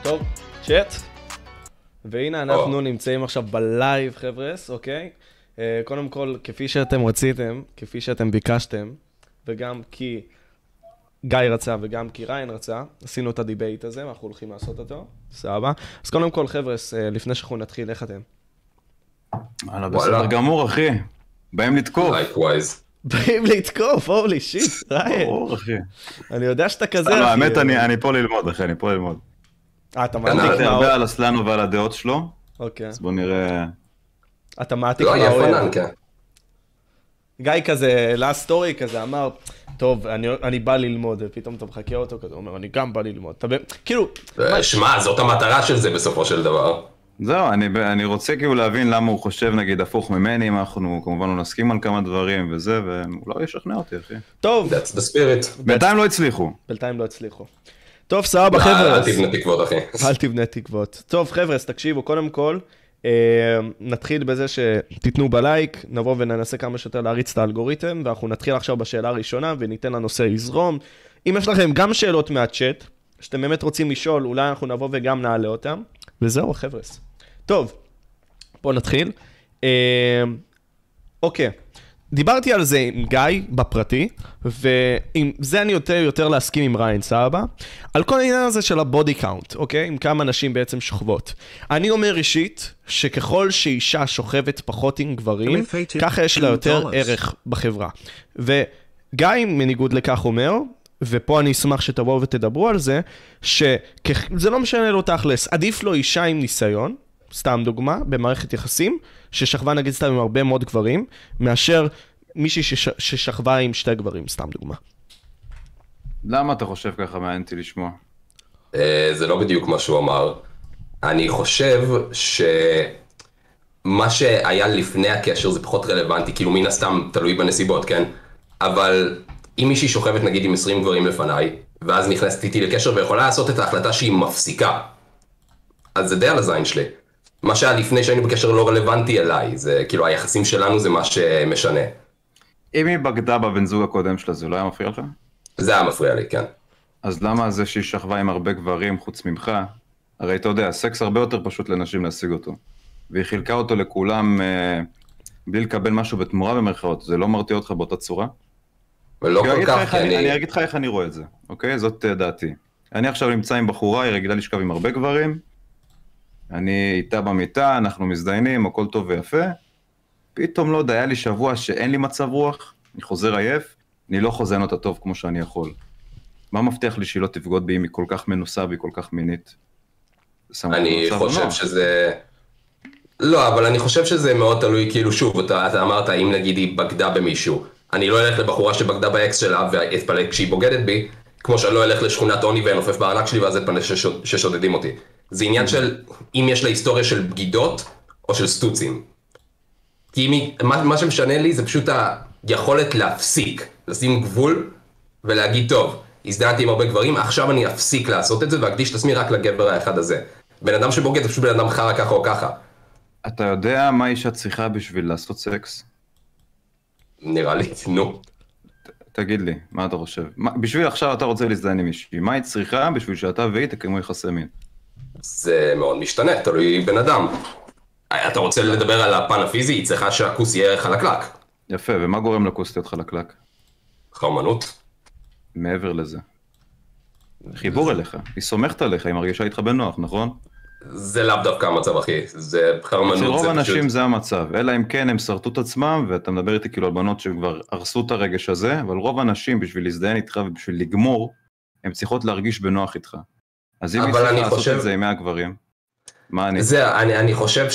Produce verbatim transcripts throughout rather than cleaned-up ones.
טוב, צ'אט. והנה אנחנו נמצאים עכשיו בלייב, חבר'ס, אוקיי? קודם כל, כפי שאתם רציתם, כפי שאתם ביקשתם, וגם כי גיא רצה וגם כי ריין רצה, עשינו את הדיבייט הזה, ואנחנו הולכים לעשות אותו, סבבה. אז קודם כל, חבר'ס, לפני שאנחנו נתחיל, איך אתם? וואלה, בסדר גמור, אחי. באים לתקוף. לייקווייז. באים לתקוף, הולי שיט, ריין. ברור, אחי. אני יודע שאתה כזה, אחי. האמת, אני פה ללמוד, אחי, אני פה ללמוד. אה, אתה מעתיק קראתי מהאור. הרבה על אסלנו ועל הדעות שלו, אוקיי. אז בוא נראה. אתה מעתיק לא, מהאור. יפנן, כן. גיא כזה, last story כזה, אמר, טוב, אני, אני בא ללמוד, ופתאום אתה מחכה אותו כזה, הוא אומר, אני גם בא ללמוד. אתה, כאילו... שמע, זאת המטרה של זה בסופו של דבר. זהו, אני, אני רוצה כאילו להבין למה הוא חושב, נגיד, הפוך ממני, אם אנחנו כמובן לא נסכים על כמה דברים וזה, ואולי ישכנע אותי, אחי. טוב. That's the spirit. בינתיים לא הצליחו. בינתיים לא הצליחו. טוב, סבבה, חבר'ה. אל תבנה תקוות, אחי. אל תבנה תקוות. טוב, חבר'ה, אז תקשיבו, קודם כל, נתחיל בזה שתיתנו בלייק, נבוא וננסה כמה שיותר להריץ את האלגוריתם, ואנחנו נתחיל עכשיו בשאלה הראשונה, וניתן לנושא לזרום. אם יש לכם גם שאלות מהצ'אט, שאתם באמת רוצים לשאול, אולי אנחנו נבוא וגם נעלה אותם, וזהו, חבר'ה. טוב, בואו נתחיל. אוקיי. דיברתי על זה עם גיא בפרטי, ועם זה אני יותר יותר להסכים עם ריין, סבבה? על כל העניין הזה של הבודי קאונט, אוקיי? עם כמה נשים בעצם שוכבות. אני אומר אישית, שככל שאישה שוכבת פחות עם גברים, ככה יש לה יותר ערך בחברה. וגיא מניגוד לכך אומר, ופה אני אשמח שתבואו ותדברו על זה, שזה לא משנה לו תכלס, עדיף לו אישה עם ניסיון, סתם דוגמה, במערכת יחסים, ששכבה נגיד סתם עם הרבה מאוד גברים, מאשר מישהי שש, ששכבה עם שתי גברים, סתם דוגמה. למה אתה חושב ככה? מעניין אותי לשמוע. זה לא בדיוק מה שהוא אמר. אני חושב שמה שהיה לפני הקשר זה פחות רלוונטי, כאילו מן הסתם תלוי בנסיבות, כן? אבל אם מישהי שוכבת נגיד עם עשרים גברים לפניי, ואז נכנסת איתי לקשר ויכולה לעשות את ההחלטה שהיא מפסיקה, אז זה די על הזין שלי. מה שהיה לפני שהיינו בקשר לא רלוונטי אליי, זה כאילו היחסים שלנו זה מה שמשנה. אם היא בגדה בבן זוג הקודם שלה, זה לא היה מפריע לך? זה היה מפריע לי, כן. אז למה זה שהיא שכבה עם הרבה גברים חוץ ממך? הרי אתה יודע, סקס הרבה יותר פשוט לנשים להשיג אותו. והיא חילקה אותו לכולם אה, בלי לקבל משהו בתמורה במרכאות, זה לא מרתיע אותך באותה צורה? ולא כל כך, כי אני... אני אגיד לך איך אני רואה את זה, אוקיי? זאת דעתי. אני עכשיו נמצא עם בחורה, היא רגילה לשכב עם הרבה גברים, אני איתה במיטה, אנחנו מזדיינים, הכל טוב ויפה. פתאום לא יודע, היה לי שבוע שאין לי מצב רוח, אני חוזר עייף, אני לא חוזן אותה טוב כמו שאני יכול. מה מבטיח לי שהיא לא תפגוד בי אם היא כל כך מנוסה והיא כל כך מינית? אני חושב שזה... לא, אבל אני חושב שזה מאוד תלוי, כאילו שוב, אתה, אתה אמרת, אם נגיד היא בגדה במישהו, אני לא אלך לבחורה שבגדה באקס שלה ואתפלא כשהיא בוגדת בי, כמו שאני לא אלך לשכונת עוני ואנופף בארנק שלי ואז אתפלא ששודדים אותי. זה עניין של אם יש לה היסטוריה של בגידות או של סטוצים. כי היא, מה, מה שמשנה לי זה פשוט היכולת להפסיק, לשים גבול ולהגיד טוב, הזדהנתי עם הרבה גברים, עכשיו אני אפסיק לעשות את זה ואקדיש את עצמי רק לגבר האחד הזה. בן אדם שבוגד זה פשוט בן אדם חרא ככה או ככה. אתה יודע מה אישה צריכה בשביל לעשות סקס? נראה לי, נו. ת, תגיד לי, מה אתה חושב? מה, בשביל עכשיו אתה רוצה להזדהן עם מישהי, מה היא צריכה בשביל שאתה והיא תקיימו יחסי מין? זה מאוד משתנה, תלוי בן אדם. אתה רוצה לדבר על הפן הפיזי, היא צריכה שהכוס יהיה חלקלק. יפה, ומה גורם לכוס להיות חלקלק? חרמנות. מעבר לזה. חיבור אליך, היא סומכת עליך, היא מרגישה איתך בנוח, נכון? זה לאו דווקא המצב, אחי. זה חרמנות, זה פשוט... אצל רוב האנשים זה המצב, אלא אם כן הם שרטו את עצמם, ואתה מדבר איתי כאילו על בנות שכבר הרסו את הרגש הזה, אבל רוב האנשים בשביל להזדהן איתך ובשביל לגמור, הם צריכות להרגיש בנוח איתך. אז אם היא צריכה לעשות חושב... את זה עם מאה גברים, מה אני? זה, אני, אני חושב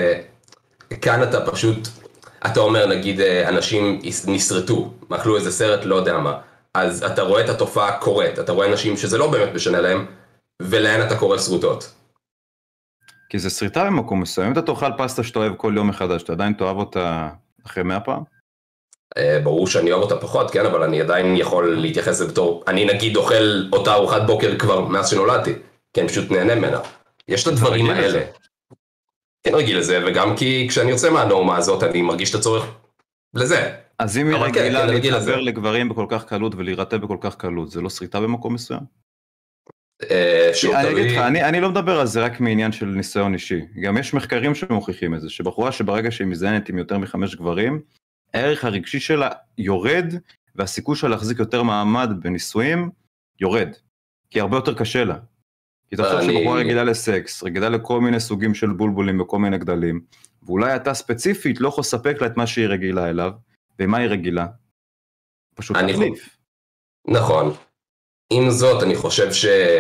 שכאן אתה פשוט, אתה אומר, נגיד, אנשים נשרטו, מאכלו איזה סרט, לא יודע מה, אז אתה רואה את התופעה קורית, אתה רואה אנשים שזה לא באמת משנה להם, ולהן אתה קורא שרוטות. כי זה שריטה במקום מסוים, אם אתה תאכל פסטה שאתה אוהב כל יום מחדש, אתה עדיין תאהב אותה אחרי מאה פעם? ברור שאני אוהב אותה פחות, כן, אבל אני עדיין יכול להתייחס לזה בתור, אני נגיד אוכל אותה ארוחת בוקר כבר מאז שנולדתי, כי אני פשוט נהנה ממנה. יש את הדברים האלה. כן, רגיל לזה, וגם כי כשאני יוצא מהנורמה הזאת, אני מרגיש את הצורך לזה. אז אם היא רגילה להתחבר לגברים בכל כך קלות ולהירטב בכל כך קלות, זה לא שריטה במקום מסוים? אני אגיד לך, אני לא מדבר על זה רק מעניין של ניסיון אישי, גם יש מחקרים שמוכיחים את זה, שבחורה שברגע שהיא מזדיינת עם יותר מחמש גברים, הערך הרגשי שלה יורד, והסיכוי שלה להחזיק יותר מעמד בנישואים יורד, כי הרבה יותר קשה לה. כי אתה חושב שבחורה רגילה לסקס, רגילה לכל מיני סוגים של בולבולים וכל מיני גדלים, ואולי אתה ספציפית לא יכול לספק לה את מה שהיא רגילה אליו, ומה היא רגילה? פשוט להחליף. נכון. עם זאת, אני חושב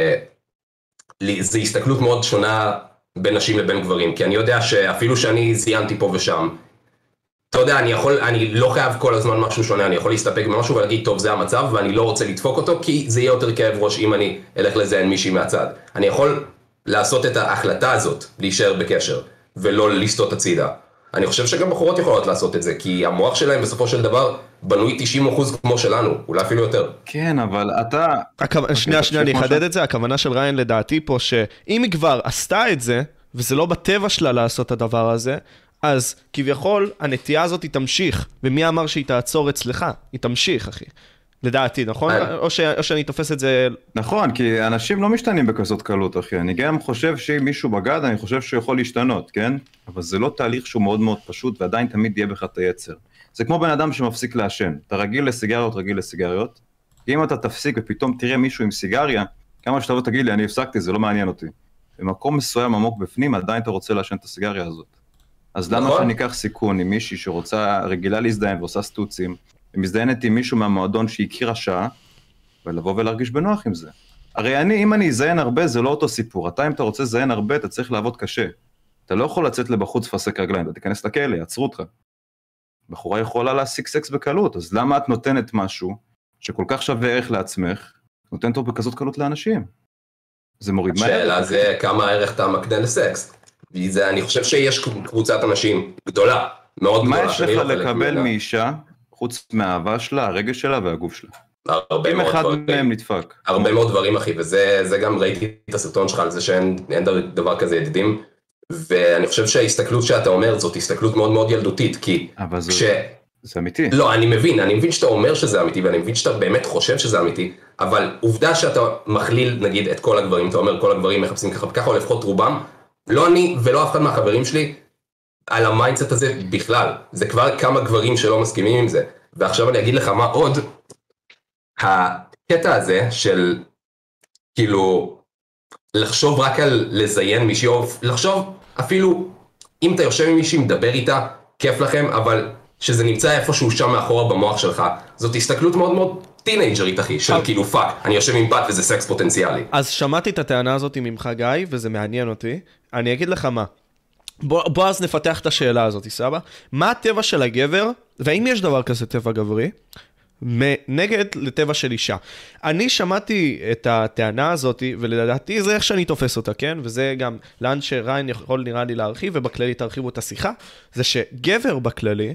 שזו הסתכלות מאוד שונה בין נשים לבין גברים, כי אני יודע שאפילו שאני זיינתי פה ושם, אתה יודע, אני יכול, אני לא חייב כל הזמן משהו שונה, אני יכול להסתפק במשהו ולהגיד, טוב, זה המצב, ואני לא רוצה לדפוק אותו, כי זה יהיה יותר כאב ראש אם אני אלך לזיין מישהי מהצד. אני יכול לעשות את ההחלטה הזאת, להישאר בקשר, ולא לסטות הצידה. אני חושב שגם בחורות יכולות לעשות את זה, כי המוח שלהם בסופו של דבר בנוי תשעים אחוז כמו שלנו, אולי אפילו יותר. כן, אבל אתה... שנייה, שנייה, אני אחדד את זה, הכוונה של ריין לדעתי פה, שאם היא כבר עשתה את זה, וזה לא בטבע שלה לעשות את הדבר הזה, אז כביכול הנטייה הזאת היא תמשיך, ומי אמר שהיא תעצור אצלך? היא תמשיך, אחי. לדעתי, נכון? או, ש... או שאני תופס את זה... נכון, כי אנשים לא משתנים בכזאת קלות, אחי. אני גם חושב שאם מישהו בגד, אני חושב שהוא יכול להשתנות, כן? אבל זה לא תהליך שהוא מאוד מאוד פשוט, ועדיין תמיד יהיה בך את היצר. זה כמו בן אדם שמפסיק לעשן. אתה רגיל לסיגריות, רגיל לסיגריות. אם אתה תפסיק ופתאום תראה מישהו עם סיגריה, כמה שתבוא תגיד לי, אני הפסקתי, זה לא מעניין אותי. במקום מסוים עמוק בפנים, עדיין אתה רוצה לעשן את הסיגריה הזאת. אז למה שאני אקח סיכון עם מישהי שרוצה רגילה להזדיין ועושה סטוצים, ומזדיינת עם מישהו מהמועדון שהכיר השעה, ולבוא ולהרגיש בנוח עם זה. הרי אני, אם אני אזיין הרבה, זה לא אותו סיפור. אתה, אם אתה רוצה לזיין הרבה, אתה צריך לעבוד קשה. אתה לא יכול לצאת לבחוץ פסק רגליים, אתה תיכנס לכלא, יעצרו אותך. בחורה יכולה להשיג סקס בקלות, אז למה את נותנת משהו שכל כך שווה ערך לעצמך, נותנת אותו בכזאת קלות לאנשים? זה מוריד מהר. השאלה זה כמה ערך אתה מקנה לסקס. אני חושב שיש קבוצת אנשים גדולה, מאוד גדולה. מה יש לך לקבל מאישה, חוץ מהאהבה שלה, הרגש שלה והגוף שלה? אם אחד מהם נדפק. הרבה מאוד דברים, אחי, וזה גם ראיתי את הסרטון שלך על זה שאין דבר כזה ידידים, ואני חושב שההסתכלות שאתה אומר, זאת הסתכלות מאוד מאוד ילדותית, כי כש... זה אמיתי. לא, אני מבין, אני מבין שאתה אומר שזה אמיתי, ואני מבין שאתה באמת חושב שזה אמיתי, אבל עובדה שאתה מכליל, נגיד, את כל הגברים, אתה אומר, כל הגברים מחפשים ככה וככה, או לפחות רובם, לא אני ולא אף אחד מהחברים שלי, על המיינדסט הזה בכלל. זה כבר כמה גברים שלא מסכימים עם זה. ועכשיו אני אגיד לך מה עוד, הקטע הזה של, כאילו, לחשוב רק על לזיין מישהי, או לחשוב אפילו, אם אתה יושב עם מישהי, מדבר איתה, כיף לכם, אבל שזה נמצא איפשהו שם מאחורה במוח שלך, זאת הסתכלות מאוד מאוד טינג'רית, אחי, של כאילו פאק, אני יושב עם בת וזה סקס פוטנציאלי. אז שמעתי את הטענה הזאת ממך, גיא, וזה מעניין אותי. אני אגיד לך מה. בוא, בוא אז נפתח את השאלה הזאת, סבא. מה הטבע של הגבר, והאם יש דבר כזה טבע גברי, נגד לטבע של אישה? אני שמעתי את הטענה הזאת, ולדעתי זה איך שאני תופס אותה, כן? וזה גם לאן שריין יכול נראה לי להרחיב, ובכללי תרחיבו את השיחה, זה שגבר בכללי,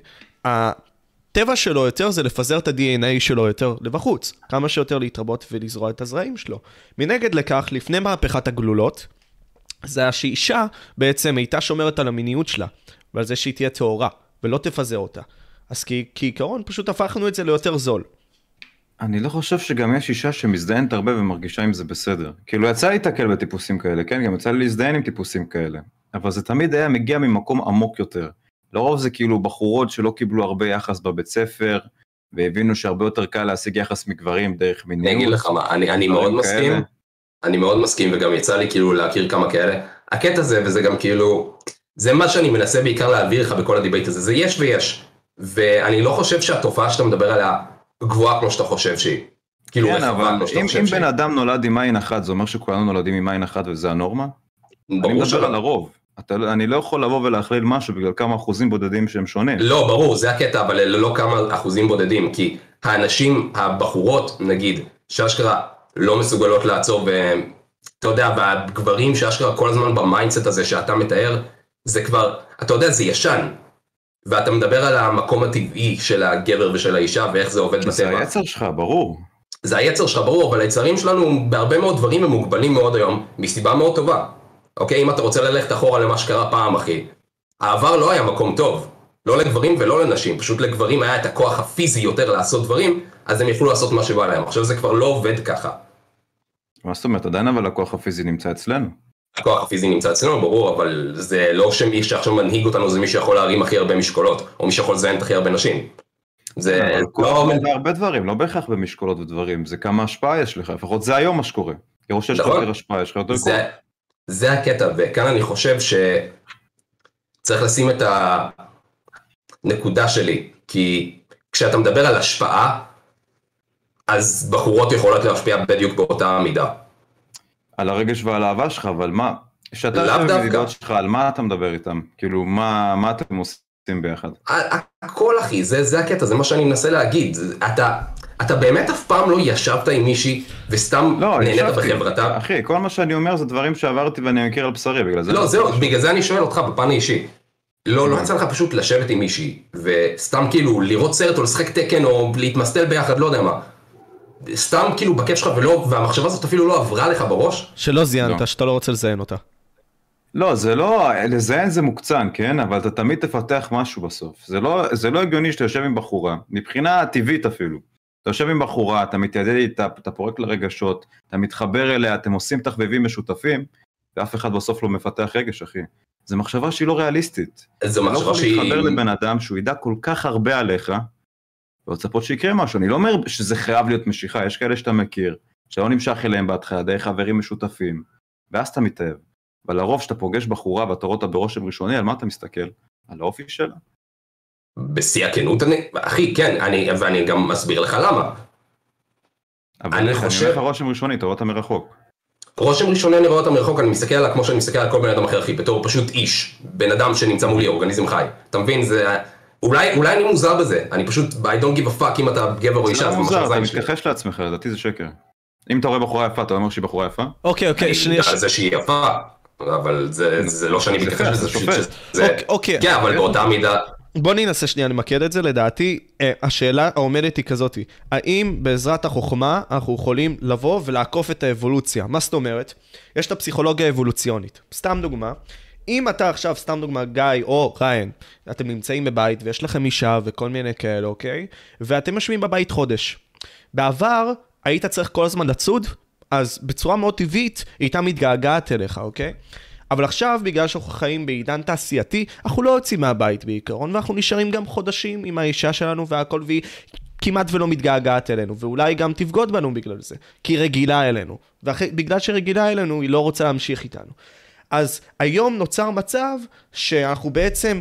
הטבע שלו יותר זה לפזר את ה-די אן איי שלו יותר לבחוץ, כמה שיותר להתרבות ולזרוע את הזרעים שלו. מנגד לכך, לפני מהפכת הגלולות, זה היה שאישה בעצם הייתה שומרת על המיניות שלה, ועל זה שהיא תהיה טהורה, ולא תפזר אותה. אז כעיקרון פשוט הפכנו את זה ליותר זול. אני לא חושב שגם יש אישה שמזדיינת הרבה ומרגישה עם זה בסדר. כאילו יצא לי תקל בטיפוסים כאלה, כן? גם יצא לי להזדיין עם טיפוסים כאלה. אבל זה תמיד היה מגיע ממקום עמוק יותר. לרוב זה כאילו בחורות שלא קיבלו הרבה יחס בבית ספר, והבינו שהרבה יותר קל להשיג יחס מגברים דרך מיניות. אני אגיד לך מה, אני, אני מאוד מסכים. כאלה. אני מאוד מסכים, וגם יצא לי כאילו להכיר כמה כאלה. הקטע הזה, וזה גם כאילו, זה מה שאני מנסה בעיקר להעביר לך בכל הדיבייט הזה, זה יש ויש. ואני לא חושב שהתופעה שאתה מדבר עליה גבוהה כמו שאתה חושב שהיא. כאילו כן, אבל אם, אם בן אדם נולד עם עין אחת, זה אומר שכולנו נולדים עם עין אחת וזה הנורמה? אני מדבר על הרוב. אתה, אני לא יכול לבוא ולהכליל משהו בגלל כמה אחוזים בודדים שהם שונים. לא, ברור, זה הקטע, אבל לא כמה אחוזים בודדים, כי האנשים, הבחורות, נגיד, שאשכרה לא מסוגלות לעצור, ואתה יודע, והגברים שאשכרה כל הזמן במיינדסט הזה שאתה מתאר, זה כבר, אתה יודע, זה ישן. ואתה מדבר על המקום הטבעי של הגבר ושל האישה, ואיך זה עובד בטבע. זה היצר שלך, ברור. זה היצר שלך, ברור, אבל היצרים שלנו בהרבה מאוד דברים הם מוגבלים מאוד היום, מסיבה מאוד טובה. אוקיי, אם אתה רוצה ללכת אחורה למה שקרה פעם, אחי, העבר לא היה מקום טוב. לא לגברים ולא לנשים, פשוט לגברים היה את הכוח הפיזי יותר לעשות דברים, אז הם יכלו לעשות מה שבא להם. עכשיו זה כבר לא עובד ככה. מה זאת אומרת, עדיין אבל הכוח הפיזי נמצא אצלנו. הכוח הפיזי נמצא אצלנו, ברור, אבל זה לא שמי שעכשיו מנהיג אותנו, זה מי שיכול להרים הכי הרבה משקולות, או מי שיכול לזיין הכי הרבה נשים. זה לא הרבה דברים, לא בהכרח במשקולות ודברים, זה כמה השפעה יש לך, לפחות זה היום מה שקורה. כראש שיש לך יותר השפעה, יש לך יותר כוח. זה הקטע, וכאן אני חושב שצריך לשים את הנקודה שלי, כי כשאתה מדבר על השפעה, אז בחורות יכולות להשפיע בדיוק באותה מידה. על הרגש ועל האהבה שלך, אבל מה? שאתה יושב בדידות שלך, על מה אתה מדבר איתם? כאילו, מה, מה אתם עושים ביחד? הכל אחי, זה, זה הקטע, זה מה שאני מנסה להגיד. אתה, אתה באמת אף פעם לא ישבת עם מישהי, וסתם לא, נהנית בחברתה? אחי, כל מה שאני אומר זה דברים שעברתי ואני מכיר על בשרי, בגלל זה... לא, זהו, בגלל זה אני שואל אותך בפן האישי. לא, לא יצא לך פשוט לשבת עם מישהי, וסתם כאילו לראות סרט או לשחק תקן או להתמסטל ביחד, לא יודע מה. סתם כאילו בכיף שלך ולא, והמחשבה הזאת אפילו לא עברה לך בראש. שלא זיינת, שאתה לא רוצה לזיין אותה. לא, זה לא, לזיין זה מוקצן, כן? אבל אתה תמיד תפתח משהו בסוף. זה לא, זה לא הגיוני שאתה יושב עם בחורה, מבחינה טבעית אפילו. אתה יושב עם בחורה, אתה מתיידד איתה, אתה פורק לרגשות, אתה מתחבר אליה, אתם עושים תחביבים משותפים, ואף אחד בסוף לא מפתח רגש, אחי. זו מחשבה שהיא לא ריאליסטית. זו מחשבה שהיא... לא יכול להתחבר לבן אדם שהוא ידע כל כך הרבה עליך, ולצפות שיקרה משהו. אני לא אומר שזה חייב להיות משיכה, יש כאלה שאתה מכיר, שלא נמשך אליהם בהתחלה, די חברים משותפים, ואז אתה מתאהב. אבל לרוב שאתה פוגש בחורה ואתה רואה אותה ברושם ראשוני, על מה אתה מסתכל? על האופי שלה. בשיא הכנות, אחי, כן, אני, ואני גם מסביר לך למה. אבל אני חושב... אני אומר לך רושם ראשוני, אתה רואה אותה מרחוק. רושם ראשוני אני רואה אותה מרחוק, אני מסתכל עליה כמו שאני מסתכל על כל בן אדם אחר, אחי, בתור פשוט איש, בן אדם שנמצא מולי, אורגניזם חי. אתה מבין, זה... אולי, אולי אני מוזר בזה, אני פשוט, I don't give a fuck אם אתה גבר או אישה. זה לא מוזר, אתה מתכחש לעצמך, לדעתי זה שקר. אם אתה רואה בחורה יפה, אתה אומר שהיא בחורה יפה? אוקיי, אוקיי, שנייה. זה שהיא יפה, אבל זה לא שאני מתכחש לזה, זה... אוקיי. כן, אבל באותה מידה... בוא ננסה שנייה למקד את זה, לדעתי, השאלה העומדת היא כזאת, האם בעזרת החוכמה אנחנו יכולים לבוא ולעקוף את האבולוציה? מה זאת אומרת? יש את הפסיכולוגיה האבולוציונית. סתם דוגמה, אם אתה עכשיו, סתם דוגמה, גיא או ריין, אתם נמצאים בבית ויש לכם אישה וכל מיני כאלה, אוקיי? ואתם יושבים בבית חודש. בעבר היית צריך כל הזמן לצוד, אז בצורה מאוד טבעית היא הייתה מתגעגעת אליך, אוקיי? אבל עכשיו, בגלל שאנחנו חיים בעידן תעשייתי, אנחנו לא יוצאים מהבית בעיקרון, ואנחנו נשארים גם חודשים עם האישה שלנו והכל, והיא כמעט ולא מתגעגעת אלינו, ואולי גם תבגוד בנו בגלל זה, כי היא רגילה אלינו, ובגלל שהיא רגילה אלינו, היא לא רוצה להמשיך איתנו. אז היום נוצר מצב שאנחנו בעצם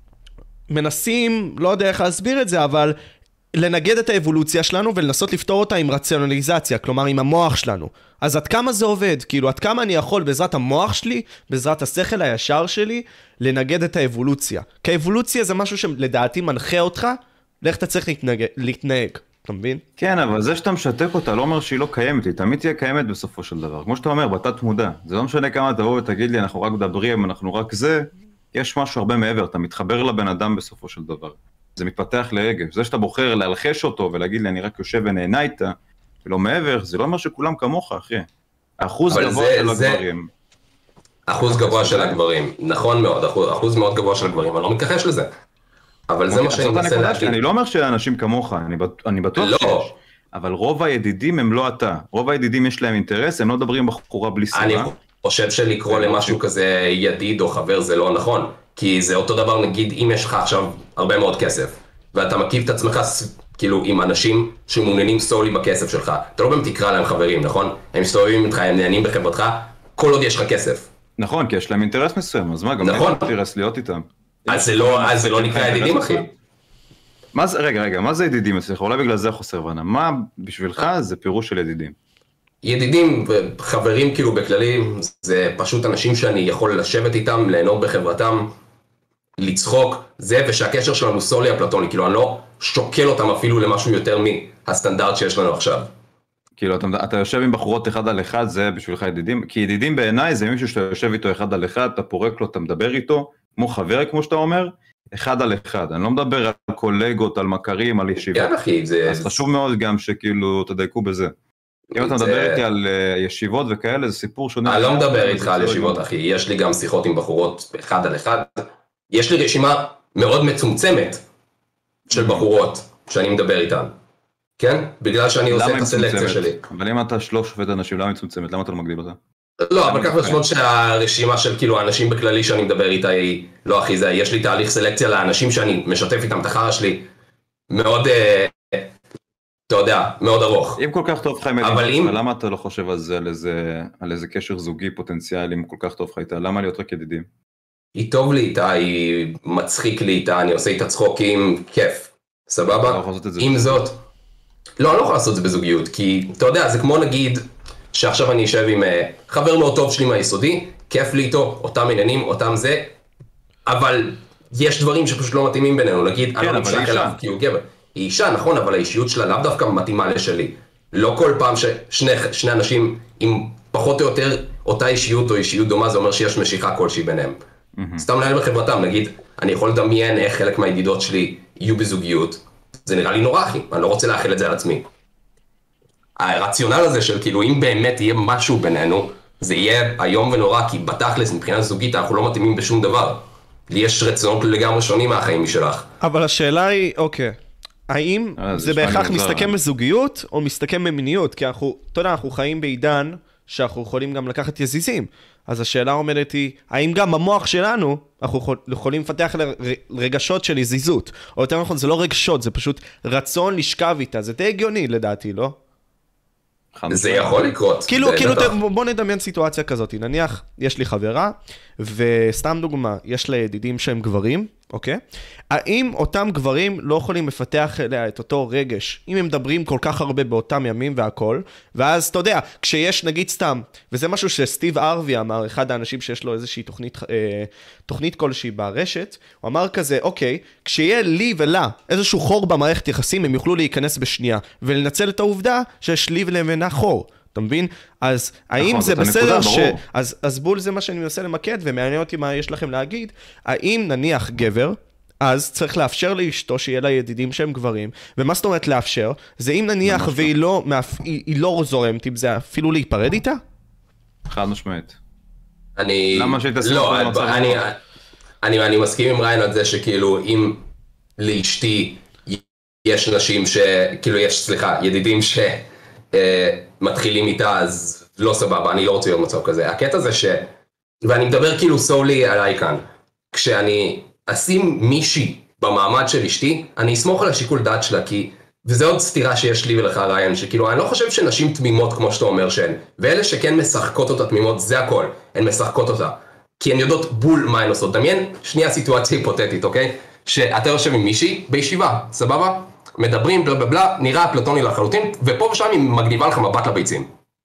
מנסים, לא יודע איך להסביר את זה, אבל לנגד את האבולוציה שלנו ולנסות לפתור אותה עם רציונליזציה, כלומר עם המוח שלנו. אז עד כמה זה עובד? כאילו, עד כמה אני יכול בעזרת המוח שלי, בעזרת השכל הישר שלי, לנגד את האבולוציה? כי האבולוציה זה משהו שלדעתי מנחה אותך, לאיך אתה צריך להתנהג, להתנהג, אתה מבין? כן, אבל זה שאתה משתק אותה לא אומר שהיא לא קיימת, היא תמיד תהיה קיימת בסופו של דבר. כמו שאתה אומר, בתת מודע. זה לא משנה כמה תבוא ותגיד לי, אנחנו רק מדברים, אנחנו רק זה, יש משהו הרבה מעבר, אתה מתחבר לבן אדם בסופו של דבר. זה מתפתח לרגש. זה שאתה בוחר להלחש אותו ולהגיד לי, אני רק יושב ונהנה איתה, ולא מעבר, זה לא אומר שכולם כמוך, אחי. האחוז גבוה של הגברים. אחוז גבוה של הגברים, נכון מאוד, אחוז מאוד גבוה של הגברים, אני לא מתכחש לזה. אבל זה מה שאני מנסה להגיד. אני לא אומר שאנשים כמוך, אני בטוח שיש. אבל רוב הידידים הם לא אתה. רוב הידידים יש להם אינטרס, הם לא מדברים בחורה בלי סיבה. אני חושב שלקרוא למשהו כזה ידיד או חבר זה לא נכון. כי זה אותו דבר, נגיד, אם יש לך עכשיו הרבה מאוד כסף, ואתה מקיף את עצמך, כאילו, עם אנשים שמעוניינים סולי בכסף שלך, אתה לא באמת תקרא להם חברים, נכון? הם מסתובבים איתך, הם נהנים בחברתך, כל עוד יש לך כסף. נכון, כי יש להם אינטרס מסוים, אז מה, גם נכון. אין אינטרס להיות איתם. אז זה לא, אז זה לא נקרא ידידים, אחי. מה זה, רגע, רגע, מה זה ידידים אצלך? אולי בגלל זה חוסר הבנה. מה בשבילך זה פירוש של ידידים? ידידים וחברים, כאילו, בכללי, זה פשוט אנשים שאני יכול לשבת איתם, ליהנות בחברתם, לצחוק, זה ושהקשר שלנו סולי אפלטוני, כאילו אני לא שוקל אותם אפילו למשהו יותר מהסטנדרט שיש לנו עכשיו. כאילו אתה, אתה יושב עם בחורות אחד על אחד, זה בשבילך ידידים, כי ידידים בעיניי זה מישהו שאתה יושב איתו אחד על אחד, אתה פורק לו, אתה מדבר איתו, כמו חבר כמו שאתה אומר, אחד על אחד, אני לא מדבר על קולגות, על מכרים, על ישיבות. כן אחי, זה... אז חשוב מאוד גם שכאילו תדייקו בזה. אם אתה מדבר איתי על ישיבות וכאלה, זה סיפור שונה. אני לא מדבר איתך על ישיבות אחי, יש לי גם שיחות עם בחורות אחד על אחד. יש לי רשימה מאוד מצומצמת של בחורות שאני מדבר איתן. כן? בגלל שאני עושה את הסלקציה שלי. אבל אם אתה שלוש שופט אנשים, למה היא מצומצמת? למה אתה לא מגדיל אותה? לא, אבל כך משמעות שהרשימה של כאילו האנשים בכללי שאני מדבר איתה היא לא הכי זה, יש לי תהליך סלקציה לאנשים שאני משתף איתם את החרא שלי מאוד, אתה יודע, מאוד ארוך. אם כל כך טוב לך עם ידידים, למה אתה לא חושב על זה, על איזה קשר זוגי פוטנציאלי, אם כל כך טוב לך איתה, למה להיות רק ידידים? היא טוב לי איתה, היא מצחיק לי איתה, אני עושה איתה צחוקים, כיף, סבבה? עם זאת, לא, אני לא יכול לעשות את זה בזוגיות, כי אתה יודע, זה כמו נגיד, שעכשיו אני אשב עם חבר מאוד טוב שלי מהיסודי, כיף לי איתו, אותם עניינים, אותם זה, אבל יש דברים שפשוט לא מתאימים בינינו, נגיד, אני לא נמשך אליו, כי הוא גבר. היא אישה, נכון, אבל האישיות שלה לאו דווקא מתאימה לשלי. לא כל פעם ששני אנשים עם פחות או יותר אותה אישיות או אישיות דומה, זה אומר שיש משיכה כלשהי ביניהם. סתם נהל בחברתם, נגיד, אני יכול לדמיין איך חלק מהידידות שלי יהיו בזוגיות, זה נראה לי נורא אחי, אני לא רוצה לאחל את זה על עצמי. הרציונל הזה של כאילו אם באמת יהיה משהו בינינו, זה יהיה היום ונורא, כי בתכלס מבחינה זוגית אנחנו לא מתאימים בשום דבר. לי יש רצונות לגמרי שונים מהחיים משלך. אבל השאלה היא, אוקיי, האם זה בהכרח מסתכם בזוגיות או מסתכם במיניות? כי אנחנו, אתה יודע, אנחנו חיים בעידן שאנחנו יכולים גם לקחת יזיזים. אז השאלה עומדת היא, האם גם במוח שלנו אנחנו יכולים לפתח רגשות של יזיזות? או יותר נכון, זה לא רגשות, זה פשוט רצון לשכב איתה. זה די הגיוני לדעתי, לא? זה יכול לקרות. כאילו, כאילו, בוא נדמיין סיטואציה כזאת. נניח, יש לי חברה, וסתם דוגמה, יש לה ידידים שהם גברים, אוקיי? האם אותם גברים לא יכולים לפתח אליה את אותו רגש, אם הם מדברים כל כך הרבה באותם ימים והכל, ואז אתה יודע, כשיש נגיד סתם, וזה משהו שסטיב ארווי אמר, אחד האנשים שיש לו איזושהי תוכנית, אה, תוכנית כלשהי ברשת, הוא אמר כזה, אוקיי, כשיהיה לי ולה איזשהו חור במערכת יחסים, הם יוכלו להיכנס בשנייה, ולנצל את העובדה שיש לי ולמנה חור. אתה מבין? אז האם זה בסדר ש... אז, אז בול זה מה שאני מנסה למקד, ומעניין אותי מה יש לכם להגיד. האם נניח גבר, אז צריך לאפשר לאשתו שיהיה לה ידידים שהם גברים, ומה זאת אומרת לאפשר? זה אם נניח והיא לא, היא, היא לא זורמת עם זה, אפילו להיפרד איתה? חד משמעית. אני... למה שהתעסק לא, אני, אני, אני מסכים עם ריין על זה שכאילו אם לאשתי יש נשים ש... כאילו יש, סליחה, ידידים ש... מתחילים איתה, אז לא סבבה, אני לא רוצה להיות מצב כזה. הקטע זה ש... ואני מדבר כאילו סולי עליי כאן. כשאני אשים מישהי במעמד של אשתי, אני אסמוך על השיקול דעת שלה, כי... וזה עוד סתירה שיש לי ולך ריין, שכאילו אני לא חושב שנשים תמימות כמו שאתה אומר שהן, ואלה שכן משחקות אותה תמימות, זה הכל, הן משחקות אותה. כי הן יודעות בול מה הן עושות. דמיין, שנייה סיטואציה היפותטית, אוקיי? שאתה יושב עם מישהי בישיבה, סבבה? מדברים, בלה בלה בלה, נראה פלטוני לחלוטין, ופה ושם היא מגניבה לך מבט לביצים.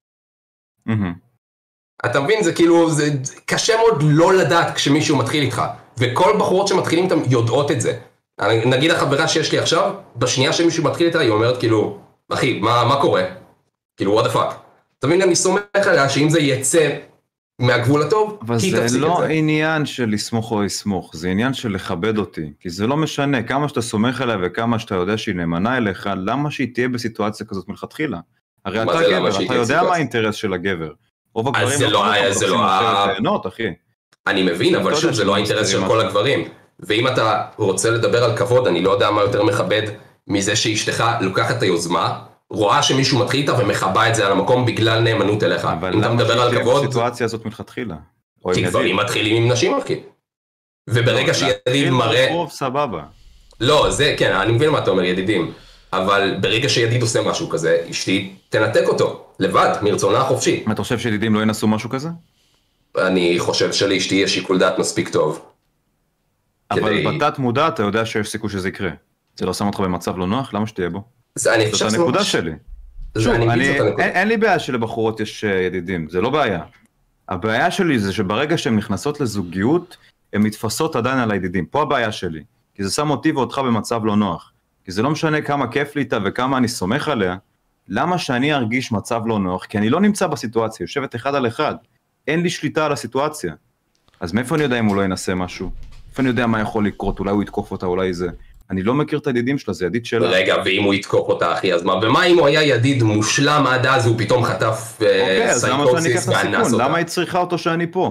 אתה מבין, זה כאילו, זה קשה מאוד לא לדעת כשמישהו מתחיל איתך, וכל בחורות שמתחילים איתם יודעות את זה. נגיד החברה שיש לי עכשיו, בשנייה שמישהו מתחיל איתה, היא אומרת כאילו, אחי, מה, מה קורה? כאילו, what the fuck? אתה מבין, אני סומך עליה שאם זה יצא מהגבול הטוב, אבל זה לא עניין של לסמוך או לסמוך, זה עניין של לכבד אותי, כי זה לא משנה, כמה שאתה סומך עליה וכמה שאתה יודע שהיא נאמנה אליך, למה שהיא תהיה בסיטואציה כזאת מלכתחילה? הרי אתה גבר, אתה יודע מה האינטרס של הגבר. רוב הגברים לא רוצים ליהנות, אחי. אני מבין, אבל שוב, זה לא האינטרס של כל הגברים. ואם אתה רוצה לדבר על כבוד, אני לא יודע מה יותר מכבד מזה שאשתך לוקחת את היוזמה, רואה שמישהו מתחיל איתה ומחבא את זה על המקום בגלל נאמנות אליך. אם אתה מדבר על כבוד... אבל הסיטואציה הזאת מתחילה. כי גברים מתחילים עם נשים, אחי. וברגע שידיד מראה... סבבה. לא, זה, כן, אני מבין מה אתה אומר, ידידים. אבל ברגע שידיד עושה משהו כזה, אשתי תנתק אותו, לבד, מרצונה החופשי. מה, אתה חושב שידידים לא ינסו משהו כזה? אני חושב שלאשתי יש שיקול דעת מספיק טוב. אבל בתת מודע אתה יודע שיש סיכוי שזה יקרה. זה לא שם אותך במצב לא נוח, למה שתהיה בו? זה אני חושב שזה הנקודה שלי. שוב, אין לי בעיה שלבחורות יש ידידים, זה לא בעיה. הבעיה שלי זה שברגע שהן נכנסות לזוגיות, הן מתפסות עדיין על הידידים. פה הבעיה שלי, כי זה שם אותי ואותך במצב לא נוח. כי זה לא משנה כמה כיף לי איתה וכמה אני סומך עליה, למה שאני ארגיש מצב לא נוח? כי אני לא נמצא בסיטואציה, יושבת אחד על אחד. אין לי שליטה על הסיטואציה. אז מאיפה אני יודע אם הוא לא ינסה משהו? איפה אני יודע מה יכול לקרות? אולי הוא יתקוף אותה, אולי זה. אני לא מכיר את הידידים שלה, זה ידיד שלה. רגע, ואם הוא יתקוף אותה, אחי, אז מה? ומה אם הוא היה ידיד מושלם עד אז, הוא פתאום חטף סייקוסיס ואנס אותה? למה היא צריכה אותו שאני פה?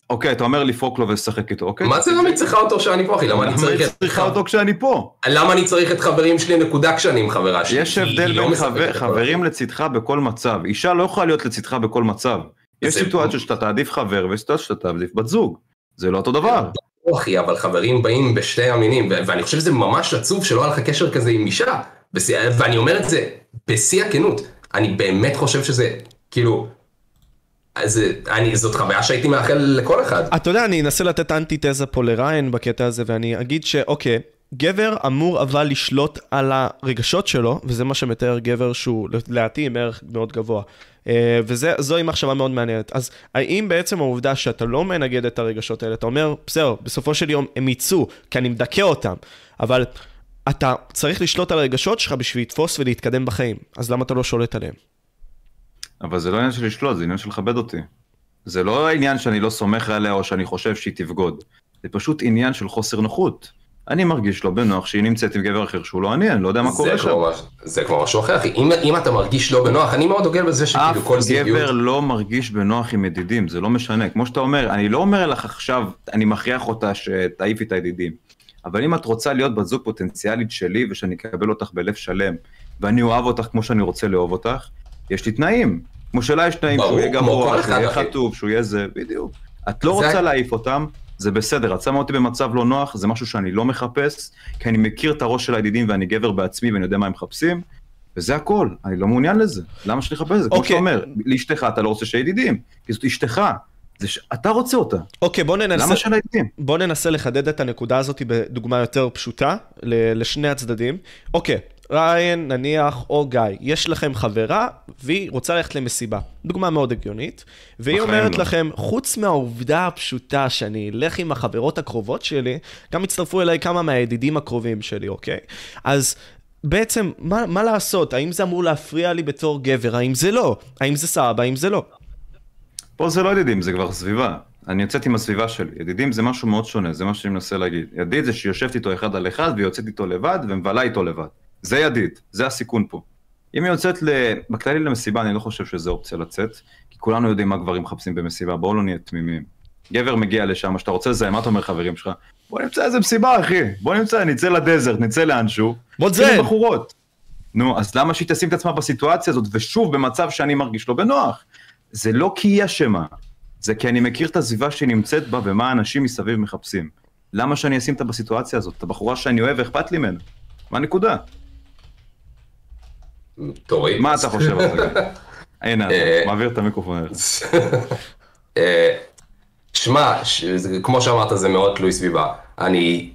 אוקיי, אתה אומר לפרוק לו ולשחק איתו, אוקיי? מה זה למה אני צריכה אותו כשאני פה, אחי? למה אני צריכה אותו כשאני פה? למה אני צריך את חברים שלי נקודה כשאני עם חברה שלי? יש הבדל בין חברים לצדך בכל מצב. אישה לא יכולה להיות לצדך בכל מצב. יש סיטואציה שאתה תעדיף חבר, וסיטואציה שאתה תעדיף בת זוג. זה לא אותו דבר. אחי, אבל חברים באים בשתי המינים, ואני חושב שזה ממש עצוב שלא היה לך קשר כזה עם אישה. ואני אומר את זה בשיא הכנות. אני באמת חושב שזה, כאילו, אז אני, זאת חוויה שהייתי מאחל לכל אחד. אתה יודע, אני אנסה לתת אנטיתזה פה לריין בקטע הזה, ואני אגיד שאוקיי, גבר אמור אבל לשלוט על הרגשות שלו, וזה מה שמתאר גבר שהוא לעתי עם ערך מאוד גבוה. וזוהי מחשבה מאוד מעניינת. אז האם בעצם העובדה שאתה לא מנגד את הרגשות האלה, אתה אומר, בסדר, בסופו של יום הם ייצאו, כי אני מדכא אותם, אבל אתה צריך לשלוט על הרגשות שלך בשביל לתפוס ולהתקדם בחיים. אז למה אתה לא שולט עליהם? אבל זה לא עניין של לשלוט, זה עניין של לכבד אותי. זה לא העניין שאני לא סומך עליה או שאני חושב שהיא תבגוד. זה פשוט עניין של חוסר נוחות. אני מרגיש לא בנוח שהיא נמצאת עם גבר אחר שהוא לא אני, אני לא יודע מה קורה שם. זה כבר משהו אחר, אחי. אם, אם אתה מרגיש לא בנוח, אני מאוד דוגל בזה שכאילו כל זוגיות... אף גבר לא מרגיש בנוח עם ידידים, זה לא משנה. כמו שאתה אומר, אני לא אומר לך עכשיו, אני מכריח אותה שתעיף את הידידים. אבל אם את רוצה להיות בת זוג פוטנציאלית שלי, ושאני אקבל אותך בלב שלם, ואני אוהב אותך כמו שאני רוצה לאהוב אותך, יש לי תנאים. כמו שלה יש תנאים, שהוא יהיה גבוה, שהוא יהיה חטוב, שהוא יהיה זה, בדיוק. את לא רוצה להעיף אותם, זה בסדר, את שמה אותי במצב לא נוח, זה משהו שאני לא מחפש, כי אני מכיר את הראש של הידידים ואני גבר בעצמי ואני יודע מה הם מחפשים, וזה הכל, אני לא מעוניין לזה. למה שאני אחפש את זה? כמו שאתה אומר, לאשתך אתה לא רוצה שידידים, כי זאת אשתך, אתה רוצה אותה. אוקיי, בוא ננסה... למה של הידידים? בוא ננסה לחדד את הנקודה הזאת בדוגמה יותר פשוטה, לשני הצדדים. אוקיי, ריין, נניח, או גיא, יש לכם חברה, והיא רוצה ללכת למסיבה. דוגמה מאוד הגיונית, והיא אומרת לא. לכם, חוץ מהעובדה הפשוטה שאני אלך עם החברות הקרובות שלי, גם הצטרפו אליי כמה מהידידים הקרובים שלי, אוקיי? אז בעצם, מה, מה לעשות? האם זה אמור להפריע לי בתור גבר? האם זה לא? האם זה סבבה? האם זה לא? פה זה לא ידידים, זה כבר סביבה. אני יוצאת עם הסביבה שלי. ידידים זה משהו מאוד שונה, זה מה שאני מנסה להגיד. ידיד זה שיושבת איתו אחד על אחד, ויוצאת איתו לבד, ומבלה איתו לבד. זה ידיד, זה הסיכון פה. אם היא יוצאת בכללי למסיבה, אני לא חושב שזה אופציה לצאת, כי כולנו יודעים מה גברים מחפשים במסיבה, בואו לא נהיה תמימים. גבר מגיע לשם, שאתה רוצה לזה, מה אתה אומר חברים שלך? בוא נמצא איזה מסיבה, אחי. בוא נמצא, נצא לדזרט, נצא לאנשהו. בוא זה. בחורות. נו, אז למה שהיא תשים את עצמה בסיטואציה הזאת, ושוב במצב שאני מרגיש לא בנוח? זה לא כי היא אשמה, זה כי אני מכיר את הסביבה שהיא נמצאת בה, ומה האנשים מסביב מחפשים. למה שאני אשים אותה בסיטואציה הזאת? את הבחורה שאני אוהב, אכפת לי ממנה. מה הנקודה? תורי. מה אתה חושב על זה? הנה, מעביר את המיקרופון. שמע, כמו שאמרת, זה מאוד תלוי סביבה. אני,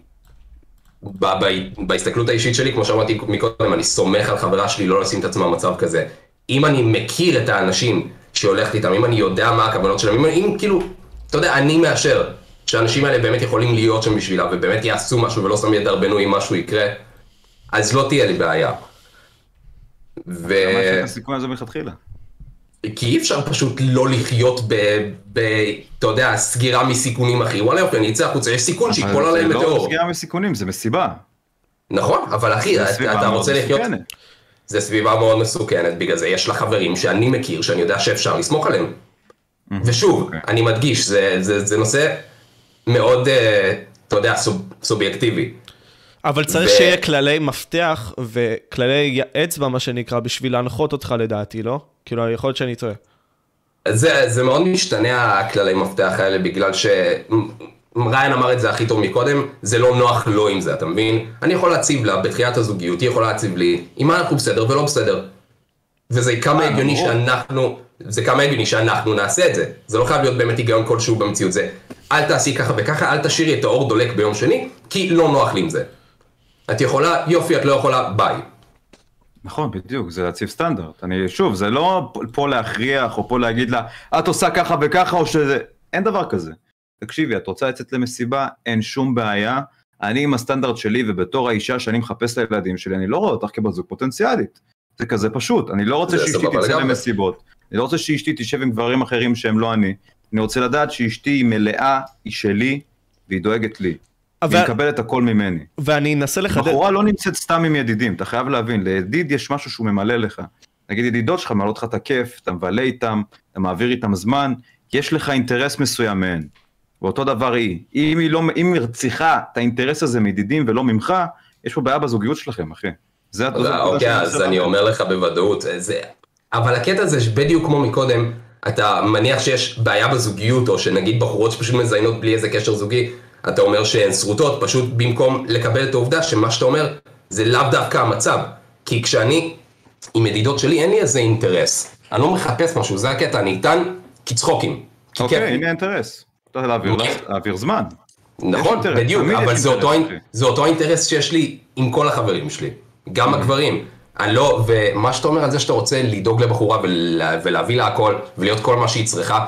בהסתכלות האישית שלי, כמו שאמרתי מקודם, אני סומך על חברה שלי לא לשים את עצמה במצב כזה. אם אני מכיר את האנשים שהולכת איתם, אם אני יודע מה הכוונות שלהם, אם כאילו, אתה יודע, אני מאשר שהאנשים האלה באמת יכולים להיות שם בשבילה, ובאמת יעשו משהו ולא סתם ידרבנו אם משהו יקרה, אז לא תהיה לי בעיה. ו... למה יש את הסיכון הזה מלכתחילה? כי אי אפשר פשוט לא לחיות ב... ב... אתה יודע, סגירה מסיכונים, אחי. וואלה, יופי, אני אצא החוצה, יש סיכון שיפול עליהם מטאור. זה לא סגירה מסיכונים, זה מסיבה. נכון, אבל אחי, אתה רוצה לחיות... זה סביבה מאוד מסוכנת, בגלל זה יש לה חברים שאני מכיר, שאני יודע שאפשר לסמוך עליהם. ושוב, אני מדגיש, זה נושא מאוד, אתה יודע, סובייקטיבי. אבל צריך שיהיה כללי מפתח וכללי אצבע, מה שנקרא, בשביל להנחות אותך לדעתי, לא? כאילו, יכול להיות שאני טועה. זה מאוד משתנה הכללי מפתח האלה, בגלל ש... ריין אמר את זה הכי טוב מקודם, זה לא נוח לא עם זה, אתה מבין? אני יכול להציב לה, בתחיית הזוגיות, היא יכולה להציב לי, עם מה אנחנו בסדר ולא בסדר. וזה כמה הגיוני שאנחנו, זה כמה הגיוני שאנחנו נעשה את זה. זה לא חייב להיות באמת היגיון כלשהו במציאות זה. אל תעשי ככה וככה, אל תשאירי את האור דולק ביום שני, כי לא נוח לי עם זה. את יכולה, יופי, את לא יכולה, ביי. נכון, בדיוק, זה להציב סטנדרט. אני, שוב, זה לא פה להכריח, או פה להגיד לה, את עושה ככה וככה, או שזה, אין דבר כזה. תקשיבי, את רוצה לצאת למסיבה, אין שום בעיה, אני עם הסטנדרט שלי, ובתור האישה שאני מחפש לילדים שלי, אני לא רואה אותך כבת זוג פוטנציאלית. זה כזה פשוט, אני לא רוצה שאשתי תצא למסיבות, אני לא רוצה שאשתי תשב עם גברים אחרים שהם לא אני, אני רוצה לדעת שאשתי היא מלאה, היא שלי, והיא דואגת לי. היא מקבלת הכל ממני. ואני אנסה לחדד... בחורה לא נמצאת סתם עם ידידים, אתה חייב להבין, לידיד יש משהו שהוא ממלא לך. נגיד ידידות שלך, מעלות לך את הכיף, אתה מבלה איתם, אתה מעביר איתם זמן, יש לך אינטרס מסוים מהן. ואותו דבר היא. אם היא, לא, אם היא צריכה את האינטרס הזה מידידים ולא ממך, יש פה בעיה בזוגיות שלכם, אחי. זה אוקיי, אז אני אומר לך בוודאות, אבל הקטע הזה בדיוק כמו מקודם, אתה מניח שיש בעיה בזוגיות, או שנגיד בחורות שפשוט מזיינות בלי איזה קשר זוגי, אתה אומר שהן שרוטות, פשוט במקום לקבל את העובדה שמה שאתה אומר, זה לאו דווקא המצב. כי כשאני עם ידידות שלי, אין לי איזה אינטרס. אני לא מחפש משהו, זה הקטע, אני איתן כצחוקים. אוקיי, הנה האינטרס. אתה להעביר זמן. נכון, בדיוק, אבל זה אותו האינטרס שיש לי עם כל החברים שלי. גם הגברים. לא, ומה שאתה אומר על זה שאתה רוצה לדאוג לבחורה ולהביא לה הכל, ולהיות כל מה שהיא צריכה,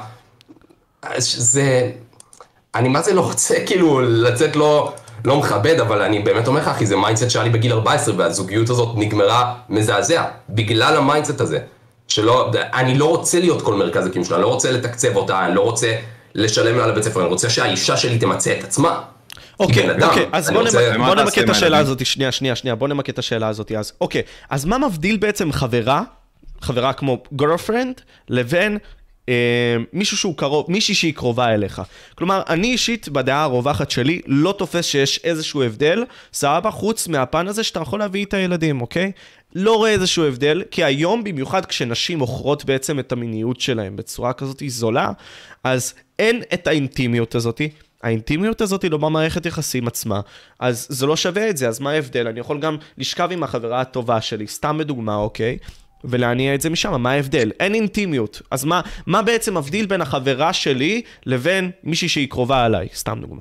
זה... אני מה זה לא רוצה כאילו לצאת לא, לא מכבד, אבל אני באמת אומר לך, אחי, זה מיינדסט שהיה לי בגיל ארבע עשרה, והזוגיות הזאת נגמרה מזעזע, בגלל המיינדסט הזה, שלא, אני לא רוצה להיות כל מרכז הקים שלה, אני לא רוצה לתקצב אותה, אני לא רוצה לשלם לה לבית ספר, אני רוצה שהאישה שלי תמצא את עצמה. אוקיי, אוקיי, אז בוא נמקד את השאלה הזאת, שנייה, שנייה, שנייה, בוא נמקד את השאלה הזאת, אז אוקיי, אז מה מבדיל בעצם חברה, חברה כמו girlfriend, לבין מישהו שהוא קרוב, מישהי שהיא קרובה אליך. כלומר, אני אישית בדעה הרווחת שלי לא תופס שיש איזשהו הבדל, סבבה, חוץ מהפן הזה שאתה יכול להביא את הילדים, אוקיי? לא רואה איזשהו הבדל, כי היום במיוחד כשנשים מוכרות בעצם את המיניות שלהם בצורה כזאת זולה, אז אין את האינטימיות הזאת, האינטימיות הזאת לא במערכת יחסים עצמה, אז זה לא שווה את זה, אז מה ההבדל? אני יכול גם לשכב עם החברה הטובה שלי, סתם בדוגמה, אוקיי? ולהניע את זה משם, מה ההבדל? אין אינטימיות. אז מה, מה בעצם מבדיל בין החברה שלי לבין מישהי שהיא קרובה עליי? סתם דוגמה.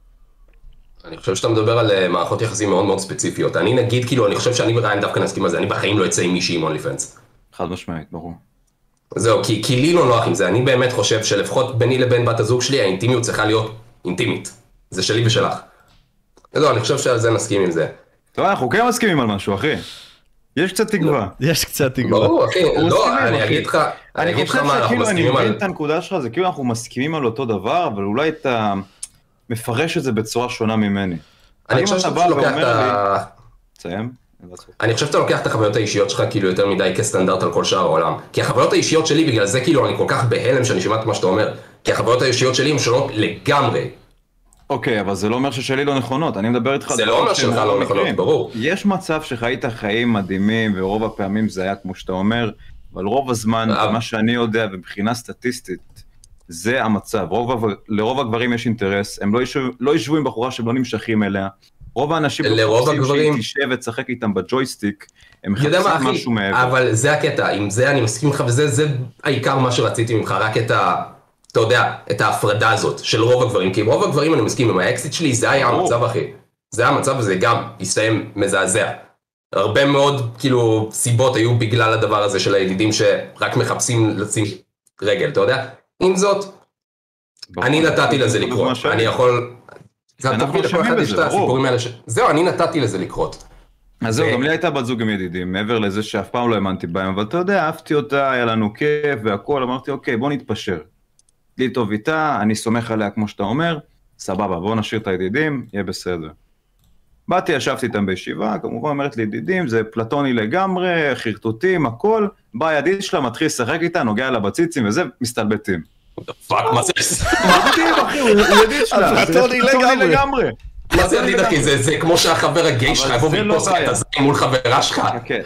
אני חושב שאתה מדבר על מערכות יחסים מאוד מאוד ספציפיות. אני נגיד, כאילו, אני חושב שאני וריין דווקא נסכים על זה, אני בחיים לא אצא עם מישהי עם אונליפנס. חד משמעית, ברור. זהו, כי, כי לי לא נוח עם זה. אני באמת חושב שלפחות ביני לבין בת הזוג שלי, האינטימיות צריכה להיות אינטימית. זה שלי ושלך. לא, אני חושב שעל זה נסכים עם זה. טוב, אנחנו כן מסכימים על משהו, אחי. יש קצת תקווה. יש קצת תקווה. ברור, אחי. לא, אני אגיד לך, אני אגיד לך מה, אנחנו מסכימים על... אני מבין את הנקודה שלך, זה כאילו אנחנו מסכימים על אותו דבר, אבל אולי אתה מפרש את זה בצורה שונה ממני. אני חושב שאתה לוקח את ה... תסיים. אני חושב שאתה לוקח את החוויות האישיות שלך כאילו יותר מדי כסטנדרט על כל שאר העולם. כי החוויות האישיות שלי, בגלל זה כאילו אני כל כך בהלם שאני שומעת מה שאתה אומר. כי החוויות האישיות שלי הן שונות לגמרי. אוקיי, אבל זה לא אומר ששלי לא נכונות, אני מדבר איתך... זה לא אומר שלך לא נכונות, ברור. יש מצב שחיית חיים מדהימים, ורוב הפעמים זה היה כמו שאתה אומר, אבל רוב הזמן, מה שאני יודע, ובחינה סטטיסטית, זה המצב. לרוב הגברים יש אינטרס, הם לא ישבו עם בחורה שהם לא נמשכים אליה. רוב האנשים מחפשים שהיא תשב וצחק איתם בג'ויסטיק, הם מחפשים משהו מעבר. אבל זה הקטע, עם זה אני מסכים לך, וזה העיקר מה שרציתי ממך, רק את ה... אתה יודע, את ההפרדה הזאת של רוב הגברים, כי עם רוב הגברים אני מסכים, עם האקסיט שלי, זה היה המצב, אחי. זה היה המצב, וזה גם יסתיים מזעזע. הרבה מאוד, כאילו, סיבות היו בגלל הדבר הזה של הידידים שרק מחפשים לשים רגל, אתה יודע? עם זאת, אני נתתי לזה לקרות. אני יכול... אנחנו שומעים בזה, ברור. זהו, אני נתתי לזה לקרות. אז זהו, גם לי הייתה בת זוג עם ידידים, מעבר לזה שאף פעם לא האמנתי בהם, אבל אתה יודע, אהבתי אותה, היה לנו כיף והכל, אמרתי, אוקיי, בוא נתפשר. לי טוב איתה, אני סומך עליה כמו שאתה אומר, סבבה, בוא נשאיר את הידידים, יהיה בסדר. באתי, ישבתי איתם בישיבה, כמובן אומרת לי ידידים, זה פלטוני לגמרי, חרטוטים, הכל, בא הידיד שלה, מתחיל לשחק איתה, נוגע לה בציצים וזה, מסתלבטים. פאק, מה זה? מדהים, אחי, הוא ידיד שלה, זה פלטוני לגמרי. מה זה ידיד, אחי? זה כמו שהחבר הגיי שלך, יבוא ויתפוס את הזין מול חברה שלך.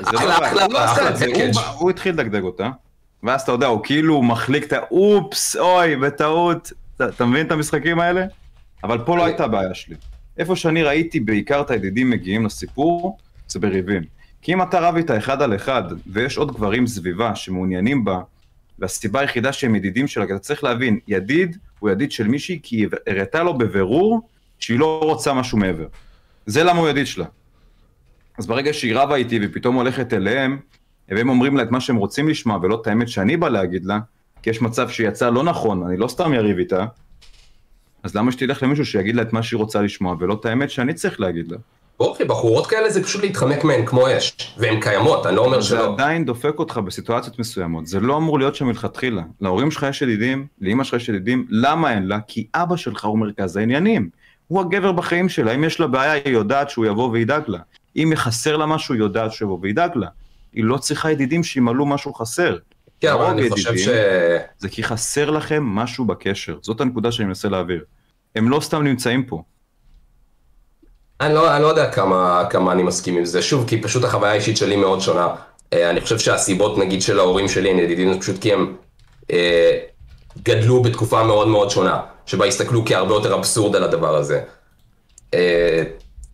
הוא התחיל לדגדג אותה. ואז אתה יודע, הוא כאילו מחליק את האופס, אוי, בטעות, אתה מבין את המשחקים האלה? אבל פה לא הייתה הבעיה שלי. איפה שאני ראיתי בעיקר את הידידים מגיעים לסיפור, זה בריבים. כי אם אתה רב איתה אחד על אחד, ויש עוד גברים סביבה שמעוניינים בה, והסיבה היחידה שהם ידידים שלה, כי אתה צריך להבין, ידיד הוא ידיד של מישהי, כי היא הראתה לו בבירור שהיא לא רוצה משהו מעבר. זה למה הוא ידיד שלה. אז ברגע שהיא רבה איתי ופתאום הולכת אליהם, והם אומרים לה את מה שהם רוצים לשמוע, ולא את האמת שאני בא להגיד לה, כי יש מצב שיצא לא נכון, אני לא סתם יריב איתה, אז למה שתלך למישהו שיגיד לה את מה שהיא רוצה לשמוע, ולא את האמת שאני צריך להגיד לה? אוקיי, בחורות כאלה זה פשוט להתחמק מהן כמו אש, והן קיימות, אני לא אומר שלא. זה עדיין דופק אותך בסיטואציות מסוימות, זה לא אמור להיות שם מלכתחילה. להורים שלך יש ידידים, לאמא שלך יש ידידים, למה אין לה? כי אבא שלך הוא מרכז העניינים. הוא הגבר בחיים שלה, אם יש לה בעיה, היא יודעת שהוא יבוא וידאג לה. אם יחסר לה משהו, היא יודעת שהוא יבוא וידאג לה. היא לא צריכה ידידים שימלאו משהו חסר. כן, אבל אני חושב ש... זה כי חסר לכם משהו בקשר. זאת הנקודה שאני מנסה להעביר. הם לא סתם נמצאים פה. אני לא, אני לא יודע כמה, כמה אני מסכים עם זה, שוב, כי פשוט החוויה האישית שלי מאוד שונה. אני חושב שהסיבות, נגיד, של ההורים שלי, הם ידידים, זה פשוט כי הם אה, גדלו בתקופה מאוד מאוד שונה, שבה הסתכלו כהרבה יותר אבסורד על הדבר הזה. אה,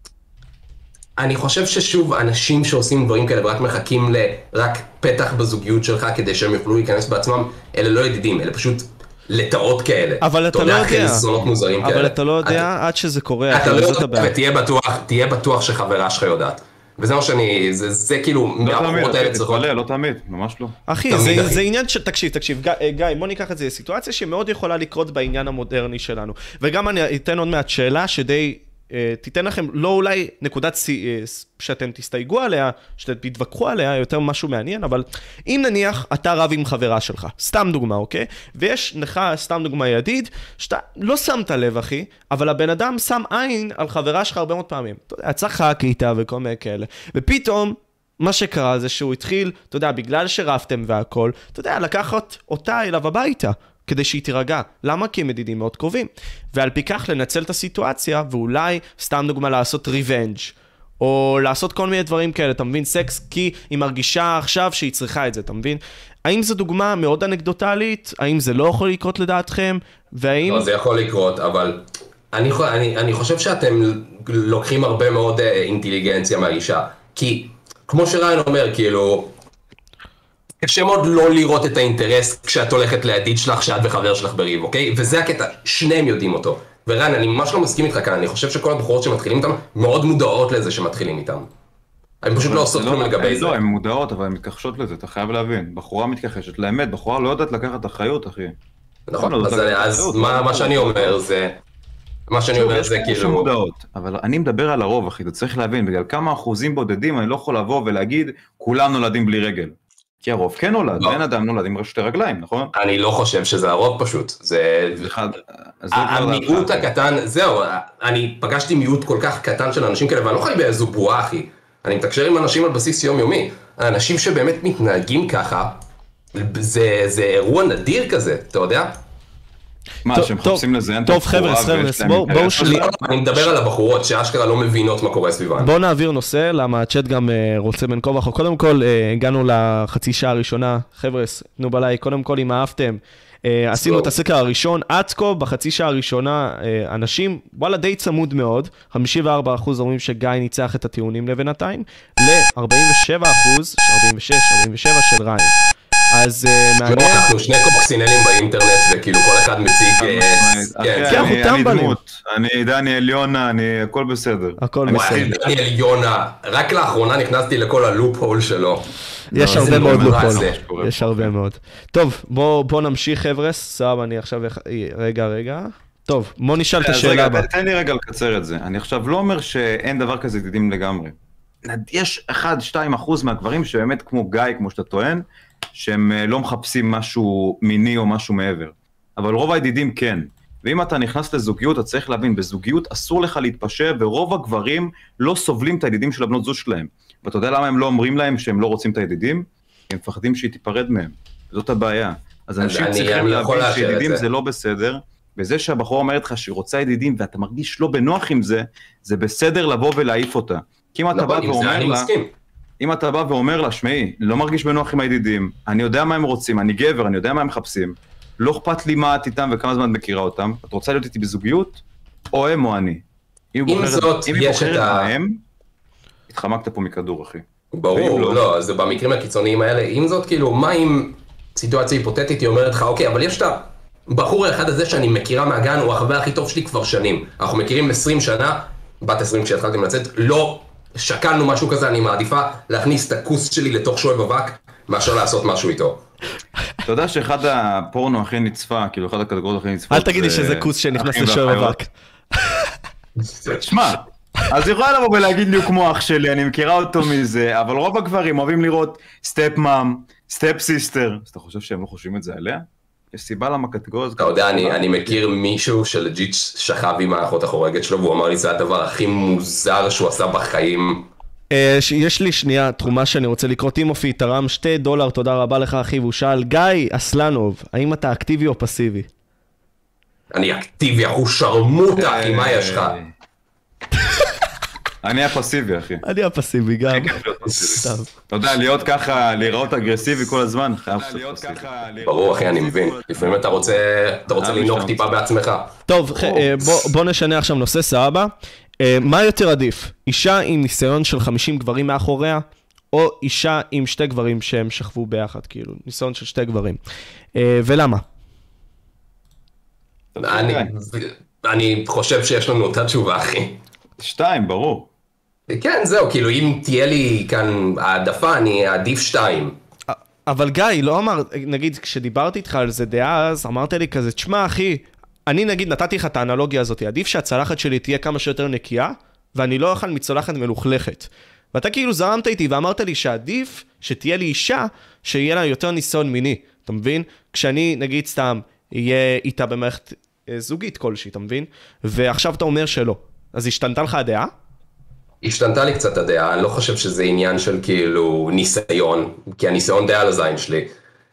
אני חושב ששוב, אנשים שעושים דברים כאלה ורק מחכים לרק פתח בזוגיות שלך כדי שהם יוכלו להיכנס בעצמם, אלה לא ידידים, אלה פשוט לטעות כאלה. אבל אתה לא יודע. אבל כאלה. אתה לא יודע עד שזה קורה. אתה לא יודע, ותהיה בטוח, תהיה בטוח שחברה שלך יודעת. וזה מה שאני, זה, זה כאילו, מהבחורות האלה צריכות. לא תמיד, ממש לא. אחי, זה, זה עניין של, תקשיב, תקשיב, גיא, בוא ניקח את זה, סיטואציה שמאוד יכולה לקרות בעניין המודרני שלנו. וגם אני אתן עוד מעט שאלה שדי, תיתן לכם, לא אולי נקודת שאתם תסתייגו עליה, שאתם תתווכחו עליה, יותר משהו מעניין, אבל אם נניח אתה רב עם חברה שלך, סתם דוגמה, אוקיי? ויש לך, סתם דוגמה ידיד, שאתה לא שמת לב, אחי, אבל הבן אדם שם עין על חברה שלך הרבה מאוד פעמים. אתה יודע, צחק איתה וכל מיני כאלה. ופתאום, מה שקרה זה שהוא התחיל, אתה יודע, בגלל שרבתם והכל, אתה יודע, לקחת אותה אליו הביתה. כדי שהיא תירגע. למה? כי הם ידידים מאוד קרובים. ועל פי כך לנצל את הסיטואציה, ואולי סתם דוגמה לעשות ריבנג' או לעשות כל מיני דברים כאלה, אתה מבין? סקס, כי היא מרגישה עכשיו שהיא צריכה את זה, אתה מבין? האם זו דוגמה מאוד אנקדוטלית? האם זה לא יכול לקרות לדעתכם? והאם... לא, זה יכול לקרות, אבל אני, אני, אני חושב שאתם לוקחים הרבה מאוד אינטליגנציה מהאישה. כי, כמו שריין אומר, כאילו... אפשר מאוד לא לראות את האינטרס כשאת הולכת לידיד שלך, שאת וחבר שלך בריב, אוקיי? וזה הקטע, שניהם יודעים אותו. ורן, אני ממש לא מסכים איתך כאן, אני חושב שכל הבחורות שמתחילים איתם, מאוד מודעות לזה שמתחילים איתם. אני פשוט לא עושות כלום לגבי זה. לא, הן מודעות, אבל הן מתכחשות לזה, אתה חייב להבין. בחורה מתכחשת לאמת, בחורה לא יודעת לקחת אחריות, אחי. נכון, אז מה שאני אומר זה... מה שאני אומר זה כאילו... מודעות, אבל אני מדבר על הרוב, אחי, אתה צריך להבין, בגלל כמה אחוזים בודדים אני לא יכול לבוא ולהגיד, כולם נולדים בלי רגל. כי הרוב כן נולד, אין אדם נולד עם שתי רגליים, נכון? אני לא חושב שזה הרוב פשוט, זה... המיעוט הקטן, זהו, אני פגשתי מיעוט כל כך קטן של אנשים כאלה, ואני לא חי באיזו בועה, אחי. אני מתקשר עם אנשים על בסיס יומיומי. האנשים שבאמת מתנהגים ככה, זה אירוע נדיר כזה, אתה יודע? מה, שהם חופשים לזיין את טוב, חבר'ס, חבר'ס, בואו שנייה. אני מדבר על הבחורות שאשכרה לא מבינות מה קורה סביבן. בואו נעביר נושא, למה הצ'אט גם רוצה בין כה וכה. קודם כל, הגענו לחצי שעה הראשונה. חבר'ס, תנו בלייק, קודם כל, אם אהבתם, עשינו את הסקר הראשון. עד כה, בחצי שעה הראשונה, אנשים, וואלה, די צמוד מאוד. חמישים וארבעה אחוז אומרים שגיא ניצח את הטיעונים לבינתיים, ל-ארבעים ושבעה אחוז, ארבעים ושש, ארבעים ושבע של ריין. אז מעניין. אנחנו שני קוקסינלים באינטרנט, וכאילו כל אחד מציג... אני דמות, אני דניאל יונה, אני... הכל בסדר. הכל בסדר. דניאל יונה, רק לאחרונה נכנסתי לכל הלופ הול שלו. יש הרבה מאוד לופ הול. יש הרבה מאוד. טוב, בואו נמשיך חבר'ס, סבב, אני עכשיו... רגע, רגע. טוב, בואו נשאל את השאלה הבאה. תן לי רגע לקצר את זה. אני עכשיו לא אומר שאין דבר כזה ידידים לגמרי. יש אחד, שתיים אחוז מהגברים שבאמת כמו גיא, כמו שאתה טוען, שהם לא מחפשים משהו מיני או משהו מעבר. אבל רוב הידידים כן. ואם אתה נכנס לזוגיות, אתה צריך להבין, בזוגיות אסור לך להתפשר, ורוב הגברים לא סובלים את הידידים של הבנות זוג שלהם. ואתה יודע למה הם לא אומרים להם שהם לא רוצים את הידידים? הם מפחדים שהיא תיפרד מהם. זאת הבעיה. אז אנשים צריכים להבין שידידים זה לא בסדר, וזה שהבחורה אומרת לך שהיא רוצה ידידים, ואתה מרגיש לא בנוח עם זה, זה בסדר לבוא ולהעיף אותה. כי אם אתה בא ואומר לה, אם אתה בא ואומר לה, שמעי, לא מרגיש בנוח עם הידידים, אני יודע מה הם רוצים, אני גבר, אני יודע מה הם מחפשים, לא אכפת לי מה את איתם וכמה זמן את מכירה אותם, את רוצה להיות איתי בזוגיות, או הם או אני. אם זאת, יש את ה... הם, התחמקת פה מכדור, אחי. ברור, לא, זה במקרים הקיצוניים האלה, אם זאת כאילו, מה אם סיטואציה היפותטית היא אומרת לך, אוקיי, אבל יש את הבחור האחד הזה שאני מכירה מהגן, הוא החבר הכי טוב שלי כבר שנים, אנחנו מכירים עשרים שנה, בת עשרים כשהתחלתם לצאת, לא שקלנו משהו כזה, אני מעדיפה להכניס את הכוס שלי לתוך שואב אבק, מאשר לעשות משהו איתו. אתה יודע שאחד הפורנו הכי נצפה, כאילו אחד הקטגוריות הכי נצפה... אל תגיד לי שזה כוס שנכנס לשואב אבק. שמע, אז יכולה לבוא ולהגיד לי כמו אח שלי, אני מכירה אותו מזה, אבל רוב הגברים אוהבים לראות סטפ מאם, סטפ סיסטר. אז אתה חושב שהם לא חושבים את זה עליה? יש סיבה למה קטגוריה... אתה יודע, אני מכיר מישהו שלג'יט שכב עם האחות החורגת שלו, והוא אמר לי, זה הדבר הכי מוזר שהוא עשה בחיים. יש לי שנייה תרומה שאני רוצה לקרוא. טימופי תרם שתי דולר, תודה רבה לך אחי, והוא שאל, גיא אסלנוב, האם אתה אקטיבי או פסיבי? אני אקטיבי, אחו שרמוטה, אחי, מה יש לך? אני הפסיבי, אחי. אני הפסיבי גם. אתה יודע, להיות ככה, להיראות אגרסיבי כל הזמן, חייב להיות ככה... ברור, אחי, אני מבין. לפעמים אתה רוצה לנוק טיפה בעצמך. טוב, בוא נשנה עכשיו נושא, סבבה. מה יותר עדיף? אישה עם ניסיון של חמישים גברים מאחוריה, או אישה עם שתי גברים שהם שכבו ביחד, כאילו, ניסיון של שתי גברים. ולמה? אני חושב שיש לנו אותה תשובה, אחי. שתיים, ברור. כן, זהו, כאילו, אם תהיה לי כאן העדפה, אני אעדיף שתיים. אבל גיא, לא אמר, נגיד, כשדיברתי איתך על זה דעה, אז אמרת לי כזה, תשמע, אחי, אני נגיד נתתי לך את האנלוגיה הזאת, עדיף שהצלחת שלי תהיה כמה שיותר נקייה, ואני לא אוכל מצלחת מלוכלכת. ואתה כאילו זרמת איתי ואמרת לי שעדיף שתהיה לי אישה שיהיה לה יותר ניסיון מיני, אתה מבין? כשאני נגיד סתם יהיה איתה במערכת זוגית כלשהי, אתה מבין? ועכשיו אתה אומר שלא. אז השתנתה לך הדעה? השתנתה לי קצת הדעה, אני לא חושב שזה עניין של כאילו ניסיון, כי הניסיון די על הזין שלי.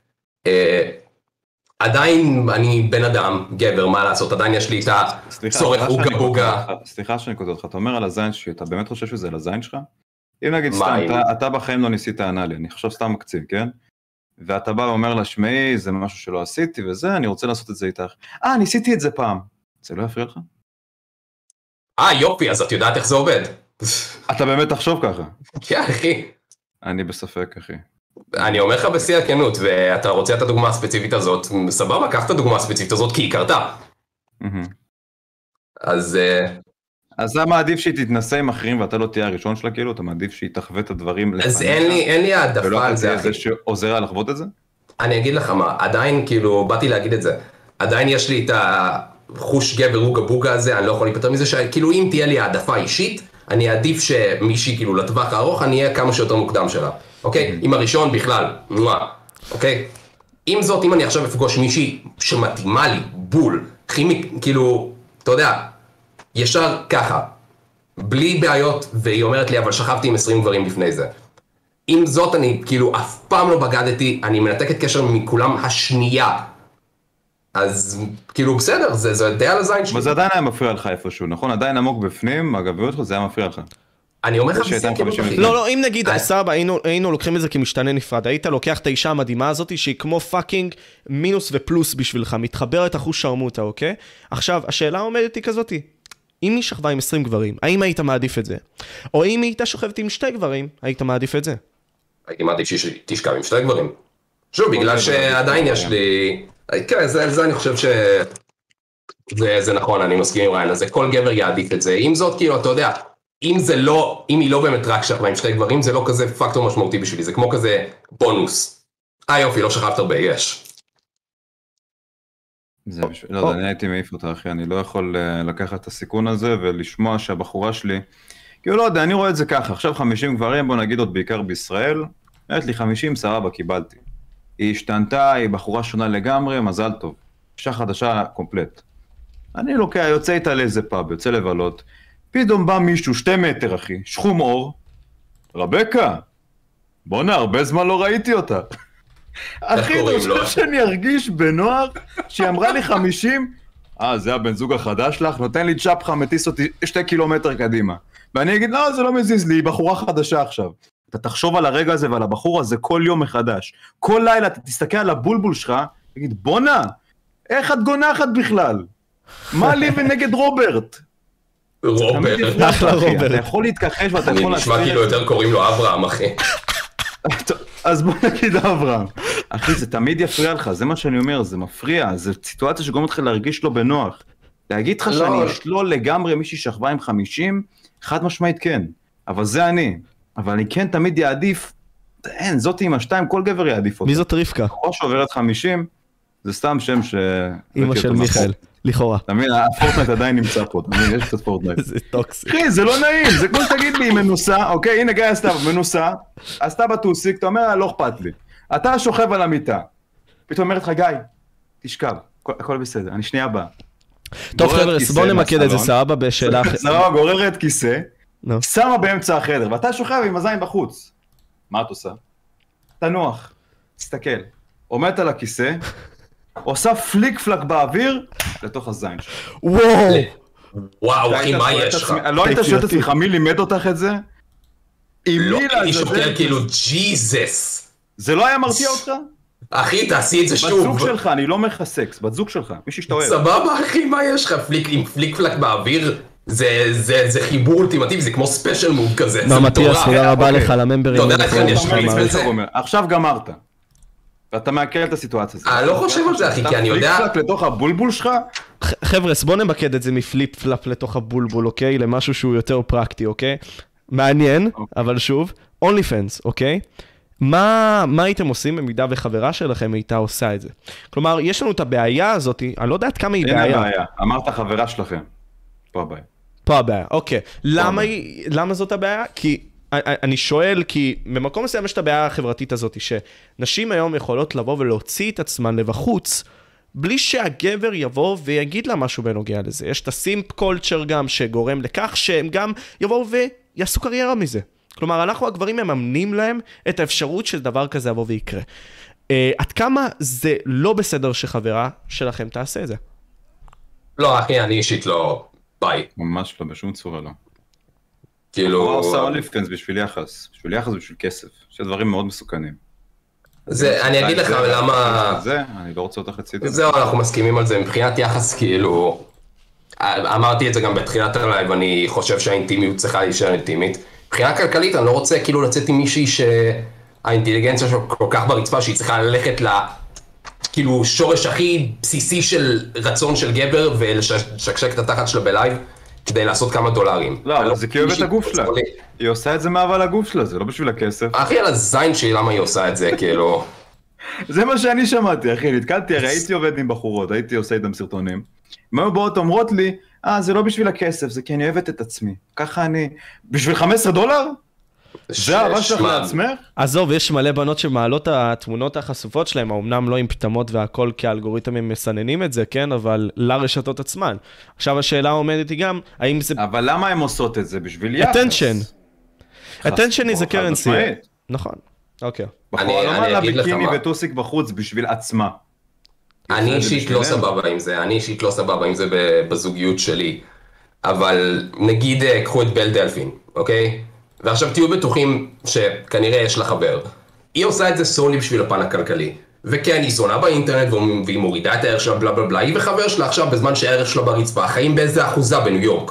עדיין אני בן אדם, גבר, מה לעשות, עדיין יש לי את הצורך בוגה בוגה. סליחה שאני כותב אותך, אתה אומר על הזין שלי, אתה באמת חושב שזה על הזין שלך? אם נגיד סתם, אתה בחיים לא ניסית אנלי, אני חושב סתם מקציב, כן? ואתה בא ואומר לה, שמעי, זה משהו שלא עשיתי וזה, אני רוצה לעשות את זה איתך. אה, ניסיתי את זה פעם. זה לא יפריע לך? אה, יופי, אז את יודעת איך זה עובד. אתה באמת תחשוב ככה? כן, אחי. אני בספק, אחי. אני אומר לך בשיא הכנות, ואתה רוצה את הדוגמה הספציפית הזאת, סבבה, קח את הדוגמה הספציפית הזאת, כי היא קרתה. אז... אז אתה מעדיף שהיא תתנסה עם אחרים, ואתה לא תהיה הראשון שלה, כאילו? אתה מעדיף שהיא תחווה את הדברים לפניך? אז אין לי העדפה על זה, אחי. ולא זה שעוזר לחוות את זה? אני אגיד לך מה, עדיין, כאילו, באתי להגיד את זה, עדיין יש לי את החוש גבר רוגה בוגה הזה, אני לא יכול להיפטר מזה, שכאילו אם תהיה לי העדפה אישית, אני אעדיף שמישהי כאילו לטווח הארוך, אני אהיה כמה שיותר מוקדם שלה, אוקיי? עם הראשון בכלל, אוקיי? עם זאת, אם אני עכשיו אפגוש מישהי שמתאימה לי, בול, כימי, כאילו, אתה יודע, ישר ככה, בלי בעיות, והיא אומרת לי, אבל שכבתי עם עשרים גברים לפני זה. עם זאת, אני כאילו אף פעם לא בגדתי, אני מנתק את קשר מכולם השנייה. אז כאילו בסדר, זה, זה די על הזין שלי. אבל זה עדיין היה מפריע לך איפשהו, נכון? עדיין עמוק בפנים, הגביות לך, זה היה מפריע לך. אני אומר לך בסדר, כאילו בכי. לא, לא, אם נגיד, סבא, היינו, היינו לוקחים את זה כמשתנה נפרד, היית לוקח את האישה המדהימה הזאת, שהיא כמו פאקינג מינוס ופלוס בשבילך, מתחברת אחוז שרמוטה, אוקיי? עכשיו, השאלה עומדת היא כזאת, אם היא שכבה עם עשרים גברים, האם היית מעדיף את זה? או אם היא הייתה שוכבת עם שתי גברים, היית מעדיף את זה? הייתי מעדיף שתשכב עם שתי גברים. שוב, בגלל שעדיין יש לי... כן, זה אני חושב ש... זה נכון, אני מסכים עם ריין, אז כל גבר יעדיף את זה. אם זאת, כאילו, אתה יודע, אם זה לא, אם היא לא באמת רק שכבה עם שתי גברים, זה לא כזה פקטור משמעותי בשבילי, זה כמו כזה בונוס. אה יופי, לא שכבת הרבה, יש. זה בשביל... לא, אני הייתי מעיף אותה, אחי, אני לא יכול לקחת את הסיכון הזה ולשמוע שהבחורה שלי... כאילו, לא יודע, אני רואה את זה ככה, עכשיו חמישים גברים, בוא נגיד עוד בעיקר בישראל, אומרת לי חמישים, סבבה, קיבלתי. היא השתנתה, היא בחורה שונה לגמרי, מזל טוב. אישה חדשה קומפלט. אני לוקח, יוצא איתה לאיזה פאב, יוצא לבלות, פתאום בא מישהו, שתי מטר אחי, שחום אור, רבקה, בונה, הרבה זמן לא ראיתי אותה. אחי, אתה חושב שאני ארגיש בנוער שהיא אמרה לי חמישים, אה, זה הבן זוג החדש לך, נותן לי צ'פחה, מטיס אותי שתי קילומטר קדימה. ואני אגיד, לא, זה לא מזיז לי, היא בחורה חדשה עכשיו. אתה תחשוב על הרגע הזה ועל הבחור הזה כל יום מחדש. כל לילה אתה תסתכל על הבולבול שלך, תגיד, בונה, איך את גונחת בכלל? מה לי ונגד רוברט? רוברט. אחלה רוברט. אתה יכול להתכחש ואתה יכול... אני נשמע כאילו יותר קוראים לו אברהם, אחי. אז בוא נגיד אברהם. אחי, זה תמיד יפריע לך, זה מה שאני אומר, זה מפריע, זה סיטואציה שגורמת לך להרגיש לו בנוח. להגיד לך שאני אשלול לגמרי מישהי שכבה עם חמישים, חד משמעית כן, אבל זה אני. אבל אני כן תמיד יעדיף, אין, זאת עם השתיים, כל גבר יעדיף אותה. מי זאת רבקה? או שעוברת חמישים, זה סתם שם ש... אמא של מיכאל, לכאורה. תמיד, הפורטנייט עדיין נמצא פה, תמיד, יש קצת פורטנייט. זה טוקסי. אחי, זה לא נעים, זה כמו שתגיד לי, היא מנוסה, אוקיי, הנה גיא עשתה, מנוסה, עשתה בטוסיק, אתה אומר, לא אכפת לי. אתה שוכב על המיטה, פתאום אומרת לך, גיא, תשכב, הכל בסדר, אני שנייה באה. טוב חבר'ה, בוא נמקד את זה סבבה בשאלה אחרת. סבבה, גוררת כיסא, שמה באמצע החדר, ואתה שוכב עם הזין בחוץ. מה את עושה? תנוח, תסתכל, עומדת על הכיסא, עושה פליק פלק באוויר לתוך הזין שלך. וואו! וואו, אחי, מה יש לך? לא היית שואל את עצמך, מי לימד אותך את זה? לא, אני שוקר כאילו, ג'יזס. זה לא היה מרתיע אותך? אחי, תעשי את זה שוב. בת זוג שלך, אני לא אומר לך סקס, בת זוג שלך, מישהי שאתה אוהב. סבבה, אחי, מה יש לך? עם פליק פלק באוויר? זה חיבור אולטימטיבי, זה כמו ספיישל מוב כזה. לא, מתיאס, תודה רבה לך על הממברים. עכשיו גמרת. ואתה מעכל את הסיטואציה הזאת. אני לא חושב על זה, אחי, כי אני יודע... אתה פליק פלק לתוך הבולבול שלך? חבר'ה, בוא נמקד את זה מפליפ פלאפ לתוך הבולבול, אוקיי? למשהו שהוא יותר פרקטי, אוקיי? מעניין, אבל שוב, OnlyFans, אוקיי? מה, מה הייתם עושים במידה וחברה שלכם הייתה עושה את זה? כלומר, יש לנו את הבעיה הזאת, אני לא יודעת כמה היא בעיה. אין הבעיה, אמרת חברה שלכם. פה הבעיה. פה הבעיה, אוקיי. למה, היא, למה זאת הבעיה? כי אני שואל, כי במקום מסוים יש את הבעיה החברתית הזאת, שנשים היום יכולות לבוא ולהוציא את עצמן לבחוץ, בלי שהגבר יבוא ויגיד לה משהו בנוגע לזה. יש את הסימפ קולצ'ר גם שגורם לכך שהם גם יבואו ויעשו קריירה מזה. כלומר, אנחנו הגברים מממנים להם את האפשרות של דבר כזה יבוא ויקרה. Uh, עד כמה זה לא בסדר שחברה שלכם תעשה את זה? לא, אחי, אני אישית לא... ביי. ממש לא, בשום צורה לא. כאילו... הוא עושה אוליפנס בשביל יחס. בשביל יחס ובשביל כסף. יש דברים מאוד מסוכנים. זה, אני אגיד לך למה... זה, אני לא רוצה אותך לצידי. זהו, אנחנו מסכימים על זה. מבחינת יחס, כאילו... אמרתי את זה גם בתחילת הלייב, אני חושב שהאינטימיות צריכה להישאר אינטימית. מבחינה כלכלית, אני לא רוצה כאילו לצאת עם מישהי שהאינטליגנציה שלו כל כך ברצפה, שהיא צריכה ללכת ל... כאילו שורש הכי בסיסי של רצון של גבר, ולשקשק את התחת שלה בלייב, כדי לעשות כמה דולרים. לא, אבל זה כי אוהב את הגוף שלה. היא עושה את זה מאהבה לגוף שלה, זה לא בשביל הכסף. אחי, על הזין שלי, למה היא עושה את זה, כאילו... זה מה שאני שמעתי, אחי, נתקלתי, הרי הייתי עובד עם בחורות, הייתי עושה איתם סרטונים. הם היו באות אומרות לי, אה, זה לא בשביל הכסף, זה כי אני אוהבת את עצמי. ככה אני... בשביל חמישה עשר דולר? זה האהבה שלך לעצמך? עזוב, יש מלא בנות שמעלות התמונות החשופות שלהם, אמנם לא עם פתמות והכל, כי האלגוריתמים מסננים את זה, כן? אבל לרשתות עצמן. עכשיו השאלה עומדת היא גם, האם זה... אבל למה הן עושות את זה? בשביל יחס? attention. attention is a currency. נכון, אוקיי. בחורה לא מעלה ביקיני וטוסיק בחוץ בשביל עצמה. אני אישית לא סבבה עם זה, אני אישית לא סבבה עם זה בזוגיות שלי. אבל נגיד, קחו את בל דלפין, אוקיי? ועכשיו תהיו בטוחים שכנראה יש לה חבר. היא עושה את זה סולי בשביל הפן הכלכלי. וכן, היא זונה באינטרנט והיא מורידה את הערך שלה בלה בלה בלה. היא וחבר שלה עכשיו בזמן שהערך שלה ברצפה, חיים באיזה אחוזה בניו יורק.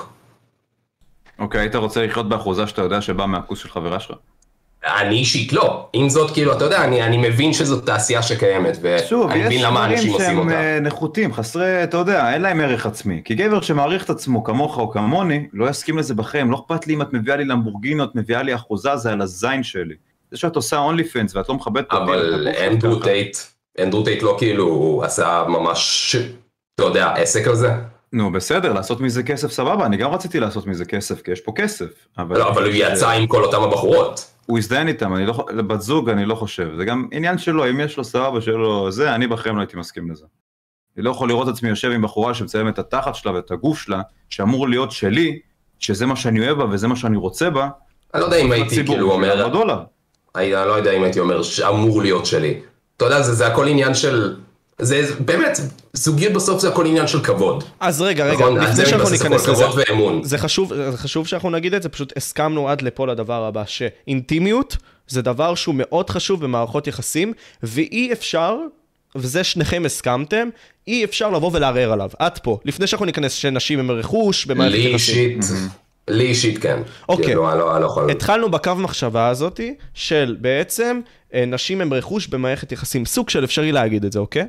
אוקיי, היית רוצה לחיות באחוזה שאתה יודע שבא מהכוס של חברה שלך? אני אישית לא. אם זאת כאילו, אתה יודע, אני, אני מבין שזאת תעשייה שקיימת, ואני מבין למה אנשים עושים אותה. שוב, יש דברים שהם נחותים, חסרי, אתה יודע, אין להם ערך עצמי. כי גבר שמעריך את עצמו כמוך או כמוני, לא יסכים לזה בכם. לא אכפת לי אם את מביאה לי למבורגיני, את מביאה לי אחוזה, זה על הזין שלי. זה שאת עושה אונליפנס ואת לא מכבדת אותי. אבל אנדרו טייט, אנדרו טייט לא כאילו עשה ממש, אתה יודע, עסק על זה. נו, בסדר, לעשות מזה כסף סבבה, אני גם רציתי לעשות מזה כסף, כי יש פה כסף. לא, אבל הוא יצא עם כל אותם הבחורות. הוא הזדהן איתם, אני לא, בת זוג אני לא חושב, זה גם עניין שלו, אם יש לו סבבה שלו זה, אני בכם לא הייתי מסכים לזה. אני לא יכול לראות עצמי יושב עם בחורה שמצלם את התחת שלה ואת הגוף שלה, שאמור להיות שלי, שזה מה שאני אוהב בה וזה מה שאני רוצה בה. אני לא יודע אם הייתי כאילו אומר, אני לא יודע אם הייתי אומר שאמור להיות שלי. אתה יודע, זה, זה הכל עניין של... זה באמת, זוגיות בסוף זה הכל עניין של כבוד. אז רגע, רגע, לפני שאנחנו ניכנס לזה, זה חשוב, זה חשוב שאנחנו נגיד את זה, פשוט הסכמנו עד לפה לדבר הבא, שאינטימיות זה דבר שהוא מאוד חשוב במערכות יחסים, ואי אפשר, וזה שניכם הסכמתם, אי אפשר לבוא ולערער עליו, עד פה, לפני שאנחנו ניכנס שנשים הם רכוש, במערכת יחסים. לי אישית כן. אוקיי, התחלנו בקו מחשבה הזאת של בעצם נשים הם רכוש במערכת יחסים, סוג של אפשרי להגיד את זה, אוקיי?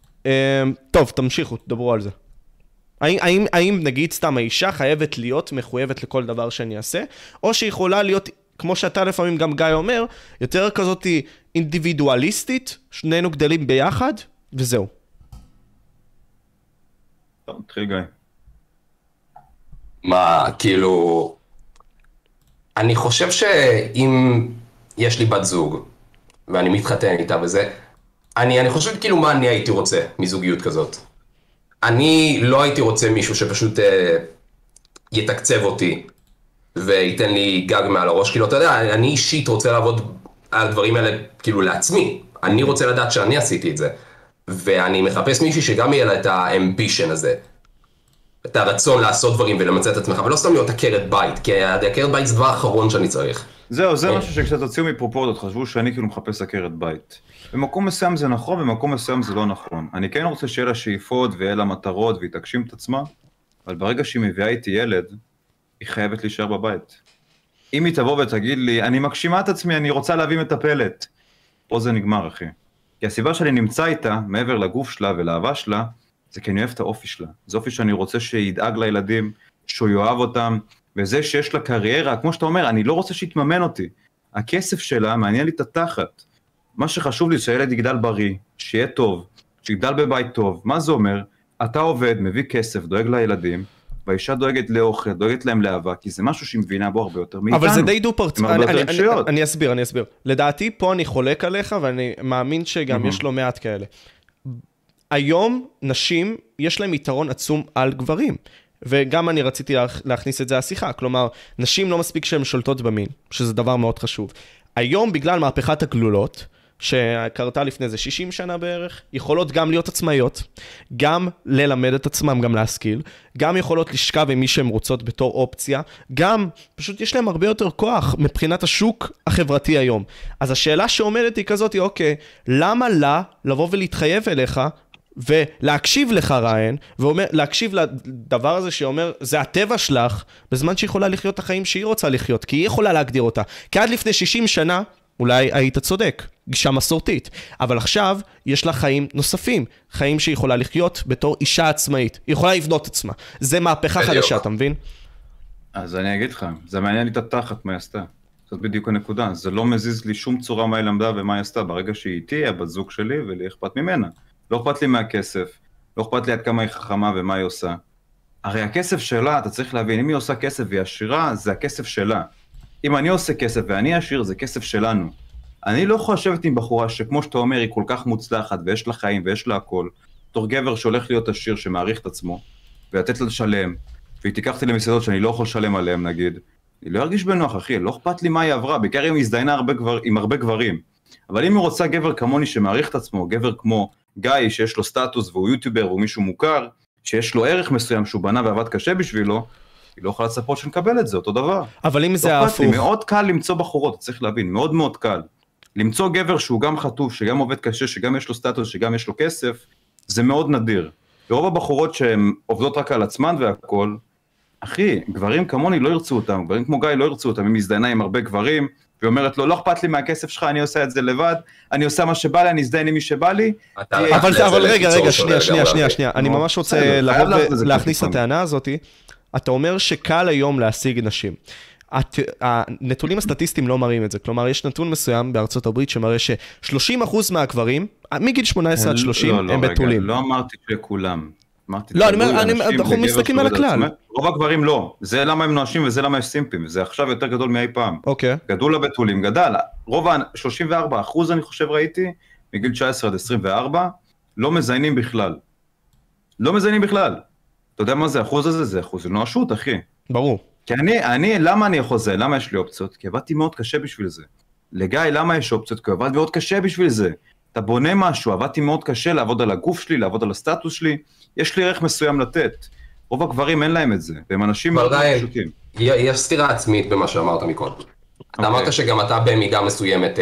טוב, תמשיכו, תדברו על זה. האם, האם נגיד סתם האישה חייבת להיות מחויבת לכל דבר שאני אעשה, או שיכולה להיות, כמו שאתה לפעמים גם גיא אומר, יותר כזאת אינדיבידואליסטית, שנינו גדלים ביחד, וזהו. טוב, תחיל גיא. מה, כאילו, אני חושב שאם יש לי בת זוג, ואני מתחתן איתה וזה, אני, אני חושב כאילו מה אני הייתי רוצה מזוגיות כזאת. אני לא הייתי רוצה מישהו שפשוט אה, יתקצב אותי, וייתן לי גג מעל הראש, כאילו, אתה יודע, אני אישית רוצה לעבוד על הדברים האלה, כאילו, לעצמי. אני רוצה לדעת שאני עשיתי את זה. ואני מחפש מישהי שגם יהיה לה את האמבישן הזה. את הרצון לעשות דברים ולמצא את עצמך, ולא סתם להיות עקרת בית, כי עקרת בית זה דבר האחרון שאני צריך. זהו, זה משהו שקצת הוציאו מפרופורציות, חשבו שאני כאילו מחפש עקרת בית. במקום מסוים זה נכון, במקום מסוים זה לא נכון. אני כן רוצה שיהיה לה שאיפות ויהיה לה מטרות והיא תגשים את עצמה, אבל ברגע שהיא מביאה איתי ילד, היא חייבת להישאר בבית. אם היא תבוא ותגיד לי, אני מגשימה את עצמי, אני רוצה להביא מטפלת, פה זה נגמר, אחי. כי הסיבה שאני נמצא איתה, מעבר לגוף שלה ולאהבה שלה, זה כי אני אוהב את האופי שלה. זה אופי שאני רוצה שידאג לילדים, שהוא יאהב אותם, וזה שיש לה קריירה, כמו שאתה אומר, אני לא רוצה שיתממן אותי. הכסף שלה מעניין לי את התחת. מה שחשוב לי שהילד יגדל בריא, שיהיה טוב, שיגדל בבית טוב. מה זה אומר? אתה עובד, מביא כסף, דואג לילדים, והאישה דואגת לאוכל, דואגת להם לאהבה, כי זה משהו שהיא מבינה בו הרבה יותר מאיתנו. אבל זה די דו-פרצ... אני, אני, אני, אני אסביר, אני אסביר. לדעתי, פה אני חולק עליך, ואני מאמין שגם יש לו מעט כאלה. היום, נשים, יש להם יתרון עצום על גברים. וגם אני רציתי להכניס את זה לשיחה. כלומר, נשים לא מספיק שהן שולטות במין, שזה דבר מאוד חשוב. היום, בגלל מהפכת הגלולות, שקרתה לפני זה שישים שנה בערך, יכולות גם להיות עצמאיות, גם ללמד את עצמם, גם להשכיל, גם יכולות לשכב עם מי שהן רוצות בתור אופציה, גם פשוט יש להם הרבה יותר כוח מבחינת השוק החברתי היום. אז השאלה שעומדת היא כזאת, היא אוקיי, למה לה לבוא ולהתחייב אליך, ולהקשיב לך רעיין, ולהקשיב לדבר הזה שאומר, זה הטבע שלך, בזמן שהיא יכולה לחיות את החיים שהיא רוצה לחיות, כי היא יכולה להגדיר אותה. כי עד לפני שישים שנה, אולי היית צודק, גישה מסורתית, אבל עכשיו יש לה חיים נוספים, חיים שהיא יכולה לחיות בתור אישה עצמאית, היא יכולה לבנות עצמה, זה מהפכה חדשה, אתה מבין? אז אני אגיד לך, זה מעניין לי את התחת מה היא עשתה, זאת בדיוק הנקודה, זה לא מזיז לי שום צורה מה היא למדה ומה היא עשתה, ברגע שהיא איתי, הבת זוג שלי ולי אכפת ממנה, לא אכפת לי מהכסף, לא אכפת לי עד כמה היא חכמה ומה היא עושה, הרי הכסף שלה, אתה צריך להבין, אם היא עושה כסף והיא עשירה, זה הכסף שלה. אם אני עושה כסף ואני עשיר, זה כסף שלנו. אני לא יכול לשבת עם בחורה שכמו שאתה אומר, היא כל כך מוצלחת, ויש לה חיים ויש לה הכל, תור גבר שהולך להיות עשיר, שמעריך את עצמו, ולתת לה לשלם, והיא תיקח אותי למסעדות שאני לא יכול לשלם עליהם, נגיד. היא לא ירגיש בנוח, אחי, לא אכפת לי מה היא עברה, בעיקר אם היא הזדיינה הרבה גבר, עם הרבה גברים. אבל אם היא רוצה גבר כמוני שמעריך את עצמו, גבר כמו גיא, שיש לו סטטוס והוא יוטיובר והוא מישהו מוכר, שיש לו ערך מסוים שהוא בנה ועבד קשה בשבילו, היא לא יכולה לצפות שנקבל את זה, אותו דבר. אבל אם זה הפוך... מאוד קל למצוא בחורות, צריך להבין, מאוד מאוד קל. למצוא גבר שהוא גם חטוף, שגם עובד קשה, שגם יש לו סטטוס, שגם יש לו כסף, זה מאוד נדיר. ורוב הבחורות שהן עובדות רק על עצמן והכל, אחי, גברים כמוני לא ירצו אותם, גברים כמו גיא לא ירצו אותם, היא מזדיינה עם הרבה גברים, והיא אומרת לו, לא אכפת לי מהכסף שלך, אני עושה את זה לבד, אני עושה מה שבא לי, אני אזדיין עם מי שבא לי. אבל רגע, רגע, שנייה, שנייה, שנייה, שנייה, אני ממש רוצה להכניס את הטענה הזאת. אתה אומר שקל היום להשיג נשים. הנתונים הסטטיסטיים לא מראים את זה. כלומר, יש נתון מסוים בארצות הברית שמראה ש-שלושים אחוז מהגברים, מגיל שמונה עשרה עד שלושים, הם בתולים. לא אמרתי שכולם. לא, אני אומר, אנחנו מסתכלים על הכלל. רוב הגברים לא. זה למה הם נואשים וזה למה יש סימפים. זה עכשיו יותר גדול מאי פעם. אוקיי. גדול לבתולים, גדל. רוב ה-שלושים וארבעה אחוז, אני חושב, ראיתי, מגיל תשע עשרה עד עשרים וארבע, לא מזיינים בכלל. לא מזיינים בכלל. אתה יודע מה זה? אחוז הזה, זה אחוז. זה נואשות, אחי. ברור. כי אני, אני, למה אני יכול זה? למה יש לי אופציות? כי עבדתי מאוד קשה בשביל זה. לגיא, למה יש אופציות? כי עבדתי מאוד קשה בשביל זה. אתה בונה משהו, עבדתי מאוד קשה לעבוד על הגוף שלי, לעבוד על הסטטוס שלי. יש לי ערך מסוים לתת. רוב הגברים אין להם את זה, והם אנשים מאוד פשוטים. יש סתירה עצמית במה שאמרת מקודם. אתה אמרת שגם אתה במידה מסוימת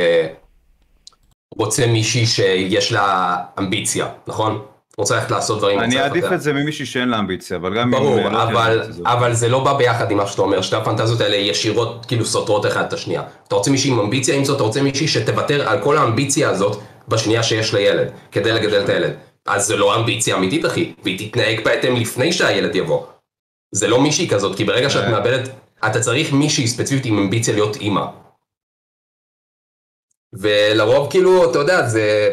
רוצה מישהי שיש לה אמביציה, נכון? רוצה ללכת לעשות דברים. אני אעדיף את זה ממישהי שאין לה אמביציה, אבל גם... ברור, אבל זה לא בא ביחד עם מה שאתה אומר, שתי הפנטזיות האלה ישירות, כאילו סותרות אחד את השנייה. אתה רוצה מישהי עם אמביציה, עם זאת, אתה רוצה מישהי שתוותר על כל האמביציה הזאת בשנייה שיש לילד, כדי לגדל את הילד. אז זה לא אמביציה אמיתית, אחי, והיא תתנהג בהתאם לפני שהילד יבוא. זה לא מישהי כזאת, כי ברגע שאת מאבדת, אתה צריך מישהי ספציפית עם אמביציה להיות אימא. ולרוב, כאילו, אתה יודע, זה...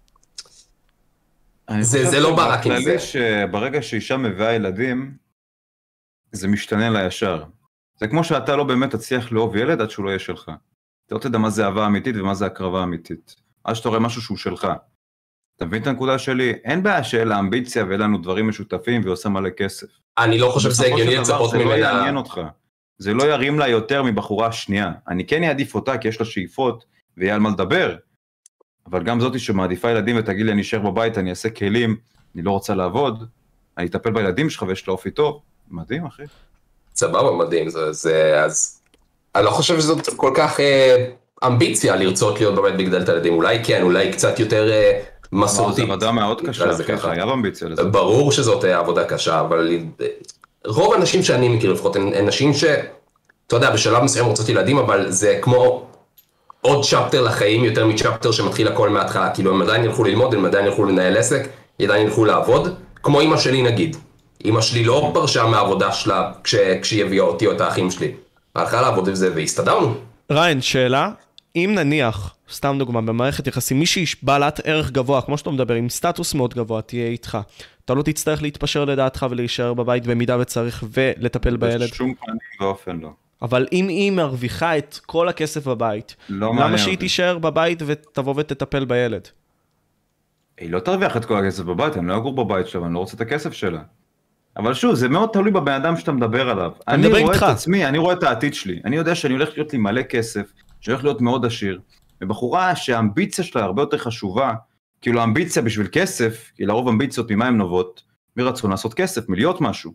זה, זה לא ברק עם זה. שברגע שאישה מביאה ילדים, זה משתנה לה ישר. זה כמו שאתה לא באמת תצליח לאהוב ילד עד שהוא לא יהיה שלך. אתה לא תדע מה זה אהבה אמיתית ומה זה הקרבה אמיתית. עד שאתה רואה משהו שהוא שלך. אתה מבין את הנקודה שלי? אין בעיה שאלה לה אמביציה ואין לנו דברים משותפים ועושה מלא כסף. אני לא חושב שזה הגיוני לצפות ממנה. זה לא יעניין אותך. זה לא ירים לה יותר מבחורה שנייה. אני כן אעדיף אותה כי יש לה שאיפות ויהיה על מה לדבר. אבל גם זאתי שמעדיפה ילדים ותגיד לי, אני אשאר בבית, אני אעשה כלים, אני לא רוצה לעבוד, אני אטפל בילדים שלך ויש לה אופי טוב. מדהים, אחי. סבבה, מדהים. זה, זה, אז... אני לא חושב שזאת כל כך אה, אמביציה לרצות להיות בבית בגדל את הילדים. אולי כן, אולי קצת יותר אה, מסורתית. זה עבודה מאוד קשה, אחי, חייב אמביציה לזה. ברור שזאת אה, עבודה קשה, אבל רוב האנשים שאני מכיר לפחות, הן אנשים ש... אתה יודע, בשלב מסוים רוצות ילדים, אבל זה כמו עוד צ'פטר לחיים, יותר מצ'פטר שמתחיל הכל מההתחלה. כאילו, הם עדיין ילכו ללמוד, הם עדיין ילכו לנהל עסק, עדיין ילכו לעבוד, כמו אמא שלי נגיד. אמא שלי לא פרשה מהעבודה שלה כש... כשהיא הביאה אותי או את האחים שלי. הלכה לעבוד וזה, והסתדרנו. ריין, שאלה, אם נניח, סתם דוגמה, במערכת יחסים, מישהי בעלת ערך גבוה, כמו שאתה מדבר, עם סטטוס מאוד גבוה, תהיה איתך. אתה לא תצטרך להתפשר לדעתך ולהישאר בבית במידה וצריך ולטפל בילד. בשום פנים ואופן לא. אבל אם היא מרוויחה את כל הכסף בבית, לא למה שהיא תישאר בבית ותבוא ותטפל בילד? היא לא תרוויח את כל הכסף בבית, אני לא אגור בבית שלה, אני לא רוצה את הכסף שלה. אבל שוב, זה מאוד תלוי בבן אדם שאתה מדבר עליו. אני רואה את עצמי, אני רואה את העתיד שלי. אני יודע שאני הולך להיות לי מלא כסף, שאני הולך להיות מאוד עשיר, ובחורה שהאמביציה שלה הרבה יותר חשובה, כאילו האמביציה בשביל כסף, כי לרוב אמביציות ממה הן נובעות, מי רצו לעשות כסף, מלהיות משהו.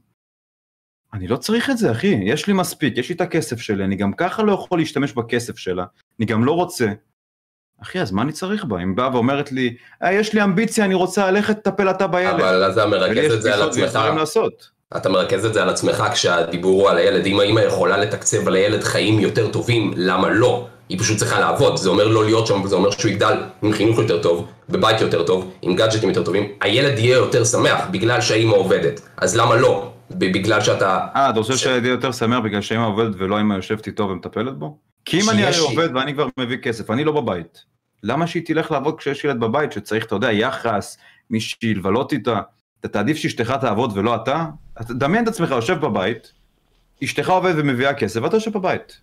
אני לא צריך את זה, אחי, יש לי מספיק, יש לי את הכסף שלי, אני גם ככה לא יכול להשתמש בכסף שלה, אני גם לא רוצה. אחי, אז מה אני צריך בה? אם באה ואומרת לי, אה, יש לי אמביציה, אני רוצה ללכת לטפל אתה בילד. אבל אז אתה מרכז את זה על עצמך. אתה מרכז את זה על עצמך כשהדיבור הוא על הילד, אם האמא יכולה לתקצב על הילד חיים יותר טובים, למה לא? היא פשוט צריכה לעבוד, זה אומר לא להיות שם, זה אומר שהוא יגדל עם חינוך יותר טוב, בבית יותר טוב, עם גאדג'טים יותר טובים, הילד יהיה יותר שמח בגלל שהאמא עובדת, אז למה לא? בגלל שאתה... אה, אתה חושב שהילד יהיה יותר שמח בגלל שהאמא עובדת ולא האמא יושבת איתו ומטפלת בו? כי אם אני הרי עובד ואני כבר מביא כסף, אני לא בבית. למה שהיא תלך לעבוד כשיש ילד בבית שצריך, אתה יודע, יחס, מישהי לבלות איתה, אתה תעדיף שאשתך תעבוד ולא אתה? אתה דמיין את עצמך, יושב בבית, אשתך עובד ומביאה כסף, ואתה יושב בבית.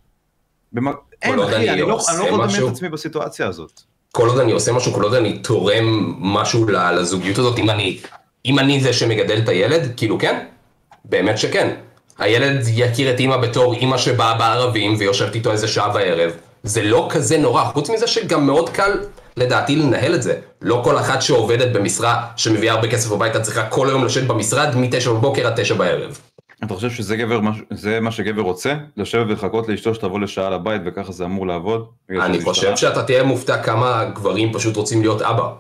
אין, אחי, אני לא יכול לדמיין את עצמי בסיטואציה הזאת. כל עוד אני עושה משהו, כל עוד אני תורם משהו לזוגיות הזאת, אם אני, אם אני זה שמגדל את הילד, כאילו כן, באמת שכן. הילד יכיר את אמא בתור אמא שבאה בערבים ויושבת איתו איזה שעה בערב. זה לא כזה נורא, חוץ מזה שגם מאוד קל לדעתי לנהל את זה. לא כל אחת שעובדת במשרה שמביאה הרבה כסף הביתה צריכה כל היום לשבת במשרד מתשע בבוקר עד תשע בערב. אתה חושב שזה גבר, זה מה שגבר רוצה? לשבת ולחכות לאשתו שתבוא לשעה לבית וככה זה אמור לעבוד? אני חושב שאתה תהיה מופתע כמה גברים פשוט רוצים להיות אבא.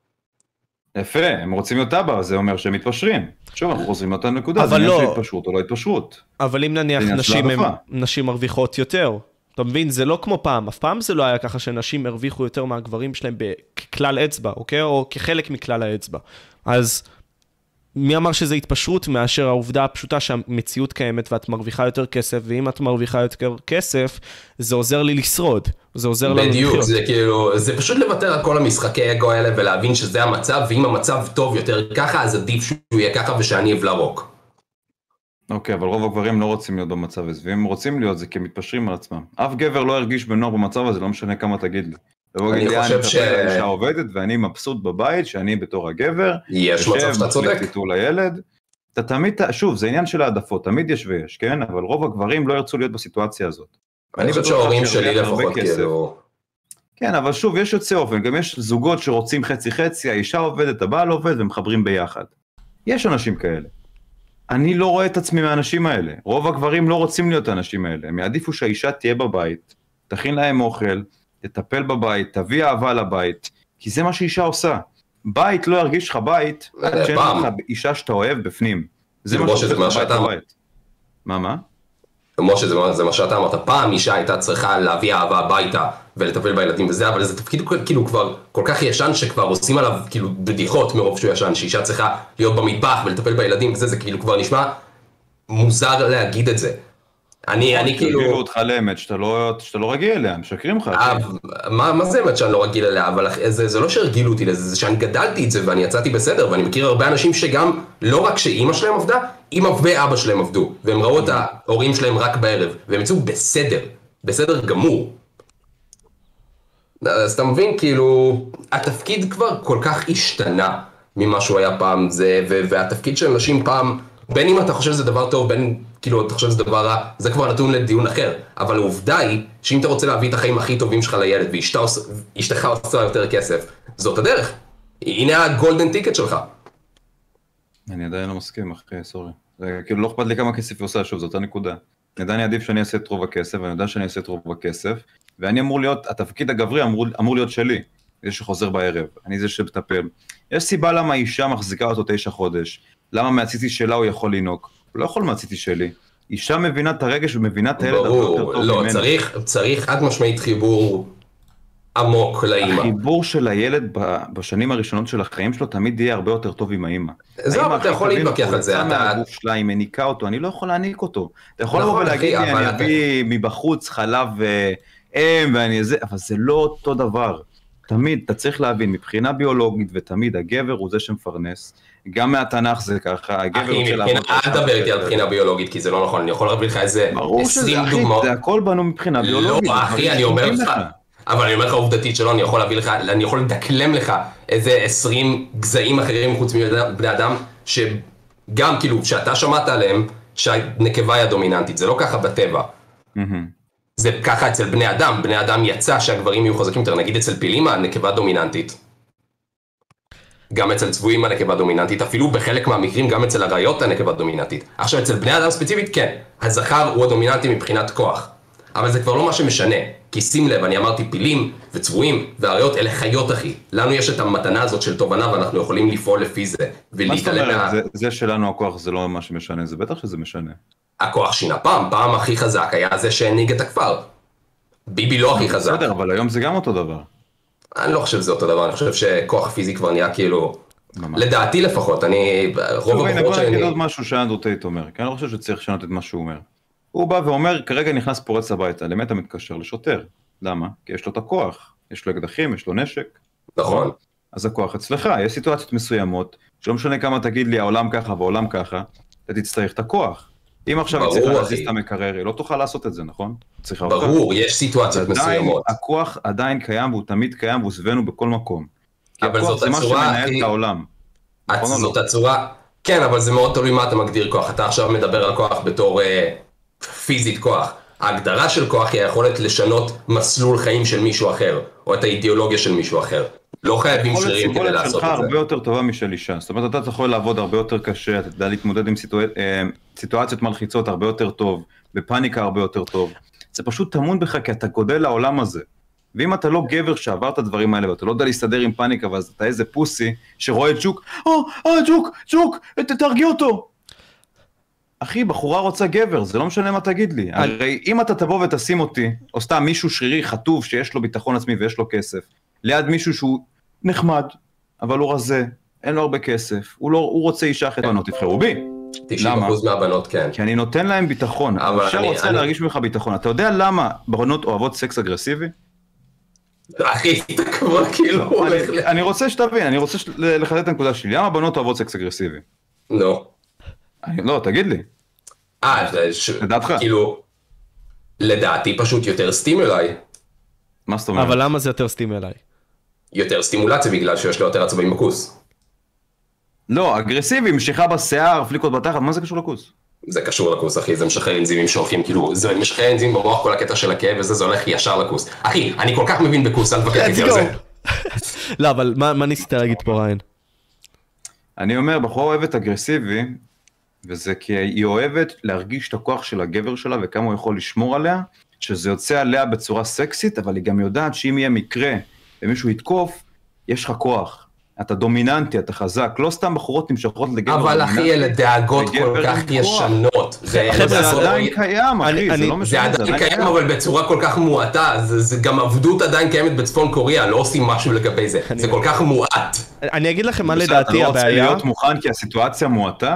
יפה, הם רוצים להיות אבא, זה אומר שהם מתפשרים. שוב, אנחנו חוזרים לאותה נקודה, זה עניין של התפשרות או לא התפשרות. אבל אם נניח נשים מרוויחות יותר, אתה מבין, זה לא כמו פעם, אף פעם זה לא היה ככה שנשים הרוויחו יותר מהגברים שלהם בכלל אצבע, אוקיי? או כחלק מכלל האצבע. אז מי אמר שזה התפשרות מאשר העובדה הפשוטה שהמציאות קיימת ואת מרוויחה יותר כסף, ואם את מרוויחה יותר כסף, זה עוזר לי לשרוד, זה עוזר לנו לחיות. בדיוק, זה כאילו, זה פשוט לוותר על כל המשחקי אגו האלה ולהבין שזה המצב, ואם המצב טוב יותר ככה, אז עדיף שהוא יהיה ככה ושאני אבלה רוק. אוקיי, אבל רוב הגברים לא רוצים להיות במצב הזה, ואם רוצים להיות זה כי הם מתפשרים על עצמם. אף גבר לא הרגיש בנוח במצב הזה, לא משנה כמה תגיד לי. אני חושב ש... אני אישה עובדת ואני מבסוט בבית, שאני בתור הגבר, יש מצב שאתה צודק. תיתו לילד. אתה תמיד, שוב, זה עניין של העדפות, תמיד יש ויש, כן? אבל רוב הגברים לא ירצו להיות בסיטואציה הזאת. אני חושב שההורים שלי לפחות כאילו... כן, אבל שוב, יש יוצא אופן, גם יש זוגות שרוצים חצי חצי, האישה עובדת, הבעל עובד ומחברים ביחד. יש אנשים כאלה. אני לא רואה את עצמי מהאנשים האלה. רוב הגברים לא רוצים להיות האנשים האלה. הם יעדיפו שהאישה תהיה בבית, תכין להם אוכל, תטפל בבית, תביא אהבה לבית, כי זה מה שאישה עושה. בית לא ירגיש לך בית, עד שאין לך אישה שאתה אוהב בפנים. זה מה שאתה אמרת. מה, מה? משה, זה מה שאתה אמרת. פעם אישה הייתה צריכה להביא אהבה הביתה ולטפל בילדים וזה, אבל זה תפקיד כאילו כבר כל כך ישן שכבר עושים עליו כאילו בדיחות מרוב שהוא ישן, שאישה צריכה להיות במטבח ולטפל בילדים וזה, זה כאילו כבר נשמע מוזר להגיד את זה. אני, אני כאילו... כאילו אותך לאמת שאתה לא, שאתה לא רגיל אליה, משקרים לך. מה, מה זה אמת שאני לא רגיל אליה? אבל זה, זה לא שהרגילו אותי לזה, זה שאני גדלתי את זה ואני יצאתי בסדר, ואני מכיר הרבה אנשים שגם, לא רק שאימא שלהם עבדה, אמא ואבא שלהם עבדו, והם ראו את ההורים שלהם רק בערב, והם יצאו בסדר, בסדר גמור. אז אתה מבין, כאילו, התפקיד כבר כל כך השתנה ממה שהוא היה פעם, זה, והתפקיד של אנשים פעם, בין אם אתה חושב שזה דבר טוב, בין כאילו, אתה חושב שזה דבר רע, זה כבר נתון לדיון אחר, אבל העובדה היא, שאם אתה רוצה להביא את החיים הכי טובים שלך לילד, ואשתך עושה יותר כסף, זאת הדרך. הנה הגולדן טיקט שלך. אני עדיין לא מסכים, אחי, סורי. זה כאילו לא אכפת לי כמה כסף היא עושה, שוב, זאת הנקודה. אני עדיין עדיף שאני אעשה את רוב הכסף, ואני יודע שאני אעשה את רוב הכסף, ואני אמור להיות, התפקיד הגברי אמור, אמור להיות שלי, זה שחוזר בערב, אני זה שמטפל. יש סיבה למה אישה מחזיקה אותו תשע חודש, למה מהציצי שלה הוא יכול לינוק, הוא לא יכול מהציצי שלי. אישה מבינה את הרגש ומבינה את הילד הרבה יותר טוב ממנו. לא, צריך, צריך עד משמעית חיבור עמוק לאמא. החיבור של הילד בשנים הראשונות של החיים שלו תמיד יהיה הרבה יותר טוב עם האמא. זהו, אבל אתה יכול להתווכח על זה. הגוף שלה, היא מניקה אותו, אני לא יכול להניק אותו. אתה יכול לבוא ולהגיד לי, אני אביא מבחוץ חלב ואם ואני זה, אבל זה לא אותו דבר. תמיד, אתה צריך להבין, מבחינה ביולוגית ותמיד הגבר הוא זה שמפרנס, גם מהתנ"ך זה ככה, הגבר רוצה לעבוד. אל תדבר איתי על בחינה ביולוגית, כי זה לא נכון, אני יכול להביא לך איזה עשרים דוגמאות. ברור שזה, אחי, זה הכל בנו מבחינה ביולוגית. לא, אחי, אני אומר לך, אבל אני אומר לך עובדתית שלא, אני יכול להביא לך, אני יכול לדקלם לך איזה עשרים גזעים אחרים חוץ מבני אדם, שגם כאילו, שאתה שמעת עליהם, שהנקבה היא הדומיננטית, זה לא ככה בטבע. זה ככה אצל בני אדם, בני אדם יצא שהגברים יהיו חזקים יותר, נגיד אצל פילים הנקבה דומיננטית. גם אצל צבועים הנקבה דומיננטית, אפילו בחלק מהמקרים גם אצל הריות הנקבה דומיננטית. עכשיו אצל בני אדם ספציפית, כן, הזכר הוא הדומיננטי מבחינת כוח. אבל זה כבר לא מה שמשנה, כי שים לב, אני אמרתי פילים וצבועים והריות אלה חיות אחי. לנו יש את המתנה הזאת של תובנה ואנחנו יכולים לפעול לפי זה. מה זאת אומרת? זה, זה שלנו הכוח זה לא מה שמשנה, זה בטח שזה משנה. הכוח שינה פעם, פעם הכי חזק היה זה שהנהיג את הכפר. ביבי לא הכי חזק. בסדר, אבל היום זה גם אותו דבר. אני לא חושב שזה אותו דבר, אני חושב שכוח פיזי כבר נהיה כאילו... לדעתי לפחות, אני... רוב הבחורות שאני... אני אגיד עוד משהו שאנדרו טייט אומר, כי אני לא חושב שצריך לשנות את מה שהוא אומר. הוא בא ואומר, כרגע נכנס פורץ הביתה, למי אתה מתקשר? לשוטר. למה? כי יש לו את הכוח, יש לו אקדחים, יש לו נשק. נכון. אז הכוח אצלך, יש סיטואציות מסוימות, שלא משנה כמה תגיד לי, העולם ככה והעולם ככה, אתה תצטרך את הכוח. אם עכשיו היא צריכה להזיז את המקרר, היא לא תוכל לעשות את זה, נכון? ברור, יש סיטואציות מסוימות. הכוח עדיין קיים, והוא תמיד קיים, והוא סביבנו בכל מקום. כי הכוח זה מה שמנהל את העולם. זאת הצורה, כן, אבל זה מאוד תלוי מה אתה מגדיר כוח. אתה עכשיו מדבר על כוח בתור פיזית כוח. ההגדרה של כוח היא היכולת לשנות מסלול חיים של מישהו אחר, או את האידיאולוגיה של מישהו אחר. לא חייבים שרירים כדי לעשות את זה. יכולת שלך הרבה יותר טובה משל אישה. זאת אומרת, אתה יכול לעבוד הרבה יותר קשה, אתה יודע להתמודד עם סיטואציות מלחיצות הרבה יותר טוב, בפאניקה הרבה יותר טוב. זה פשוט טמון בך, כי אתה גודל לעולם הזה. ואם אתה לא גבר שעבר את הדברים האלה, ואתה לא יודע להסתדר עם פאניקה, ואז אתה איזה פוסי שרואה את ג'וק, או, או, ג'וק, ג'וק, תרגיע אותו. אחי, בחורה רוצה גבר, זה לא משנה מה תגיד לי. הרי אם אתה תבוא ותשים אותי, או סתם מישהו שרירי חטוב שיש לו ביטחון עצמי ויש לו כסף, ליד מישהו שהוא נחמד, אבל הוא רזה, אין לו הרבה כסף, הוא, לא, הוא רוצה אישה אחת, בנות תבחרו בי. תשעים אחוז מהבנות, כן. כי אני נותן להם ביטחון, אבל אישה רוצה אני... להרגיש ממך ביטחון. אתה יודע למה בנות אוהבות סקס אגרסיבי? אחי, אתה כבר כאילו... אני רוצה שתבין, אני רוצה לחדד את הנקודה שלי. למה בנות אוהבות סקס אגרסיבי? לא. לא, תגיד לי. אה, לדעתך. כאילו, לדעתי פשוט יותר סטימולי. מה זאת אומרת? אבל למה זה יותר סטימולי? יותר סטימולציה בגלל שיש לו יותר עצבים בכוס. לא, אגרסיבי, משיכה בשיער, פליקות בתחת, מה זה קשור לכוס? זה קשור לכוס, אחי, זה משחרר אנזימים שהולכים, כאילו, זה משחרר אנזימים במוח, כל הקטע של הכאב וזה, זה הולך ישר לכוס. אחי, אני כל כך מבין בכוס, אל תבקר איתי על זה. לא, אבל מה ניסית להגיד פה, ריין? אני אומר, בחורה אוהבת אגרסיבי, וזה כי היא אוהבת להרגיש את הכוח של הגבר שלה, וכמה הוא יכול לשמור עליה, שזה יוצא עליה בצורה סקסית, אבל היא גם יודעת שאם יהיה מקרה, ומישהו יתקוף, יש לך כוח. אתה דומיננטי, אתה חזק, לא סתם בחורות נמשכות לגבר אבל אחי, אלה דאגות כל כך ישנות. זה עדיין קיים, אחי, זה לא משנה. זה עדיין קיים, אבל בצורה כל כך מועטה. זה גם עבדות עדיין קיימת בצפון קוריאה, לא עושים משהו לגבי זה. זה כל כך מועט. אני אגיד לכם מה לדעתי הבעיה. אתה לא רוצה להיות מוכן כי הסיטואציה מועטה?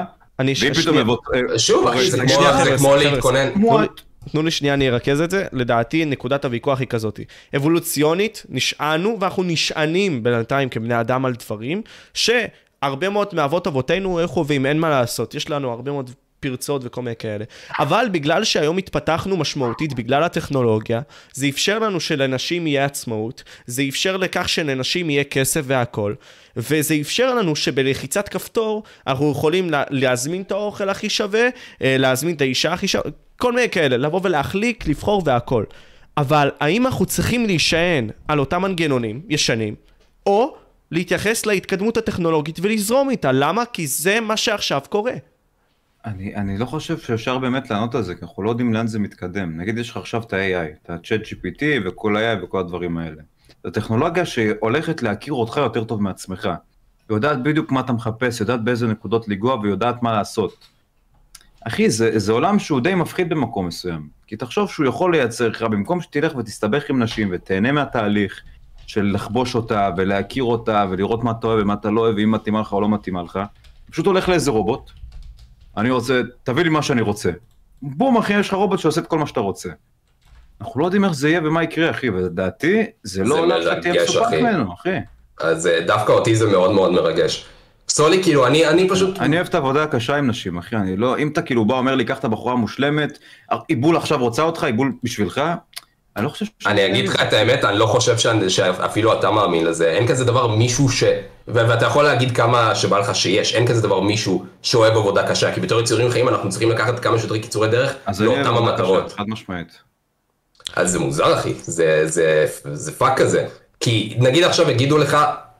שוב, אחי, זה כמו להתכונן. תנו לי שנייה, אני ארכז את זה. לדעתי, נקודת הוויכוח היא כזאת. אבולוציונית, נשענו, ואנחנו נשענים בינתיים כבני אדם על דברים, שהרבה מאוד מאבות אבותינו, איך חווים, אין מה לעשות. יש לנו הרבה מאוד פרצות וכל מיני כאלה. אבל בגלל שהיום התפתחנו משמעותית, בגלל הטכנולוגיה, זה אפשר לנו שלנשים יהיה עצמאות, זה אפשר לכך שלנשים יהיה כסף והכל, וזה אפשר לנו שבלחיצת כפתור, אנחנו יכולים לה, להזמין את האוכל הכי שווה, להזמין את האישה הכי שווה, כל מיני כאלה, לבוא ולהחליק, לבחור והכל. אבל האם אנחנו צריכים להישען על אותם מנגנונים ישנים, או להתייחס להתקדמות הטכנולוגית ולזרום איתה? למה? כי זה מה שעכשיו קורה. אני, אני לא חושב שאפשר באמת לענות על זה, כי אנחנו לא יודעים לאן זה מתקדם. נגיד יש לך עכשיו את ה-איי איי, את ה-צ'אט ג'י פי טי וכל ה-איי איי וכל הדברים האלה. זו טכנולוגיה שהולכת להכיר אותך יותר טוב מעצמך. יודעת בדיוק מה אתה מחפש, יודעת באיזה נקודות לגוע ויודעת מה לעשות. אחי, זה, זה עולם שהוא די מפחיד במקום מסוים. כי תחשוב שהוא יכול לייצר לך, במקום שתלך ותסתבך עם נשים ותהנה מהתהליך של לחבוש אותה ולהכיר אותה ולראות מה אתה אוהב ומה אתה לא אוהב, ואם מתאימה לך או לא מתאימה לך, פשוט הולך לאיזה רובוט. אני רוצה, תביא לי מה שאני רוצה. בום, אחי, יש לך רובוט שעושה את כל מה שאתה רוצה. אנחנו לא יודעים איך זה יהיה ומה יקרה, אחי, ולדעתי, זה לא עולם שתהיה מסופק ממנו, אחי. אז דווקא אותי זה מאוד מאוד מרגש. סולי, כאילו, אני, אני פשוט... אני אוהב את העבודה הקשה עם נשים, אחי, אני לא... אם אתה כאילו בא, אומר לי, קח את הבחורה מושלמת, איבול עכשיו רוצה אותך, איבול בשבילך, אני לא חושב ש... אני אגיד לך את האמת, אני לא חושב שאפילו אתה מאמין לזה, אין כזה דבר מישהו ש... ואתה יכול להגיד כמה שבא לך שיש, אין כזה דבר מישהו שאוהב עבודה קשה, כי בתור יצורים חיים אנחנו צריכים לקחת כמה שיותר קיצורי דרך לאותם המטרות. חד משמעית. אז זה מוזר, אחי, זה, זה, זה פאק כזה. כי נגיד עכשיו יגידו לך,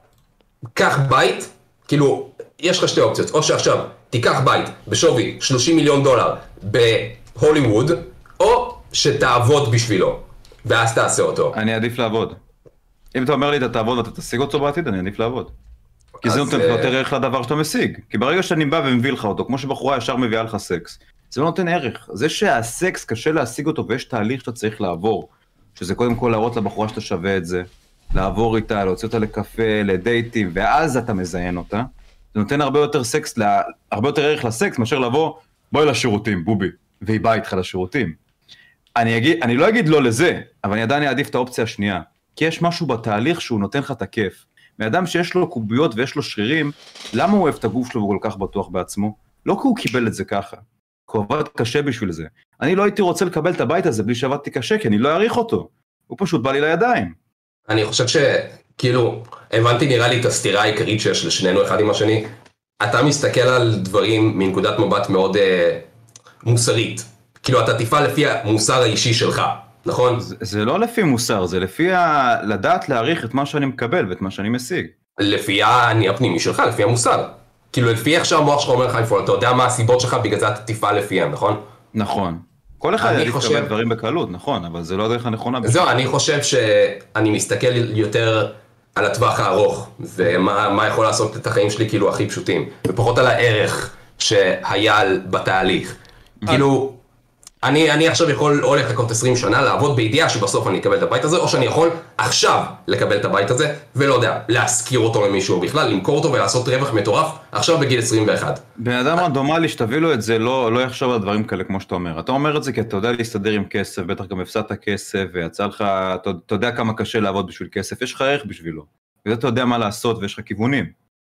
קח בית, כאילו, יש לך שתי אופציות, או שעכשיו תיקח בית בשווי שלושים מיליון דולר בהוליווד, או שתעבוד בשבילו, ואז תעשה אותו. אני עדיף לעבוד. אם אתה אומר לי, אתה תעבוד ואתה תשיג אותו בעתיד, אני עדיף לעבוד. כי זה נותן יותר ערך לדבר שאתה משיג. כי ברגע שאני בא ומביא לך אותו, כמו שבחורה ישר מביאה לך סקס, זה לא נותן ערך. זה שהסקס קשה להשיג אותו ויש תהליך שאתה צריך לעבור, שזה קודם כל להראות לבחורה שאתה שווה את זה, לעבור איתה, להוציא אותה לקפה, לדייטים, ואז אתה מזיין אותה. זה נותן הרבה יותר סקס, הרבה יותר ערך לסקס, מאשר לבוא, בואי לשירותים, בובי, והיא באה איתך לשירותים. אני, אגיד, אני לא אגיד לא לזה, אבל אני עדיין אעדיף את האופציה השנייה, כי יש משהו בתהליך שהוא נותן לך את הכיף. מאדם שיש לו קוביות ויש לו שרירים, למה הוא אוהב את הגוף שלו וכל כך בטוח בעצמו? לא כי הוא קיבל את זה ככה, כי הוא עבד קשה בשביל זה. אני לא הייתי רוצה לקבל את הבית הזה בלי שעבדתי קשה, כי אני לא אעריך אותו. הוא פשוט בא לי לידיים. אני חושב שכאילו, הבנתי נראה לי את הסתירה העיקרית שיש לשנינו אחד עם השני. אתה מסתכל על דברים מנקודת מבט מאוד אה, מוסרית. כאילו אתה תפעל לפי המוסר האישי שלך, נכון? זה, זה לא לפי מוסר, זה לפי ה... לדעת להעריך את מה שאני מקבל ואת מה שאני משיג. לפי העני הפנימי שלך, לפי המוסר. כאילו לפי איך שהמוח שלך אומר לך לפעול, אתה יודע מה הסיבות שלך, בגלל זה אתה תפעל לפיהם, נכון? נכון. כל אחד יגיד חושב... לקבל דברים בקלות, נכון, אבל זה לא הדרך הנכונה. זהו, אני חושב שאני מסתכל יותר על הטווח הארוך, ומה מה יכול לעשות את החיים שלי כאילו הכי פשוטים, ופחות על הערך שהיה בתהליך. כאילו... אני, אני עכשיו יכול או לחכות עשרים שנה, לעבוד בידיעה שבסוף אני אקבל את הבית הזה, או שאני יכול עכשיו לקבל את הבית הזה, ולא יודע, להשכיר אותו למישהו בכלל, למכור אותו ולעשות רווח מטורף, עכשיו בגיל עשרים ואחת. בן אדם רנדומלי שתביא לו את זה, לא, לא יחשוב על דברים כאלה כמו שאתה אומר. אתה אומר את זה כי אתה יודע להסתדר עם כסף, בטח גם הפסדת כסף, ויצא לך, אתה, אתה יודע כמה קשה לעבוד בשביל כסף, יש לך ערך בשבילו. וזה אתה יודע מה לעשות ויש לך כיוונים.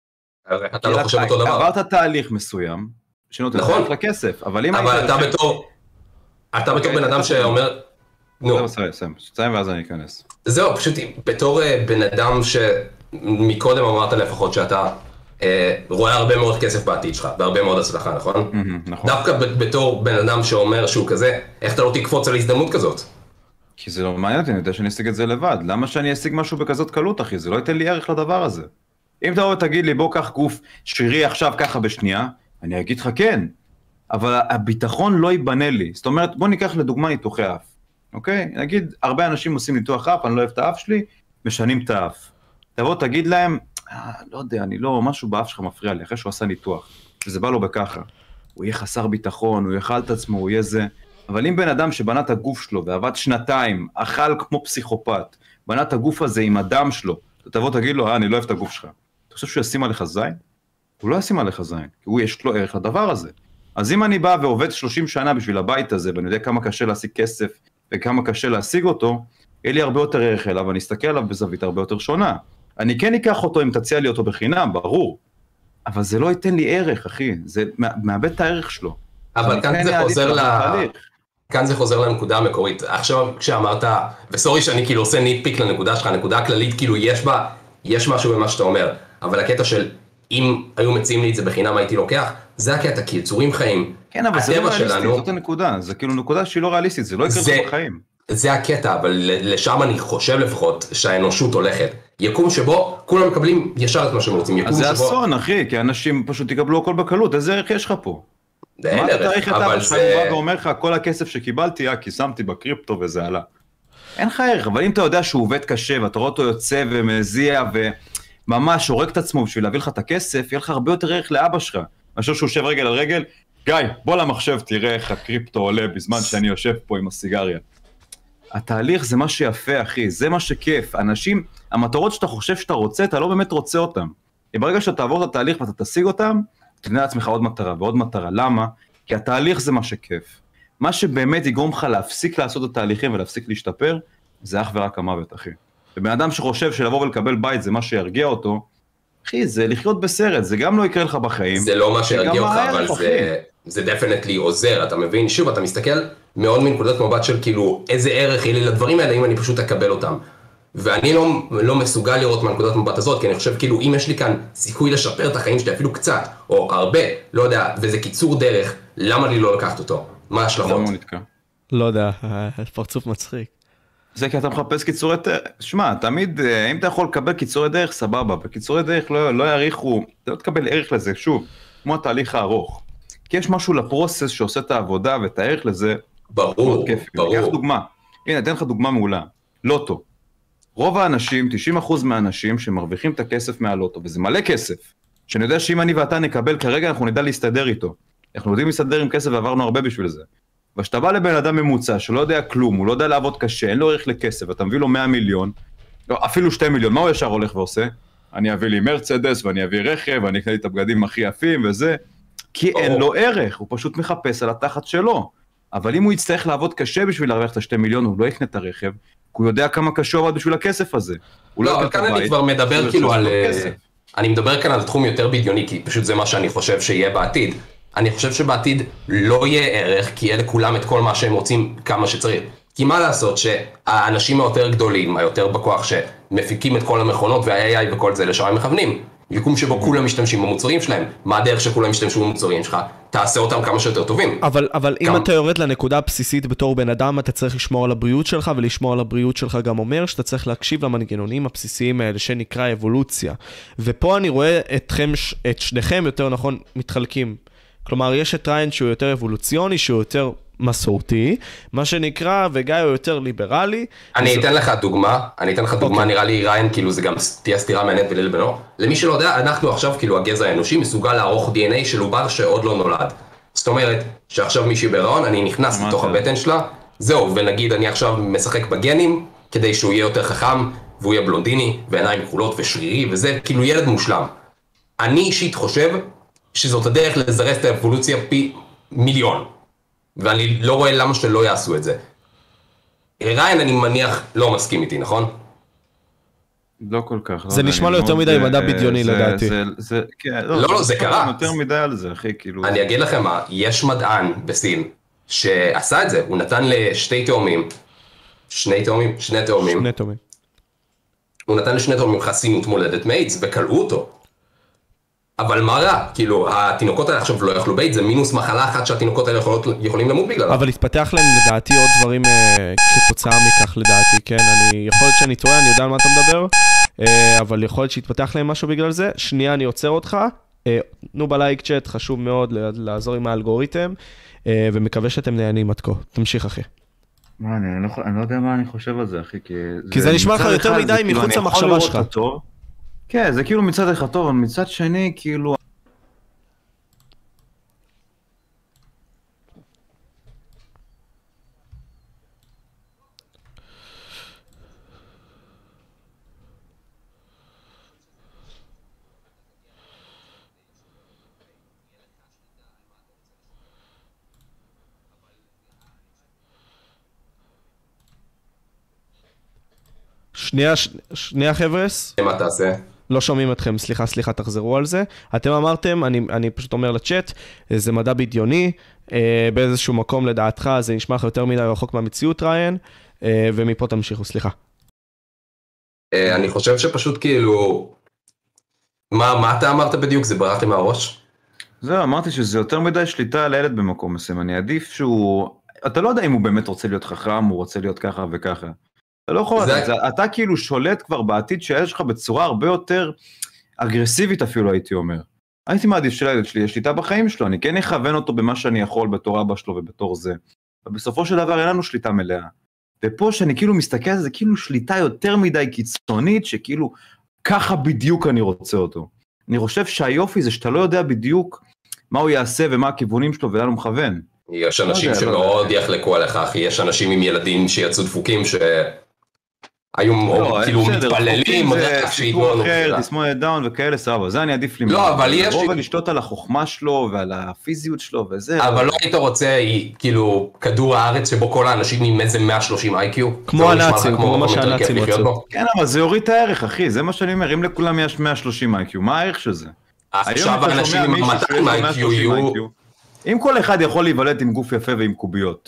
אתה לא חושב אותו דבר. עברת תהליך מסוים, שנותן לך לכסף, אבל אם אבל אתה בתור... אתה בתור בן אדם שאומר... נו. זהו, סיים, סיים ואז אני אכנס. זהו, פשוט בתור בן אדם שמקודם אמרת לפחות שאתה רואה הרבה מאוד כסף בעתיד שלך, והרבה מאוד הצלחה, נכון? נכון. דווקא בתור בן אדם שאומר שהוא כזה, איך אתה לא תקפוץ על הזדמנות כזאת? כי זה לא מעניין אותי, אני יודע שאני אשיג את זה לבד. למה שאני אשיג משהו בכזאת קלות, אחי? זה לא ייתן לי ערך לדבר הזה. אם אתה תגיד לי, בוא קח גוף שרירי עכשיו ככה בשנייה, אני אגיד לך כן. אבל הביטחון לא ייבנה לי. זאת אומרת, בוא ניקח לדוגמה ניתוחי אף. אוקיי? נגיד, הרבה אנשים עושים ניתוח אף, אני לא אוהב את האף שלי, משנים את האף. תבוא, תגיד להם, אה, לא יודע, אני לא, משהו באף שלך מפריע לי, אחרי שהוא עשה ניתוח. וזה בא לו בככה. הוא יהיה חסר ביטחון, הוא יאכל את עצמו, הוא יהיה זה. אבל אם בן אדם שבנה את הגוף שלו, ועבד שנתיים, אכל כמו פסיכופת, בנה את הגוף הזה עם הדם שלו, אתה תבוא, תגיד לו, אה, אני לא אוהב את הגוף שלך. אתה חושב שהוא ישים עליך זין? הוא לא ישים עליך זין, כי הוא יש לו ערך לדבר הזה. אז אם אני בא ועובד שלושים שנה בשביל הבית הזה, ואני יודע כמה קשה להשיג כסף, וכמה קשה להשיג אותו, יהיה לי הרבה יותר ערך אליו, ואני אסתכל עליו בזווית הרבה יותר שונה. אני כן אקח אותו אם תציע לי אותו בחינם, ברור. אבל זה לא ייתן לי ערך, אחי. זה מאבד את הערך שלו. אבל כאן זה חוזר ל... כאן זה חוזר לנקודה המקורית. עכשיו כשאמרת, וסורי שאני כאילו עושה ניטפיק לנקודה שלך, הנקודה הכללית כאילו יש בה, יש משהו במה שאתה אומר, אבל הקטע של אם היו מציעים לי את זה בחינם הייתי לוקח, זה הקטע, כי יצורים חיים. כן, אבל זה לא ריאליסטי, זאת הנקודה, זה כאילו נקודה שהיא לא ריאליסטית, זה לא יקרה לך בחיים. זה הקטע, אבל לשם אני חושב לפחות שהאנושות הולכת. יקום שבו כולם מקבלים ישר את מה שהם רוצים. אז זה אסון, אחי, כי אנשים פשוט יקבלו הכל בקלות, איזה ערך יש לך פה? אין ערך, אבל זה... הוא בא ואומר לך, כל הכסף שקיבלתי, כי שמתי בקריפטו וזה עלה. אין לך ערך, אבל אם אתה יודע שהוא עובד קשה, ואתה רואה אותו יוצא ומזיע, וממש הורג את עצמו בשביל להביא לך את הכסף, יהיה לך הרבה יותר ערך לאבא שלך. מאשר שהוא יושב רגל על רגל, גיא, בוא למחשב, תראה איך הקריפטו עולה בזמן שאני יושב פה עם הסיגריה. התהליך זה מה שיפה, אחי, זה מה שכיף. אנשים, המטרות שאתה חושב שאתה רוצה, אתה לא באמת רוצה אותם. ברגע שאתה תעבור את התהליך ואתה תשיג אותם, תבנה לעצמך עוד מטרה ועוד מטרה. למה? כי התהליך זה מה שכיף. מה שבאמת יגרום לך להפסיק לעשות את התהליכים ולהפסיק להשתפר, זה אך ורק המוות, אחי. ובן אדם שחושב שלבוא ולקבל בית זה מה שירגיע אותו, אחי, זה לחיות בסרט, זה גם לא יקרה לך בחיים. זה לא מה שירגיע אותך, אבל זה, זה דפנטלי עוזר, אתה מבין? שוב, אתה מסתכל מאוד מנקודת מבט של כאילו, איזה ערך יהיה לי לדברים האלה אם אני פשוט אקבל אותם. ואני לא, לא מסוגל לראות מהנקודת מבט הזאת, כי אני חושב כאילו, אם יש לי כאן סיכוי לשפר את החיים שלי אפילו קצת, או הרבה, לא יודע, וזה קיצור דרך, למה לי לא לקחת אותו? מה ההשלכות? למה הוא נתקע? לא יודע, פרצוף מצחיק. זה כי אתה מחפש קיצורי דרך, שמע, תמיד, אם אתה יכול לקבל קיצורי דרך, סבבה, בקיצורי דרך לא, לא יעריכו, אתה לא תקבל ערך לזה, שוב, כמו התהליך הארוך. כי יש משהו לפרוסס שעושה את העבודה ואת הערך לזה, ברור, ברור. קח דוגמה, הנה, אתן לך דוגמה מעולה, לוטו. רוב האנשים, תשעים אחוז מהאנשים שמרוויחים את הכסף מהלוטו, וזה מלא כסף, שאני יודע שאם אני ואתה נקבל כרגע, אנחנו נדע להסתדר איתו. אנחנו יודעים להסתדר עם כסף ועברנו הרבה בשביל זה. ושאתה בא לבן אדם ממוצע שלא יודע כלום, הוא לא יודע לעבוד קשה, אין לו ערך לכסף, אתה מביא לו מאה מיליון, לא, אפילו שתי מיליון, מה הוא ישר הולך ועושה? אני אביא לי מרצדס ואני אביא רכב ואני אקנה לי את הבגדים הכי יפים וזה, כי אין לו ערך, הוא פשוט מחפש על התחת שלו. אבל אם הוא יצטרך לעבוד קשה בשביל להרוויח את השתי מיליון, הוא לא יקנה את הרכב, כי הוא יודע כמה קשה עבד בשביל הכסף הזה. לא, אבל כאן אני כבר מדבר כאילו על... אני מדבר כאן על תחום יותר בדיוני, כי פשוט זה מה שאני חושב שיהיה בעתיד. אני חושב שבעתיד לא יהיה ערך, כי יהיה לכולם את כל מה שהם רוצים כמה שצריך. כי מה לעשות שהאנשים היותר גדולים, היותר בכוח שמפיקים את כל המכונות וה-איי איי וכל זה לשם הם מכוונים, יקום שבו כולם משתמשים במוצרים שלהם. מה הדרך שכולם משתמשו במוצרים שלך? תעשה אותם כמה שיותר טובים. אבל, אבל אם אתה יורד לנקודה הבסיסית בתור בן אדם, אתה צריך לשמור על הבריאות שלך, ולשמור על הבריאות שלך גם אומר שאתה צריך להקשיב למנגנונים הבסיסיים האלה שנקרא אבולוציה. ופה אני רואה אתכם, את שניכם יותר נכון מתחלקים. כלומר, יש את ריין שהוא יותר אבולוציוני, שהוא יותר מסורתי, מה שנקרא, וגיא הוא יותר ליברלי. אני אתן לך דוגמה, אני אתן לך דוגמה, נראה לי ריין, כאילו זה גם תהיה סתירה מעניינת ביני לבינו. למי שלא יודע, אנחנו עכשיו, כאילו הגזע האנושי, מסוגל לערוך די אן איי של עובר שעוד לא נולד. זאת אומרת, שעכשיו מישהי בהיריון, אני נכנס לתוך הבטן שלה, זהו, ונגיד אני עכשיו משחק בגנים, כדי שהוא יהיה יותר חכם, והוא יהיה בלונדיני, ועיניים כחולות ושרירי, וזה כאילו ילד מושלם. אני אישית חושב שזאת הדרך לזרז את האבולוציה פי מיליון. ואני לא רואה למה שלא יעשו את זה. ריין, אני מניח, לא מסכים איתי, נכון? לא כל כך. זה נשמע לו יותר מדי מדע בדיוני לדעתי. לא, לא, זה קרה. יותר מדי על זה, אחי, כאילו. אני אגיד לכם מה, יש מדען בסין שעשה את זה, הוא נתן לשתי תאומים, שני תאומים, שני תאומים. שני תאומים. הוא נתן לשני תאומים חסינות מולדת מאיץ וקלעו אותו. אבל מה רע? כאילו, התינוקות האלה עכשיו לא יכלו בית, זה מינוס מחלה אחת שהתינוקות האלה יכולות, יכולים למות בגללה. אבל התפתח להם לדעתי עוד דברים אה, כתוצאה מכך לדעתי, כן? אני, יכול להיות שאני טועה, אני יודע על מה אתה מדבר, אה, אבל יכול להיות שהתפתח להם משהו בגלל זה. שנייה, אני עוצר אותך. אה, תנו בלייק צ'אט, חשוב מאוד לעזור עם האלגוריתם, אה, ומקווה שאתם נהנים עד כה. תמשיך, אחי. מה, אני, אני, לא, אני לא יודע מה אני חושב על זה, אחי, כי... כי זה, זה נשמע לך יותר מדי מחוץ למחשבה שלך. כן, זה כאילו מצד אחד טוב, אבל מצד שני, כאילו... שנייה, שנייה חבר'ס. מה תעשה? לא שומעים אתכם, סליחה, סליחה, תחזרו על זה. אתם אמרתם, אני, אני פשוט אומר לצ'אט, זה מדע בדיוני, אה, באיזשהו מקום לדעתך, זה נשמע לך יותר מדי רחוק מהמציאות, ריין, אה, ומפה תמשיכו, סליחה. אה, אני חושב שפשוט כאילו, מה, מה אתה אמרת בדיוק? זה ברח לי מהראש? זהו, אמרתי שזה יותר מדי שליטה על הילד במקום מסוים, אני עדיף שהוא, אתה לא יודע אם הוא באמת רוצה להיות חכם, הוא רוצה להיות ככה וככה. אתה לא יכול, זה... אתה, אתה כאילו שולט כבר בעתיד שהילד שלך בצורה הרבה יותר אגרסיבית אפילו, הייתי אומר. הייתי מעדיף שלילד שלי, יש שליטה בחיים שלו, אני כן אכוון אותו במה שאני יכול בתור אבא שלו ובתור זה. ובסופו של דבר אין לנו שליטה מלאה. ופה שאני כאילו מסתכל על זה, כאילו שליטה יותר מדי קיצונית, שכאילו ככה בדיוק אני רוצה אותו. אני חושב שהיופי זה שאתה לא יודע בדיוק מה הוא יעשה ומה הכיוונים שלו ולאן הוא מכוון. יש אנשים שמאוד יחלקו עליך, אחי, יש אנשים עם ילדים שיצאו דפוקים שהיו כאילו מתפללים, זה סיפור אחר, תסמונת דאון וכאלה, סבבה, זה אני עדיף לי. לא, אבל יש... לבוא ולשתות על החוכמה שלו ועל הפיזיות שלו וזה. אבל לא היית רוצה, כאילו, כדור הארץ שבו כל האנשים עם איזה מאה ושלושים איי קיו? כמו הנאצים, כמו מה שהנאצים רצו. כן, אבל זה יוריד את הערך, אחי, זה מה שאני אומר, אם לכולם יש מאה ושלושים איי קיו, מה הערך של זה? עכשיו האנשים עם מאתיים איי קיו יהיו... אם כל אחד יכול להיוולד עם גוף יפה ועם קוביות,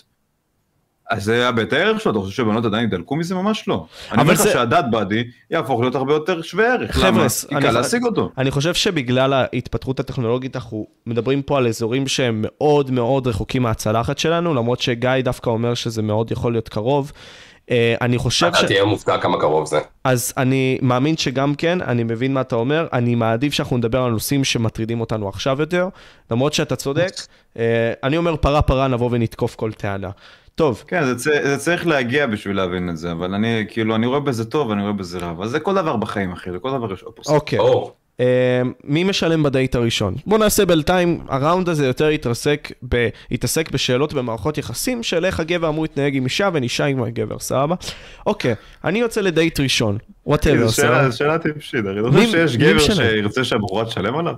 אז זה היה בית הערך שלו, אתה חושב שבנות עדיין ידלקו מזה? ממש לא. אני אומר לך שהדת באדי יהפוך להיות הרבה יותר שווה ערך. חבר'ס, כי קל להשיג אותו. אני חושב שבגלל ההתפתחות הטכנולוגית, אנחנו מדברים פה על אזורים שהם מאוד מאוד רחוקים מהצלחת שלנו, למרות שגיא דווקא אומר שזה מאוד יכול להיות קרוב. אני חושב ש... אתה תהיה מופתע כמה קרוב זה. אז אני מאמין שגם כן, אני מבין מה אתה אומר, אני מעדיף שאנחנו נדבר על נושאים שמטרידים אותנו עכשיו יותר, למרות שאתה צודק, אני אומר פרה פרה נבוא ונתקוף כל טענה. טוב. כן, זה, זה צריך להגיע בשביל להבין את זה, אבל אני כאילו, אני רואה בזה טוב, אני רואה בזה רע, אבל זה כל דבר בחיים, אחי, זה כל דבר יש אופוס. אוקיי. Oh. Uh, מי משלם בדייט הראשון? בוא נעשה בינתיים, הראונד הזה יותר יתעסק, ב, יתעסק בשאלות במערכות יחסים, של איך הגבר אמור להתנהג עם אישה ונישה עם הגבר, סבבה? אוקיי, אני יוצא לדייט ראשון, whatever, סבבה? זו שאלה טיפשית, אני לא חושב שיש גבר שירצה שהבחורה תשלם עליו?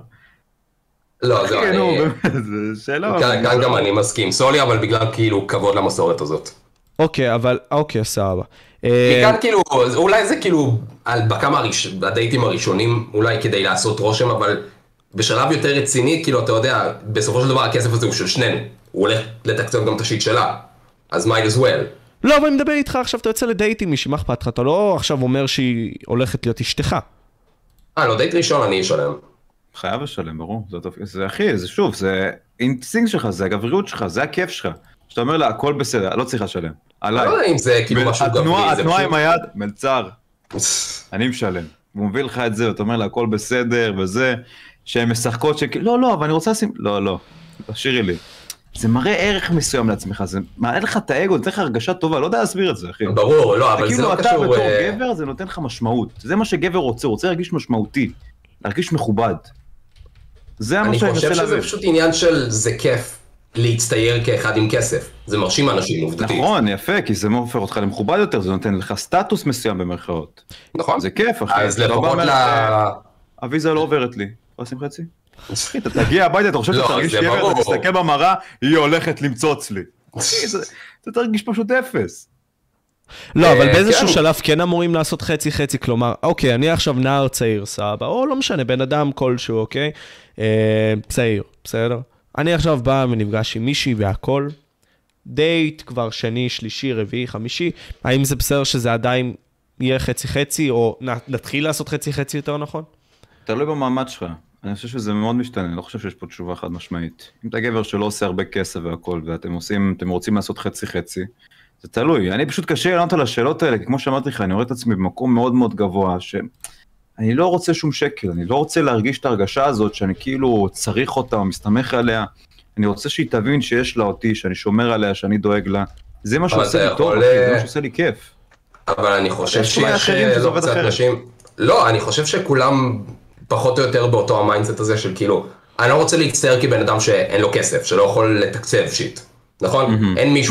לא, זהו, אני... זה שאלה... כאן גם אני מסכים, סולי, אבל בגלל כאילו כבוד למסורת הזאת. אוקיי, אבל, אוקיי, סבבה. מכאן כאילו, אולי זה כאילו, בכמה הדייטים הראשונים, אולי כדי לעשות רושם, אבל בשלב יותר רציני, כאילו, אתה יודע, בסופו של דבר הכסף הזה הוא של שנינו, הוא הולך לתקצב גם את השיט שלה, אז might as well. לא, אבל אני מדבר איתך עכשיו, אתה יוצא לדייט עם מישהי, מה אכפת לך? אתה לא עכשיו אומר שהיא הולכת להיות אשתך. אה, לא, דייט ראשון אני אשלם. חייב לשלם, ברור, זה אחי, זה שוב, זה אינסטינקט שלך, זה הגבריות שלך, זה הכיף שלך. שאתה אומר לה, הכל בסדר, לא צריך לשלם. עליי. לא יודע אם זה כאילו משהו גברי. התנועה עם היד, מלצר. אני משלם. הוא מביא לך את זה, ואתה אומר לה, הכל בסדר, וזה, שהן משחקות, לא, לא, אבל אני רוצה לשים, לא, לא, תשאירי לי. זה מראה ערך מסוים לעצמך, זה מעלה לך את האגו, זה נותן לך הרגשה טובה, לא יודע להסביר את זה, אחי. ברור, לא, אבל זה לא קשור... כאילו, אתה בתור גבר, זה נותן לך משמעות. זה מה שגבר רוצה, הוא רוצה להרגיש משמעותי, להרגיש מכובד. זה מה שאני חושב שזה פשוט עניין של זה כיף. להצטייר כאחד עם כסף, זה מרשים אנשים עובדתית. נכון, יפה, כי זה מופך אותך למכובד יותר, זה נותן לך סטטוס מסוים במרכאות. נכון. זה כיף, אחי. אז לפחות ל... הוויזה לא עוברת לי. עושים חצי? אחי, אתה תגיע הביתה, אתה חושב שאתה תרגיש גבר, אתה תסתכל במראה, היא הולכת למצוץ לי. אתה תרגיש פשוט אפס. לא, אבל באיזשהו שלב כן אמורים לעשות חצי חצי, כלומר, אוקיי, אני עכשיו נער צעיר, סבא, או לא משנה, בן אדם כלשהו, אוקיי? צעיר, בסדר? אני עכשיו בא ונפגש עם מישהי והכל, דייט כבר שני, שלישי, רביעי, חמישי, האם זה בסדר שזה עדיין יהיה חצי חצי, או נתחיל לעשות חצי חצי יותר נכון? תלוי במעמד שלך, אני חושב שזה מאוד משתנה, אני לא חושב שיש פה תשובה חד משמעית. אם אתה גבר שלא עושה הרבה כסף והכל, ואתם עושים, אתם רוצים לעשות חצי חצי, זה תלוי. אני פשוט קשה לענות על השאלות האלה, כי כמו שאמרתי לך, אני רואה את עצמי במקום מאוד מאוד גבוה, ש... אני לא רוצה שום שקל, אני לא רוצה להרגיש את ההרגשה הזאת שאני כאילו צריך אותה או מסתמך עליה, אני רוצה שהיא תבין שיש לה אותי, שאני שומר עליה, שאני דואג לה, זה מה שעושה לי טוב, זה מה שעושה לי כיף. אבל אני חושב שיש לא קצת אנשים, לא, אני חושב שכולם פחות או יותר באותו המיינדסט הזה של כאילו, אני לא רוצה להצטער כבן אדם שאין לו כסף, שלא יכול לתקצב שיט, נכון? אין מישהו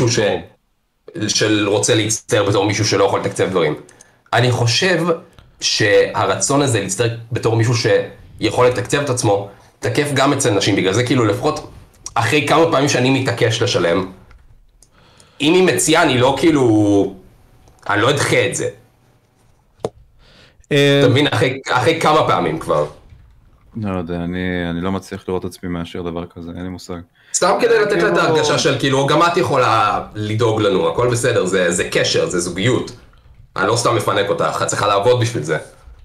שרוצה להצטער בתור מישהו שלא יכול לתקצב דברים. אני חושב שהרצון הזה להצטרק בתור מישהו שיכול לתקצב את עצמו, תקף גם אצל נשים, בגלל זה כאילו לפחות אחרי כמה פעמים שאני מתעקש לשלם, אם היא מציעה אני לא כאילו, אני לא אדחה את זה. אתה מבין, אחרי כמה פעמים כבר. לא יודע, אני לא מצליח לראות עצמי מאשר דבר כזה, אין לי מושג. סתם כדי לתת לה את ההרגשה של כאילו, גם את יכולה לדאוג לנו, הכל בסדר, זה קשר, זה זוגיות. אני לא סתם מפנק אותך, את צריכה לעבוד בשביל זה.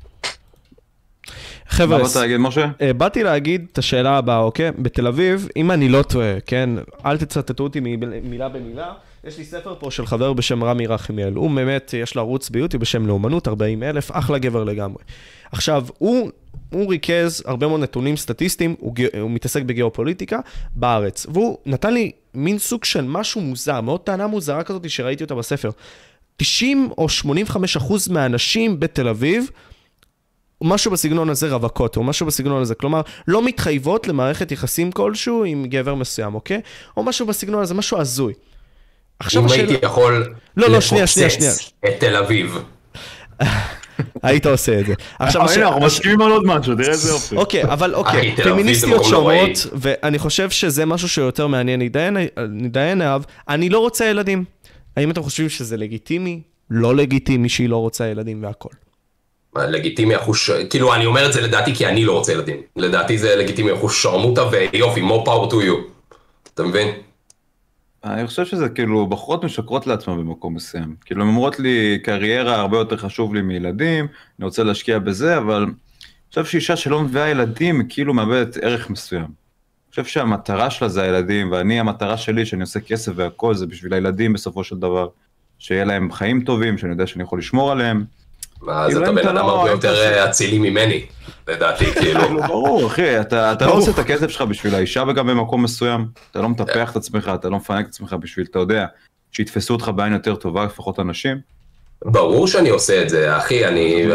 חבר'ה, מה באת להגיד, משה? באתי להגיד את השאלה הבאה, אוקיי? בתל אביב, אם אני לא טועה, כן? אל תצטטו אותי מילה במילה. יש לי ספר פה של חבר בשם רמי רחמיאל. הוא באמת, יש לו ערוץ ביוטיוב בשם לאומנות, ארבעים אלף, אחלה גבר לגמרי. עכשיו, הוא, הוא ריכז הרבה מאוד נתונים סטטיסטיים, הוא, הוא מתעסק בגיאופוליטיקה בארץ. והוא נתן לי מין סוג של משהו מוזר, מאוד טענה מוזרה כזאת שראיתי אותה בספר. תשעים או שמונים וחמישה אחוז מהאנשים בתל אביב, משהו בסגנון הזה רווקות, או משהו בסגנון הזה, כלומר, לא מתחייבות למערכת יחסים כלשהו עם גבר מסוים, אוקיי? או משהו בסגנון הזה, משהו הזוי. אם הייתי יכול לפוצץ את תל אביב. היית עושה את זה. אנחנו מסכימים על עוד משהו, תראה איזה אופי. אוקיי, אבל אוקיי, פמיניסטיות שאומרות, ואני חושב שזה משהו שיותר מעניין נדיין אהב, אני לא רוצה ילדים. האם אתם חושבים שזה לגיטימי? לא לגיטימי שהיא לא רוצה ילדים והכל. לגיטימי אחוש, כאילו אני אומר את זה לדעתי כי אני לא רוצה ילדים. לדעתי זה לגיטימי אחוש שרמוטה ויופי, more power to you. אתה מבין? אני חושב שזה כאילו, בחורות משקרות לעצמם במקום מסוים. כאילו, הן אומרות לי, קריירה הרבה יותר חשוב לי מילדים, אני רוצה להשקיע בזה, אבל אני חושב שאישה שלא מביאה ילדים, כאילו מאבדת ערך מסוים. אני חושב שהמטרה שלה זה הילדים, ואני, המטרה שלי, שאני עושה כסף והכל, זה בשביל הילדים בסופו של דבר, שיהיה להם חיים טובים, שאני יודע שאני יכול לשמור עליהם. אז אתה בן אדם הרבה יותר אצילי ממני, לדעתי, כאילו. ברור, אחי, אתה לא עושה את הכסף שלך בשביל האישה וגם במקום מסוים, אתה לא מטפח את עצמך, אתה לא מפנק את עצמך בשביל, אתה יודע, שיתפסו אותך בעין יותר טובה, לפחות אנשים. ברור שאני עושה את זה, אחי, אני...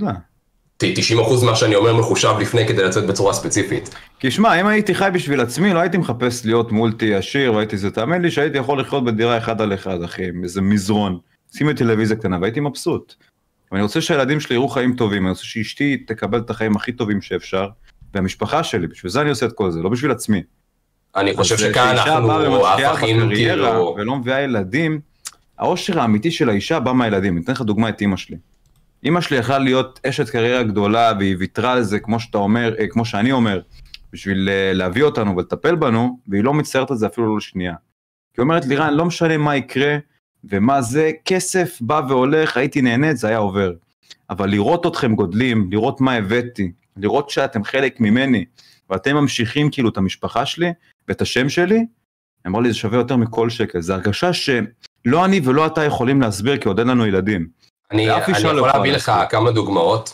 תשעים אחוז מה שאני אומר מחושב לפני כדי לצאת בצורה ספציפית. כי שמע, אם הייתי חי בשביל עצמי, לא הייתי מחפש להיות מולטי עשיר, והייתי זה, תאמין לי שהייתי יכול לחיות בדירה אחד על אחד, אחי, איזה מזרון, שימי טלוויזיה קטנה, והייתי מבסוט. ואני רוצה שהילדים שלי יראו חיים טובים, אני רוצה שאשתי תקבל את החיים הכי טובים שאפשר, והמשפחה שלי, בשביל זה אני עושה את כל זה, לא בשביל עצמי. אני חושב שכאן אנחנו הפכים כאילו... ולא מביאה ילדים, העושר האמיתי של האישה בא מהילדים. אני אתן לך דוגמה את אמא שלי. אמא שלי יכלה להיות אשת קריירה גדולה, והיא ויתרה על זה, כמו שאתה אומר, כמו שאני אומר, בשביל להביא אותנו ולטפל בנו, והיא לא מצטערת על זה אפילו לא לשנייה. היא אומרת לי, רן, לא משנה מה יקרה, ומה זה, כסף בא והולך, הייתי נהנית, זה היה עובר. אבל לראות אתכם גודלים, לראות מה הבאתי, לראות שאתם חלק ממני, ואתם ממשיכים כאילו את המשפחה שלי, ואת השם שלי, אמר לי, זה שווה יותר מכל שקל. זו הרגשה שלא אני ולא אתה יכולים להסביר, כי עוד אין לנו ילדים. אני, אני יכול להביא לך כמה דוגמאות.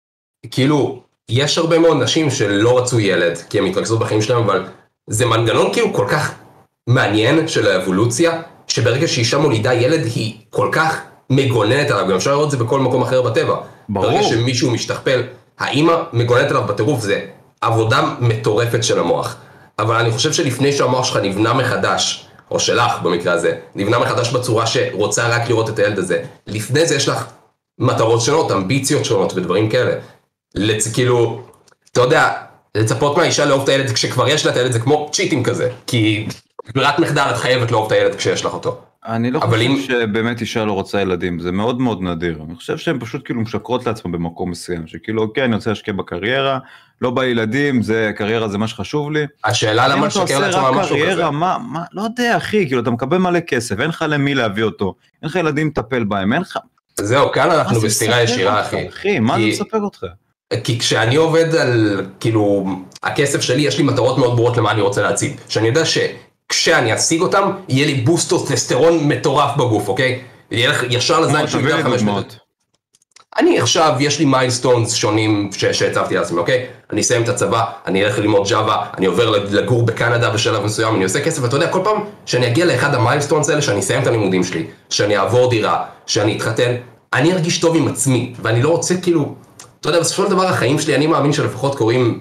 כאילו, יש הרבה מאוד נשים שלא רצו ילד, כי הם התרכזו בחיים שלהם, אבל זה מנגנון כאילו כל כך מעניין של האבולוציה, שברגע שאישה מולידה ילד היא כל כך מגוננת עליו, גם אפשר לראות את זה בכל מקום אחר בטבע. ברור. ברגע שמישהו משתכפל, האמא מגוננת עליו בטירוף, זה עבודה מטורפת של המוח. אבל אני חושב שלפני שהמוח שלך נבנה מחדש, או שלך במקרה הזה, נבנה מחדש בצורה שרוצה רק לראות את הילד הזה, לפני זה יש לך מטרות שונות, אמביציות שונות ודברים כאלה. לצ... כאילו, אתה יודע, לצפות מהאישה לאהוב את הילד כשכבר יש לה את הילד זה כמו צ'יטים כזה, כי ברירת מחדל את חייבת לאהוב את הילד כשיש לך אותו. אני לא חושב אם... שבאמת אישה לא רוצה ילדים, זה מאוד מאוד נדיר. אני חושב שהן פשוט כאילו משקרות לעצמם במקום מסוים, שכאילו, אוקיי, אני רוצה להשקיע בקריירה, לא בילדים, זה, קריירה זה מה שחשוב לי. השאלה למה לשקר לעצמם משהו כזה? מה, מה, לא יודע, אחי, כאילו, אתה מקבל מלא כסף, אין לך למי להביא אותו, אין לך ילדים לטפל בהם, אין לך... זהו, כאן אנחנו בסתירה ישירה, אחי. אחי, מה זה מספק אותך? כי כשאני עובד על, כאילו, הכסף שלי, יש לי מטרות מאוד ברורות למה אני רוצה להציג. שאני יודע שכשאני אשיג אותם, יהיה לי בוסטוסטרון מטורף בגוף, אוקיי? יהיה לך ישר לזין שהוא ידע חמש מאות. אני עכשיו, יש לי מיילסטונס שונים שהצבתי לעצמי, אוקיי? אני אסיים את הצבא, אני אלך ללמוד ג'אווה, אני עובר לגור בקנדה בשלב מסוים, אני עושה כסף, ואתה יודע, כל פעם שאני אגיע לאחד המיילסטונס האלה, שאני אסיים את הלימודים שלי, שאני אעבור דירה, שאני אתחתן, אני ארגיש טוב עם עצמי, ואני לא רוצה כאילו, אתה יודע, בסופו של דבר החיים שלי, אני מאמין שלפחות קוראים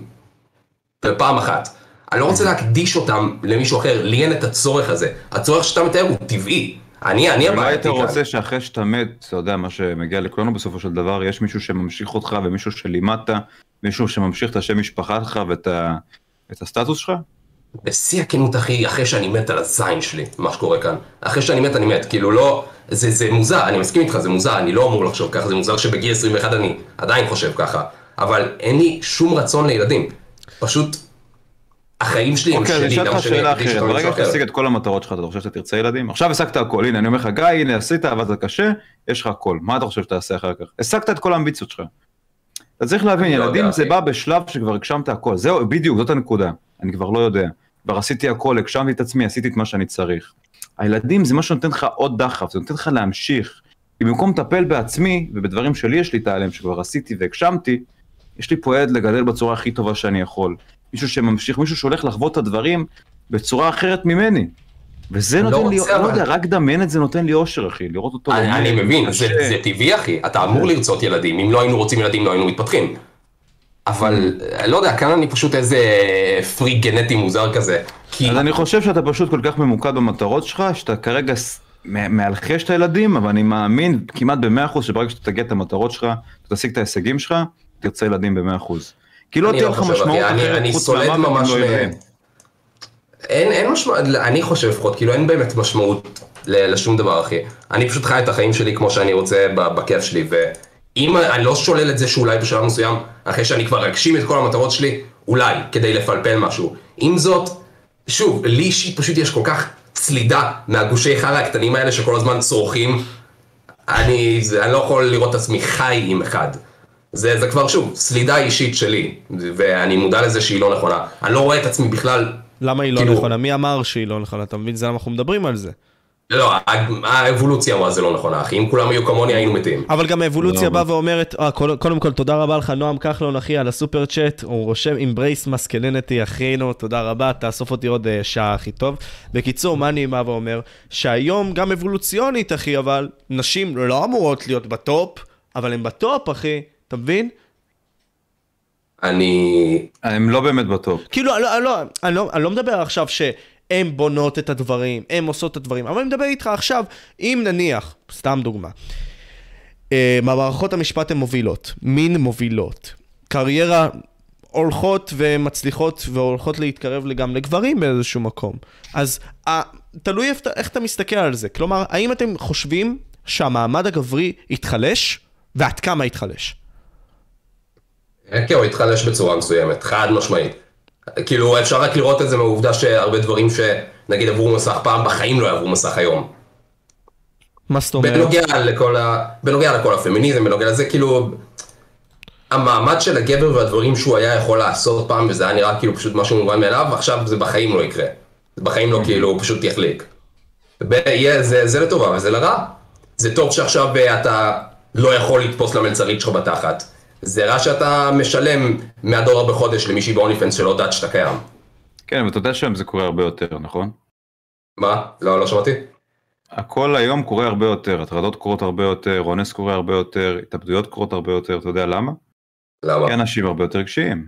בפעם אחת. אני לא רוצה להקדיש אותם למישהו אחר, לי אין את הצורך הזה. הצורך שאתה מתאר הוא טבעי. אני, אני הבעייתי כאן. אולי אתה רוצה שאחרי שאתה מת, אתה יודע, מה שמגיע לכולנו בסופו של דבר, יש מישהו שממשיך אותך ומישהו שלימדת, מישהו שממשיך את השם משפחה שלך ואת ה... את הסטטוס שלך? בשיא הכנות, אחי, אחרי שאני מת על הזין שלי, מה שקורה כאן. אחרי שאני מת, אני מת. כאילו לא, זה, זה מוזר, אני מסכים איתך, זה מוזר, אני לא אמור לחשוב ככה, זה מוזר שבגיל עשרים ואחת אני עדיין חושב ככה, אבל אין לי שום רצון לילדים, פשוט החיים שלי הם שלי. אוקיי, אני אשאל לך שאלה אחרת, ברגע שתשיג את כל המטרות שלך, אתה חושב שאתה תרצה ילדים? עכשיו השגת הכל, הנה אני אומר לך, גיא, הנה עשית, עבדת קשה, יש לך הכל, מה אתה חושב שאתה עושה אחר כך? השגת את כל האמביציות שלך. אתה צריך להבין, ילדים זה בא בשלב שכבר הגשמת הכל, זהו, בדיוק, זאת הנקודה, אני כבר לא יודע, כבר עשיתי הכל, הגשמתי את עצמי, עשיתי את מה שאני צריך. הילדים זה מה שנותן לך עוד דחף, זה נותן לך להמשיך, כי במקום לטפל בעצמי, ובדברים שלי יש לי תעלם, שכבר עשיתי והגשמתי, יש לי פה ילד לגדל בצורה הכי טובה שאני יכול. מישהו שממשיך, מישהו שהולך לחוות את הדברים בצורה אחרת ממני. וזה נותן לי, לא יודע, רק דמיין את זה נותן לי אושר, אחי, לראות אותו. אני מבין, זה טבעי, אחי, אתה אמור לרצות ילדים, אם לא היינו רוצים ילדים, לא היינו מתפתחים. אבל, לא יודע, כאן אני פשוט איזה פריק גנטי מוזר כזה. אז אני חושב שאתה פשוט כל כך ממוקד במטרות שלך, שאתה כרגע מאלחש את הילדים, אבל אני מאמין כמעט ב-מאה אחוז שברגע שאתה תגיע את המטרות שלך, אתה תשיג את ההישגים שלך, תרצה ילדים ב-מאה אחוז. כי לא תהיה לך משמעות אחרת, חוץ מהמוות אם לא ילדים. אין משמעות, אני חושב לפחות, כאילו אין באמת משמעות לשום דבר, אחי. אני פשוט חי את החיים שלי כמו שאני רוצה בכיף שלי, ואם אני לא שולל את זה שאולי בשלב מסוים, אחרי שאני כבר אגשים את כל המטרות שלי, אולי, כדי לפלפל משהו. עם זאת, שוב, לי אישית פשוט יש כל כך צלידה מהגושי חרא הקטנים האלה שכל הזמן צורכים, אני, אני לא יכול לראות את עצמי חי עם אחד. זה, זה כבר שוב, סלידה אישית שלי, ואני מודע לזה שהיא לא נכונה. אני לא רואה את עצמי בכלל... למה היא לא כאילו... נכונה? מי אמר שהיא לא נכונה? אתה מבין? זה למה אנחנו מדברים על זה. לא, האבולוציה אמרה זה לא נכונה, אחי. אם כולם היו כמוני, היינו מתים. אבל גם האבולוציה באה ואומרת, אה, קודם כל, תודה רבה לך, נועם כחלון, אחי, על הסופר צ'אט. הוא רושם, אמברייס מסקלנטי, אחינו, תודה רבה, תאסוף אותי עוד שעה הכי טוב. בקיצור, מה אני בא ואומר? שהיום גם אבולוציונית, אחי, אבל נשים לא אמורות להיות בטופ, אבל הן בטופ, אחי. אתה מבין? אני... הם לא באמת בטופ. כאילו, לא, לא, אני לא, אני לא מדבר עכשיו שהן בונות את הדברים, הן עושות את הדברים, אבל אני מדבר איתך עכשיו, אם נניח, סתם דוגמה, מערכות המשפט הן מובילות, מין מובילות, קריירה הולכות ומצליחות והולכות להתקרב גם לגברים באיזשהו מקום. אז תלוי איך אתה מסתכל על זה. כלומר, האם אתם חושבים שהמעמד הגברי יתחלש, ועד כמה יתחלש? כן, הוא יתחלש בצורה מסוימת, חד משמעית. כאילו, אפשר רק לראות את זה מהעובדה שהרבה דברים שנגיד עברו מסך פעם, בחיים לא יעברו מסך היום. מה זאת אומרת? בנוגע לכל, ה... בנוגע לכל הפמיניזם, בנוגע לזה, כאילו, המעמד של הגבר והדברים שהוא היה יכול לעשות פעם, וזה היה נראה כאילו פשוט משהו מובן מאליו, עכשיו זה בחיים לא יקרה. זה בחיים לא כאילו, הוא פשוט יחליק. זה, זה לטובה וזה לרע. זה טוב שעכשיו אתה לא יכול לתפוס למלצרית שלך בתחת. זה רע שאתה משלם מאה דולר בחודש למישהי באוניפנס שלא יודעת שאתה קיים. כן, אבל אתה יודע שם זה קורה הרבה יותר, נכון? מה? לא, לא שמעתי. הכל היום קורה הרבה יותר, הטרדות קורות הרבה יותר, אונס קורה הרבה יותר, התאבדויות קורות הרבה יותר, אתה יודע למה? למה? כי אנשים הרבה יותר קשיים.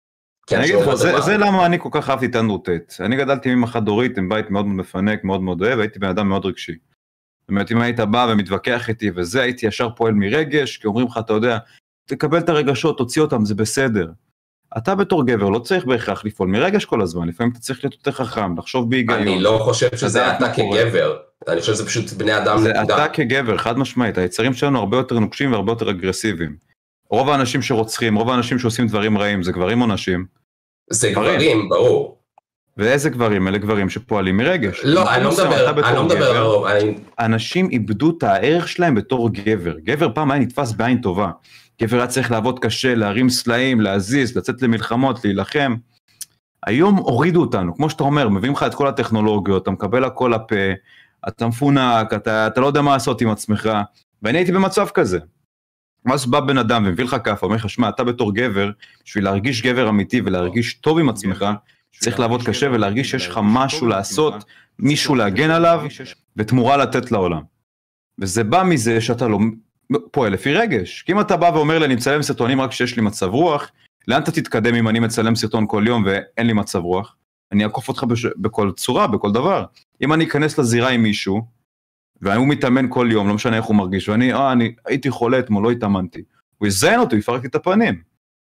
אני אגיד לך, זה, זה למה אני כל כך אהבתי את אנדרו טייט. אני גדלתי עם אחת דורית, עם בית מאוד מפנק, מאוד מאוד אוהב, הייתי בן אדם מאוד רגשי. זאת אומרת, אם היית בא ומתווכח איתי וזה, הייתי ישר פועל מרגש, כי אומרים לך, אתה יודע, תקבל את הרגשות, תוציא אותם, זה בסדר. אתה בתור גבר לא צריך בהכרח לפעול מרגש כל הזמן, לפעמים אתה צריך להיות יותר חכם, לחשוב בהיגיון. אני לא חושב שזה אתה כגבר, אני חושב שזה פשוט בני אדם נקודה. זה אתה כגבר, חד משמעית, היצרים שלנו הרבה יותר נוקשים והרבה יותר אגרסיביים. רוב האנשים שרוצחים, רוב האנשים שעושים דברים רעים, זה גברים או נשים? זה גברים, ברור. ואיזה גברים? אלה גברים שפועלים מרגש. לא, אני לא מדבר, אני לא מדבר על הרוב. אנשים איבדו את הערך שלהם בתור גבר. גבר פעם היה נתפס בעין טובה. גבר היה צריך לעבוד קשה, להרים סלעים, להזיז, לצאת למלחמות, להילחם. היום הורידו אותנו, כמו שאתה אומר, מביאים לך את כל הטכנולוגיות, אתה מקבל הכל לפה, אתה מפונק, אתה, אתה לא יודע מה לעשות עם עצמך, ואני הייתי במצב כזה. אז בא בן אדם ומביא לך כף, אומר לך, שמע, אתה בתור גבר, בשביל להרגיש גבר אמיתי ולהרגיש טוב עם עצמך, צריך לעבוד קשה ולהרגיש שיש לך משהו לעשות, מישהו להגן עליו, ותמורה לתת לעולם. וזה בא מזה שאתה לא פועל לפי רגש. כי אם אתה בא ואומר לי, אני מצלם סרטונים רק כשיש לי מצב רוח, לאן אתה תתקדם אם אני מצלם סרטון כל יום ואין לי מצב רוח? אני אעקוף אותך בש... בכל צורה, בכל דבר. אם אני אכנס לזירה עם מישהו, והוא מתאמן כל יום, לא משנה איך הוא מרגיש, ואני, אה, אני הייתי חולה אתמול, לא התאמנתי. הוא יזיין אותו, יפרק לי את הפנים.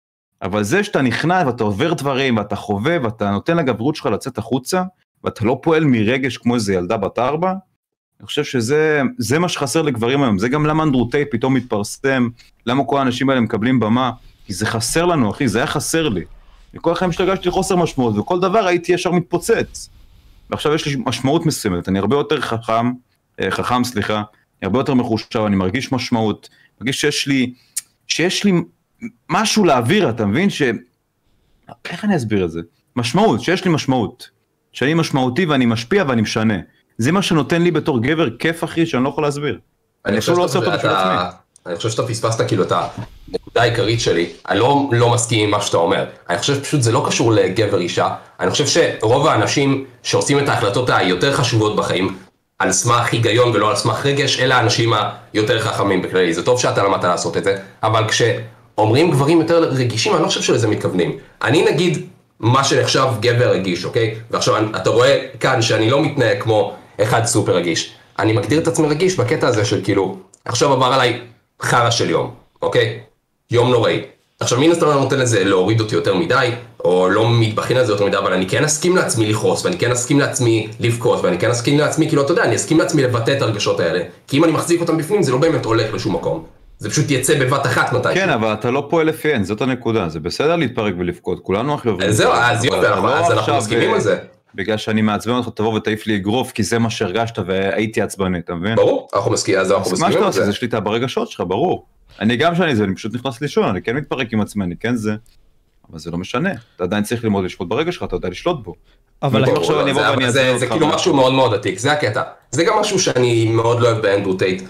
אבל זה שאתה נכנע ואתה עובר דברים, ואתה חווה, ואתה נותן לגברות שלך לצאת החוצה, ואתה לא פועל מרגש כמו איזה ילדה בת ארבע, אני חושב שזה זה מה שחסר לגברים היום, זה גם למה אנדרו טייט פתאום מתפרסם, למה כל האנשים האלה מקבלים במה, כי זה חסר לנו, אחי, זה היה חסר לי. וכל החיים שתרגשתי חוסר משמעות, וכל דבר הייתי ישר מתפוצץ. ועכשיו יש לי משמעות מסוימת, אני הרבה יותר חכם, חכם, סליחה, אני הרבה יותר מחושב, אני מרגיש משמעות, מרגיש שיש לי, שיש לי משהו להעביר, אתה מבין ש... איך אני אסביר את זה? משמעות, שיש לי משמעות. שאני משמעותי ואני משפיע ואני משנה. זה מה שנותן לי בתור גבר כיף, אחי, שאני לא יכול להסביר. אני חושב לא שאתה, אתה, אני חושב שאתה פספסת כאילו את הנקודה העיקרית שלי, אני לא, לא מסכים עם מה שאתה אומר, אני חושב פשוט זה לא קשור לגבר אישה, אני חושב שרוב האנשים שעושים את ההחלטות היותר חשובות בחיים, על סמך היגיון ולא על סמך רגש, אלה האנשים היותר חכמים בכללי, זה טוב שאתה למדת לעשות את זה, אבל כשאומרים גברים יותר רגישים, אני לא חושב שלזה מתכוונים. אני נגיד מה שנחשב גבר רגיש, אוקיי? ועכשיו אתה רואה כאן שאני לא מתנהג כמו אחד סופר רגיש. אני מגדיר את עצמי רגיש בקטע הזה של כאילו, עכשיו עבר עליי חרא של יום, אוקיי? יום נוראי. עכשיו מין הסתם לא נותן לזה להוריד אותי יותר מדי, או לא מתבחין על זה יותר מדי, אבל אני כן אסכים לעצמי לכעוס, ואני כן אסכים לעצמי לבכות, ואני כן אסכים לעצמי, כאילו, אתה יודע, אני אסכים לעצמי לבטא את הרגשות האלה, כי אם אני מחזיק אותם בפנים, זה לא באמת הולך לשום מקום. זה פשוט יצא בבת אחת מתי. כן, אבל אתה לא פועל לפיין, זאת הנקודה, זה בסדר להתפרק ולבכות, כולנו הכי עוברים. זהו, אז יופי, אז אנחנו מסכימים על זה. בגלל שאני מעצבן אותך, תבוא ותעיף לי אגרוף, כי זה מה שהרגשת והייתי עצבני, אתה מבין? ברור, אנחנו מסכימים על זה. מה שאתה עושה, זה שליטה ברגשות שלך, ברור. אני גם שאני זה, אני פשוט נכנס לישון, אני כן מתפרק עם עצמי, אני כן זה, אבל זה לא משנה. אתה עדיין צריך ללמוד לשלוט ברגש שלך, אתה יודע לשלוט בו. אבל זה כאילו משהו מאוד מאוד עתיק, זה הקטע. זה גם משהו שאני מאוד לא אוהב באנדרו טייט,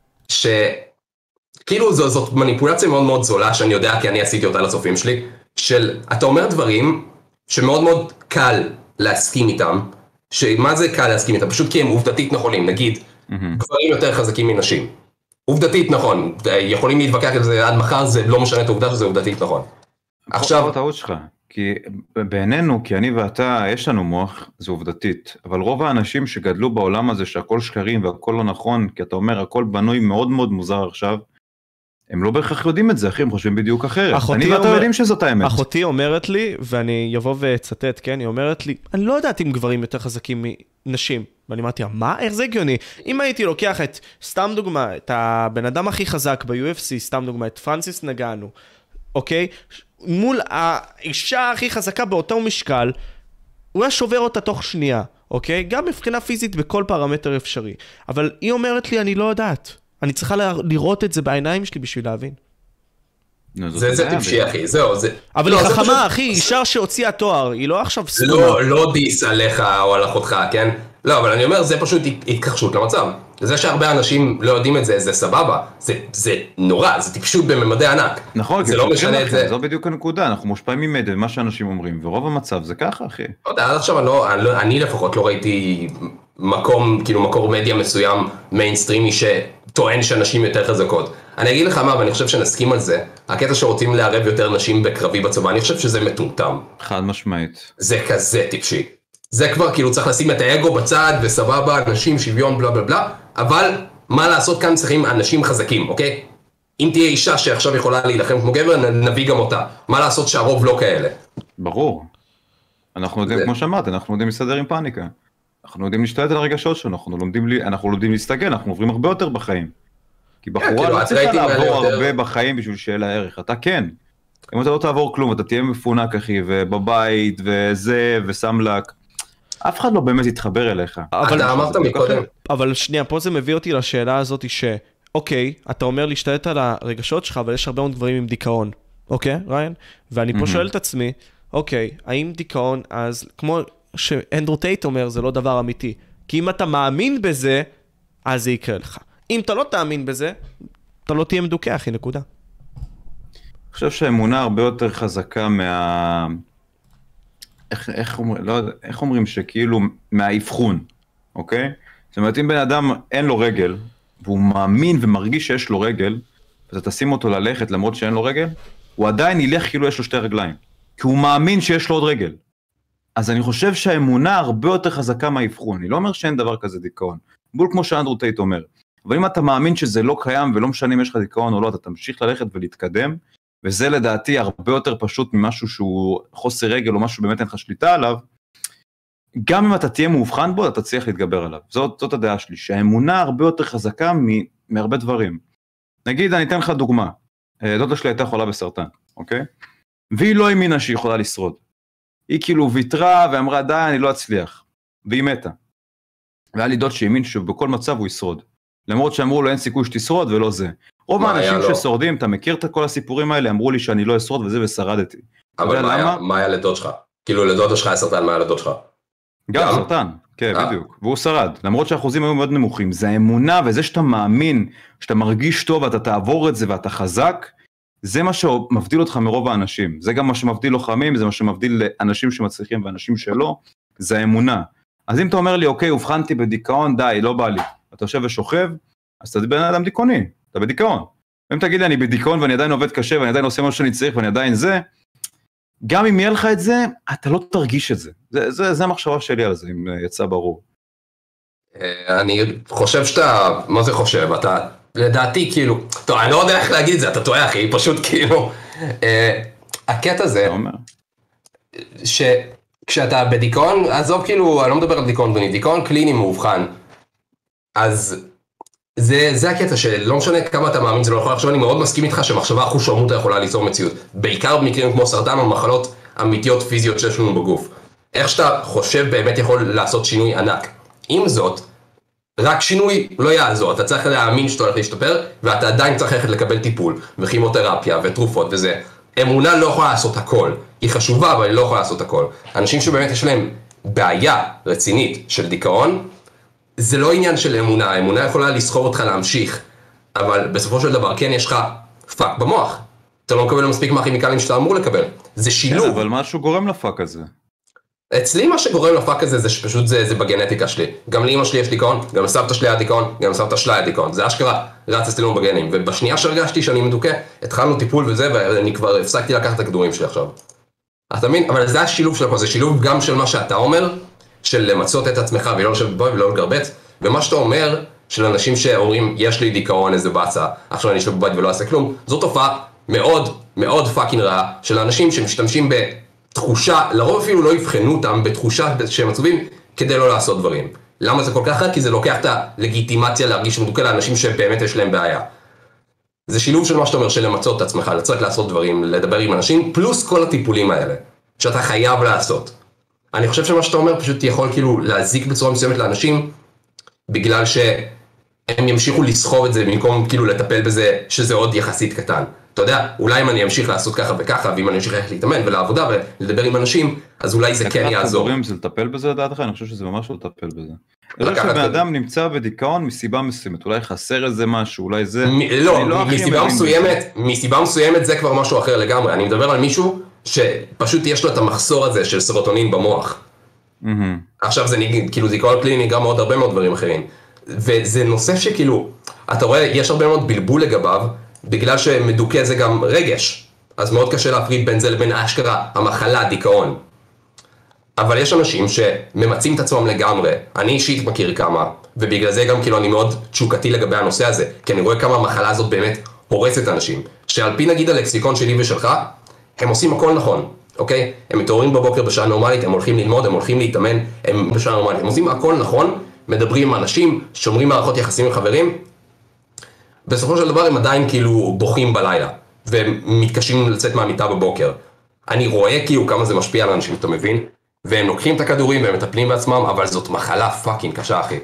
שכאילו זאת מניפולציה מאוד מאוד זולה, שאני יודע כי אני עשיתי אותה לצופים שלי, של אתה אומר דברים שמאוד מאוד קל להסכים איתם, שמה זה קל להסכים איתם? פשוט כי הם עובדתית נכונים, נגיד, גברים יותר חזקים מנשים. עובדתית נכון, יכולים להתווכח על זה עד מחר, זה לא משנה את העובדה שזה עובדתית נכון. עכשיו... הטעות שלך, כי בעינינו, כי אני ואתה, יש לנו מוח, זה עובדתית, אבל רוב האנשים שגדלו בעולם הזה שהכל שקרים והכל לא נכון, כי אתה אומר, הכל בנוי מאוד מאוד מוזר עכשיו, הם לא בהכרח יודעים את זה, אחי, הם חושבים בדיוק אחרת. אני ואתה יודעים שזאת האמת. אחותי אומרת לי, ואני יבוא וצטט, כן, היא אומרת לי, אני לא יודעת אם גברים יותר חזקים מנשים. ואני אמרתי, מה? איך זה הגיוני? אם הייתי לוקח את, סתם דוגמה, את הבן אדם הכי חזק ב-יו אף סי, סתם דוגמה, את פרנסיס נגאנו, אוקיי? מול האישה הכי חזקה באותו משקל, הוא היה שובר אותה תוך שנייה, אוקיי? גם מבחינה פיזית בכל פרמטר אפשרי. אבל היא אומרת לי, אני לא יודעת. אני צריכה לראות את זה בעיניים שלי בשביל להבין. זה טיפשי, אחי, זהו, זה... אבל היא חכמה, אחי, אישה שהוציאה תואר, היא לא עכשיו סתומה. לא, לא דיס עליך או על אחותך, כן? לא, אבל אני אומר, זה פשוט התכחשות למצב. זה שהרבה אנשים לא יודעים את זה, זה סבבה. זה נורא, זה טיפשות בממדי ענק. נכון, זה לא משנה את זה. זו בדיוק הנקודה, אנחנו מושפעים ממדע, מה שאנשים אומרים, ורוב המצב זה ככה, אחי. לא יודע, עד עכשיו אני לפחות לא ראיתי מקום, כאילו מקור מדיה מסוים, מיינסטרימי, שטוען שנשים יותר חזקות. אני אגיד לך מה, ואני חושב שנסכים על זה, הקטע שרוצים לערב יותר נשים בקרבי בצבא, אני חושב שזה מטומטם. חד משמעית. זה כזה טיפשי. זה כבר כאילו צריך לשים את האגו בצד, וסבבה, אנשים, שוויון, בלה בלה בלה, אבל מה לעשות כאן צריכים אנשים חזקים, אוקיי? אם תהיה אישה שעכשיו יכולה להילחם כמו גבר, נביא גם אותה. מה לעשות שהרוב לא כאלה? ברור. אנחנו יודעים, כמו שאמרת, אנחנו יודעים להסתדר עם פאניקה. אנחנו יודעים להשתלט על הרגשות שלנו, אנחנו לומדים, אנחנו לומדים להסתגל, אנחנו עוברים הרבה יותר בחיים. כי בחורה לא צריכה לעבור הרבה בחיים בשביל שיהיה לה ערך. אתה כן. אם אתה לא תעבור כלום, אתה תהיה מפונק, אחי, ובבית, וזה, וסמלק. אף אחד לא באמת יתחבר אליך. אתה אמרת מקודם. אבל שנייה, פה זה מביא אותי לשאלה הזאת ש... אוקיי, אתה אומר להשתלט על הרגשות שלך, אבל יש הרבה מאוד דברים עם דיכאון. אוקיי, ריין? ואני פה שואל את עצמי, אוקיי, האם דיכאון, אז כמו שאנדרו טייט אומר, זה לא דבר אמיתי. כי אם אתה מאמין בזה, אז זה יקרה לך. אם אתה לא תאמין בזה, אתה לא תהיה מדוכא, אחי, נקודה. אני חושב שהאמונה הרבה יותר חזקה מה... איך, איך, אומר, לא, איך אומרים שכאילו מהאבחון, אוקיי? זאת אומרת, אם בן אדם אין לו רגל, והוא מאמין ומרגיש שיש לו רגל, ואתה תשים אותו ללכת למרות שאין לו רגל, הוא עדיין ילך כאילו יש לו שתי רגליים, כי הוא מאמין שיש לו עוד רגל. אז אני חושב שהאמונה הרבה יותר חזקה מהאבחון, אני לא אומר שאין דבר כזה דיכאון, בול כמו שאנדרו טייט אומר, אבל אם אתה מאמין שזה לא קיים ולא משנה אם יש לך דיכאון או לא, אתה תמשיך ללכת ולהתקדם, וזה לדעתי הרבה יותר פשוט ממשהו שהוא חוסר רגל או משהו באמת אין לך שליטה עליו, גם אם אתה תהיה מאובחן בו, אתה צריך להתגבר עליו. זאת, זאת הדעה שלי, שהאמונה הרבה יותר חזקה מהרבה דברים. נגיד, אני אתן לך דוגמה. דודה שלי הייתה חולה בסרטן, אוקיי? והיא לא האמינה שהיא יכולה לשרוד. היא כאילו ויתרה ואמרה, די, אני לא אצליח. והיא מתה. והיה לי דוד שהאמין שבכל מצב הוא ישרוד. למרות שאמרו לו, אין סיכוי שתשרוד ולא זה. רוב האנשים ששורדים, אתה מכיר את כל הסיפורים האלה, אמרו לי שאני לא אשרוד וזה ושרדתי. אבל מה היה לדוד שלך? כאילו לדוד שלך היה סרטן, מה היה לדוד שלך? גם סרטן, כן, בדיוק. והוא שרד. למרות שהאחוזים היו מאוד נמוכים. זה האמונה וזה שאתה מאמין, שאתה מרגיש טוב ואתה תעבור את זה ואתה חזק, זה מה שמבדיל אותך מרוב האנשים. זה גם מה שמבדיל לוחמים, זה מה שמבדיל לאנשים שמצליחים ואנשים שלא, זה האמונה. אז אם אתה אומר לי, אוקיי, הובחנתי בדיכאון, די, לא בא לי. אתה יושב ושוכב, אז אתה בן אדם דיכאוני, אתה בדיכאון. אם תגיד לי, אני בדיכאון ואני עדיין עובד קשה ואני עדיין עושה מה שאני צריך ואני עדיין זה, גם אם יהיה לך את זה, אתה לא תרגיש את זה. זה, זה, זה המחשבה שלי על זה, אם יצא ברור. אני חושב שאתה, מה זה חושב? אתה, לדעתי, כאילו, טוב, אני לא יודע איך להגיד את זה, אתה טועה, אחי, פשוט כאילו, הקטע זה, שכשאתה בדיכאון, עזוב כאילו, אני לא מדבר על דיכאון דוני, דיכאון קליני מאובחן, אז זה, זה הקטע שלא משנה כמה אתה מאמין, זה לא יכול לחשוב, אני מאוד מסכים איתך שמחשבה חושרמוטה יכולה ליצור מציאות, בעיקר במקרים כמו סרטן או מחלות אמיתיות פיזיות שיש לנו בגוף. איך שאתה חושב באמת יכול לעשות שינוי ענק. עם זאת, רק שינוי לא יעזור, אתה צריך להאמין שאתה הולך להשתפר, ואתה עדיין צריך ללכת לקבל טיפול, וכימותרפיה ותרופות וזה. אמונה לא יכולה לעשות הכל, היא חשובה אבל היא לא יכולה לעשות הכל. אנשים שבאמת יש להם בעיה רצינית של דיכאון, זה לא עניין של אמונה, האמונה יכולה לסחור אותך להמשיך, אבל בסופו של דבר כן יש לך פאק במוח. אתה לא מקבל מספיק מהכימיקלים שאתה אמור לקבל. זה שילוב. כן, אבל משהו גורם לפאק הזה. אצלי מה שגורם לפאק הזה זה שפשוט זה, זה בגנטיקה שלי. גם לאמא שלי יש דיכאון, גם לסבתא שלי היה דיכאון, גם לסבתא שלה היה דיכאון. זה אשכרה רץ אצלנו בגנים. ובשנייה שהרגשתי שאני מדוכא, התחלנו טיפול וזה, ואני כבר הפסקתי לקחת את הכדורים שלי עכשיו. אתה מבין? אבל זה השילוב של הכל, זה שילוב גם של מה שאתה אומר, של למצות את עצמך ולא לשבת בבית ולא לגרבץ, ומה שאתה אומר של אנשים שאומרים, יש לי דיכאון, איזה בצע, עכשיו אני אשב בבית ולא אעשה כלום, זו תופעה מאוד מאוד פאקינג רעה של אנשים שמשתמשים בתחושה, לרוב אפילו לא יבחנו אותם בתחושה שהם עצובים כדי לא לעשות דברים. למה זה כל כך רע? כי זה לוקח את הלגיטימציה להרגיש מדוכא לאנשים שבאמת יש להם בעיה. זה שילוב של מה שאתה אומר, של למצות את עצמך, לצאת לעשות דברים, לדבר עם אנשים, פלוס כל הטיפולים האלה, שאתה חייב לעשות. אני חושב שמה שאתה אומר פשוט יכול כאילו להזיק בצורה מסוימת לאנשים, בגלל שהם ימשיכו לסחוב את זה, במקום כאילו לטפל בזה, שזה עוד יחסית קטן. אתה יודע, אולי אם אני אמשיך לעשות ככה וככה, ואם אני אמשיך ללכת להתאמן ולעבודה ולדבר עם אנשים, אז אולי זה כן יעזור. איך זה לטפל בזה לדעתך? אני חושב שזה ממש לא לטפל בזה. אני חושב שבן אדם נמצא בדיכאון מסיבה מסוימת, אולי חסר איזה משהו, אולי זה... לא, מסיבה מסוימת זה כבר משהו אחר לגמרי. אני מדבר על מישהו שפשוט יש לו את המחסור הזה של סרוטונין במוח. עכשיו זה כאילו דיכאון קליני נגרם מאוד הרבה מאוד דברים אחרים. וזה נושא שכאילו, אתה רואה, יש הרבה מאוד בלבול לגביו, בגלל שמדוכא זה גם רגש. אז מאוד קשה להפריד בין זה לבין אשכרה, המחלה, דיכאון. אבל יש אנשים שממצים את עצמם לגמרי. אני אישית מכיר כמה, ובגלל זה גם כאילו אני מאוד תשוקתי לגבי הנושא הזה, כי אני רואה כמה המחלה הזאת באמת הורסת אנשים. שעל פי נגיד הלקסיקון שלי ושלך, הם עושים הכל נכון, אוקיי? הם מתעוררים בבוקר בשעה נורמלית, הם הולכים ללמוד, הם הולכים להתאמן, הם בשעה נורמלית. הם עושים הכל נכון, מדברים עם אנשים, שומרים מערכות יחסים עם חברים, בסופו של דבר הם עדיין כאילו בוכים בלילה, והם מתקשים לצאת מהמיטה בבוקר. אני רואה כאילו כמה זה משפיע על אנשים, אתה מבין? והם לוקחים את הכדורים והם מטפלים בעצמם, אבל זאת מחלה פאקינג קשה, אחי.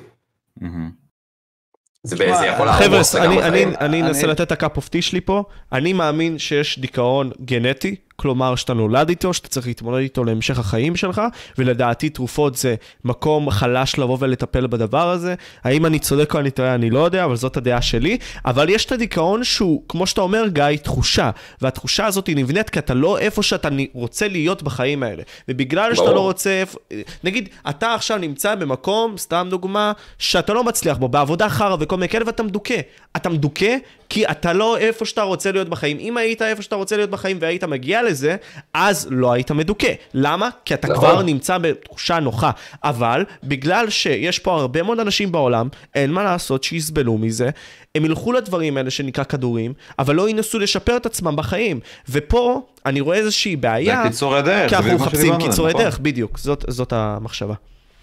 זה באיזה יכול חבר'ה, אני אנסה לתת את הקאפ אוף טי שלי פה. אני מאמין שיש דיכאון גנטי, כלומר שאתה נולד איתו, שאתה צריך להתמודד איתו להמשך החיים שלך, ולדעתי תרופות זה מקום חלש לבוא ולטפל בדבר הזה. האם אני צודק או אני טועה, אני לא יודע, אבל זאת הדעה שלי. אבל יש את הדיכאון שהוא, כמו שאתה אומר, גיא, תחושה, והתחושה הזאת היא נבנית כי אתה לא איפה שאתה רוצה להיות בחיים האלה. ובגלל שאתה לא רוצה, נגיד, אתה עכשיו נמצא במקום, סתם דוגמה, שאתה לא מצליח בו, בעבודה חרה וכל מיני כאלה, ואתה מדוכא. אתה מדוכא כי אתה לא איפה שאתה רוצה להיות בחיים. אם היית איפה שאתה רוצה להיות בחיים והיית מגיע לזה, אז לא היית מדוכא. למה? כי אתה כבר נמצא בתחושה נוחה. אבל בגלל שיש פה הרבה מאוד אנשים בעולם, אין מה לעשות שיסבלו מזה, הם ילכו לדברים האלה שנקרא כדורים, אבל לא ינסו לשפר את עצמם בחיים. ופה אני רואה איזושהי בעיה, זה קיצורי דרך. כי אנחנו מחפשים קיצורי דרך, בדיוק. זאת, זאת המחשבה.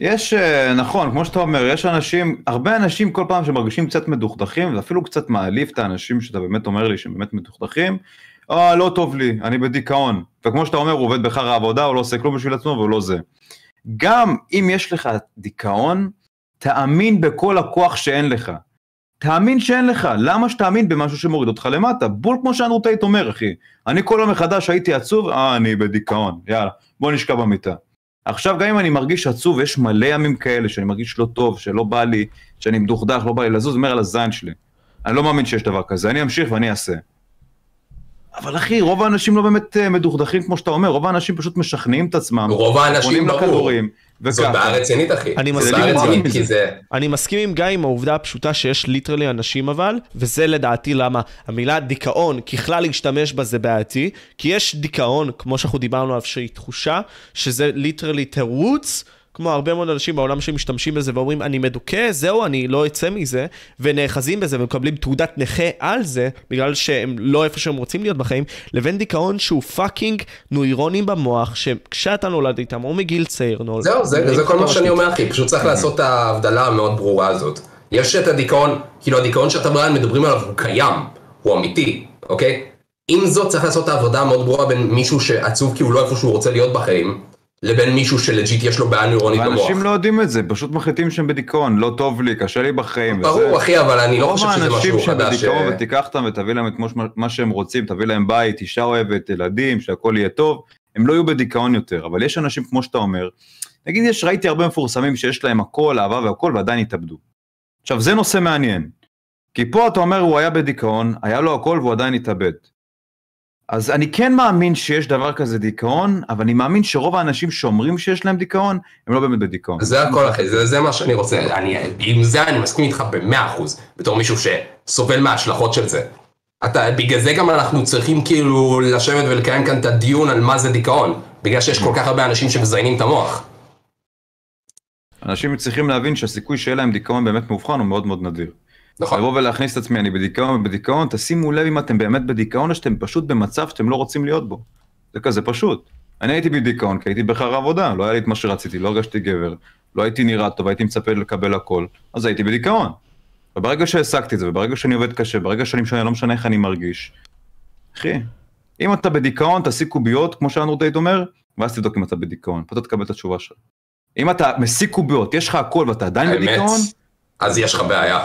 יש, נכון, כמו שאתה אומר, יש אנשים, הרבה אנשים כל פעם שמרגישים קצת מדוכדכים, ואפילו קצת מעליף את האנשים שאתה באמת אומר לי שהם באמת מדוכדכים, אה, לא טוב לי, אני בדיכאון. וכמו שאתה אומר, הוא עובד בחר העבודה, הוא לא עושה כלום בשביל עצמו, והוא לא זה. גם אם יש לך דיכאון, תאמין בכל הכוח שאין לך. תאמין שאין לך. למה שתאמין במשהו שמוריד אותך למטה? בול כמו שאנדרו טייט אומר, אחי. אני כל יום מחדש הייתי עצוב, אה, אני בדיכאון. יאללה, בוא נשכב במיטה. עכשיו, גם אם אני מרגיש עצוב, ויש מלא ימים כאלה, שאני מרגיש לא טוב, שלא בא לי, שאני מדוכדך, לא בא לי לזוז, אומר על הזין שלי. אני לא מאמין שיש דבר כזה. אני אמשיך ואני אעשה. אבל אחי, רוב האנשים לא באמת מדוכדכים כמו שאתה אומר, רוב האנשים פשוט משכנעים את עצמם. רוב האנשים ברור. זאת בעיה רצינית, אחי. אני מסכים עם גיא, זה... אני מסכים עם גיא עם העובדה הפשוטה שיש ליטרלי אנשים אבל, וזה לדעתי למה המילה דיכאון ככלל להשתמש בה זה בעייתי, כי יש דיכאון, כמו שאנחנו דיברנו עליו, שהיא תחושה, שזה ליטרלי תירוץ, כמו הרבה מאוד אנשים בעולם שמשתמשים בזה ואומרים, אני מדוכא, זהו, אני לא אצא מזה, ונאחזים בזה ומקבלים תעודת נכה על זה, בגלל שהם לא איפה שהם רוצים להיות בחיים, לבין דיכאון שהוא פאקינג נוירונים במוח, שכשאתה נולד איתם, או מגיל צעיר, נולד. זהו, זה, זה כל מה שאני אומר, אחי, פשוט צריך לעשות את ההבדלה המאוד ברורה הזאת. יש את הדיכאון, כאילו הדיכאון שאתה בריין מדברים עליו, הוא קיים, הוא אמיתי, אוקיי? עם זאת צריך לעשות את העבודה המאוד ברורה בין מישהו שעצוב כי הוא לא איפה שהוא רוצה להיות בחיים, לבין מישהו שלג'יט יש לו בעיה נוירונית במוח. ואנשים לא יודעים את זה, פשוט מחליטים שהם בדיכאון, לא טוב לי, קשה לי בחיים. ברור, אחי, אבל אני לא חושב שזה משהו חדש. רוב האנשים שבדיכאון ותיקח אותם ותביא להם את מה שהם רוצים, תביא להם בית, אישה אוהבת, ילדים, שהכל יהיה טוב, הם לא יהיו בדיכאון יותר. אבל יש אנשים, כמו שאתה אומר, נגיד, יש, ראיתי הרבה מפורסמים שיש להם הכל, אהבה והכל, ועדיין התאבדו. עכשיו, זה נושא מעניין. כי פה אתה אומר, הוא היה בדיכאון, היה לו הכל והוא עדיין התאבד. אז אני כן מאמין שיש דבר כזה דיכאון, אבל אני מאמין שרוב האנשים שאומרים שיש להם דיכאון, הם לא באמת בדיכאון. זה הכל אחי, זה, זה מה שאני רוצה. אני, עם זה אני מסכים איתך ב-מאה אחוז, בתור מישהו שסובל מההשלכות של זה. אתה, בגלל זה גם אנחנו צריכים כאילו לשבת ולקיים כאן את הדיון על מה זה דיכאון, בגלל שיש כל כך הרבה אנשים שמזיינים את המוח. אנשים צריכים להבין שהסיכוי שיהיה להם דיכאון באמת מאובחן הוא מאוד מאוד נדיר. נכון. לבוא ולהכניס את עצמי, אני בדיכאון, בדיכאון, תשימו לב אם אתם באמת בדיכאון, או שאתם פשוט במצב שאתם לא רוצים להיות בו. זה כזה פשוט. אני הייתי בדיכאון, כי הייתי בחר עבודה, לא היה לי את מה שרציתי, לא הרגשתי גבר, לא הייתי נראה טוב, הייתי מצפה לקבל הכל, אז הייתי בדיכאון. וברגע שהעסקתי את זה, וברגע שאני עובד קשה, ברגע שאני משנה, לא משנה איך אני מרגיש, אחי, אם אתה בדיכאון, תשיג קוביות, כמו שאנדרו טייט אומר, ואז תבדוק אם אתה בדיכאון, פה אתה תקבל את התשובה שלך. אם אתה משיג קוביות, יש לך הכל ואתה עדיין בדיכאון, אז יש לך בעיה.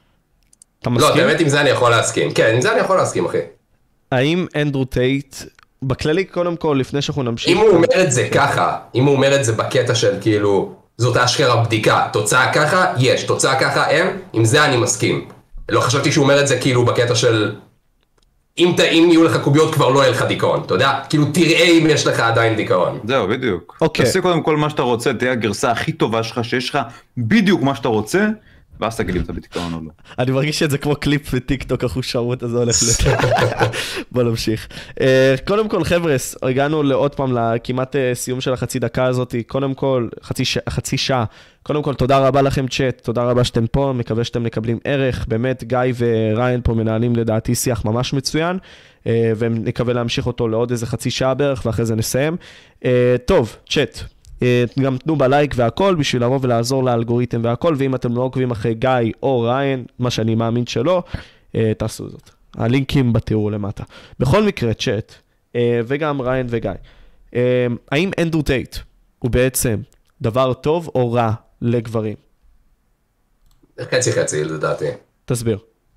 לא, באמת עם זה אני יכול להסכים. כן, עם זה אני יכול להסכים, אחי. האם אנדרו טייט, בכללי קודם כל, לפני שאנחנו נמשיך... אם הוא אומר את זה ככה, אם הוא אומר את זה בקטע של כאילו, זאת אשכרה בדיקה, תוצאה ככה, יש, תוצאה ככה, אין, עם זה אני מסכים. לא חשבתי שהוא אומר את זה כאילו בקטע של... אם יהיו לך קוביות כבר לא יהיה לך דיכאון, אתה יודע? כאילו תראה אם יש לך עדיין דיכאון. זהו, בדיוק. תעשי קודם כל מה שאתה רוצה, תהיה הגרסה הכי טובה שלך, שיש לך בדיוק מה שאתה רוצה, ואז תגיד אם אתה בדיכאון או לא. אני מרגיש את זה כמו קליפ וטיקטוק, החושרות הזה הולך לתת. בוא נמשיך. קודם כל, חבר'ס, הגענו לעוד פעם לכמעט סיום של החצי דקה הזאת. קודם כל, חצי שעה. קודם כל, תודה רבה לכם צ'אט, תודה רבה שאתם פה, מקווה שאתם מקבלים ערך. באמת, גיא וריין פה מנהלים לדעתי שיח ממש מצוין, ונקווה להמשיך אותו לעוד איזה חצי שעה בערך, ואחרי זה נסיים. טוב, צ'אט. גם תנו בלייק והכל בשביל לבוא ולעזור לאלגוריתם והכל, ואם אתם לא עוקבים אחרי גיא או ריין, מה שאני מאמין שלא, תעשו זאת. הלינקים בתיאור למטה. בכל מקרה, צ'אט, וגם ריין וגיא, האם אנדרו טייט הוא בעצם דבר טוב או רע לגברים? חצי חצי, לדעתי. תסביר.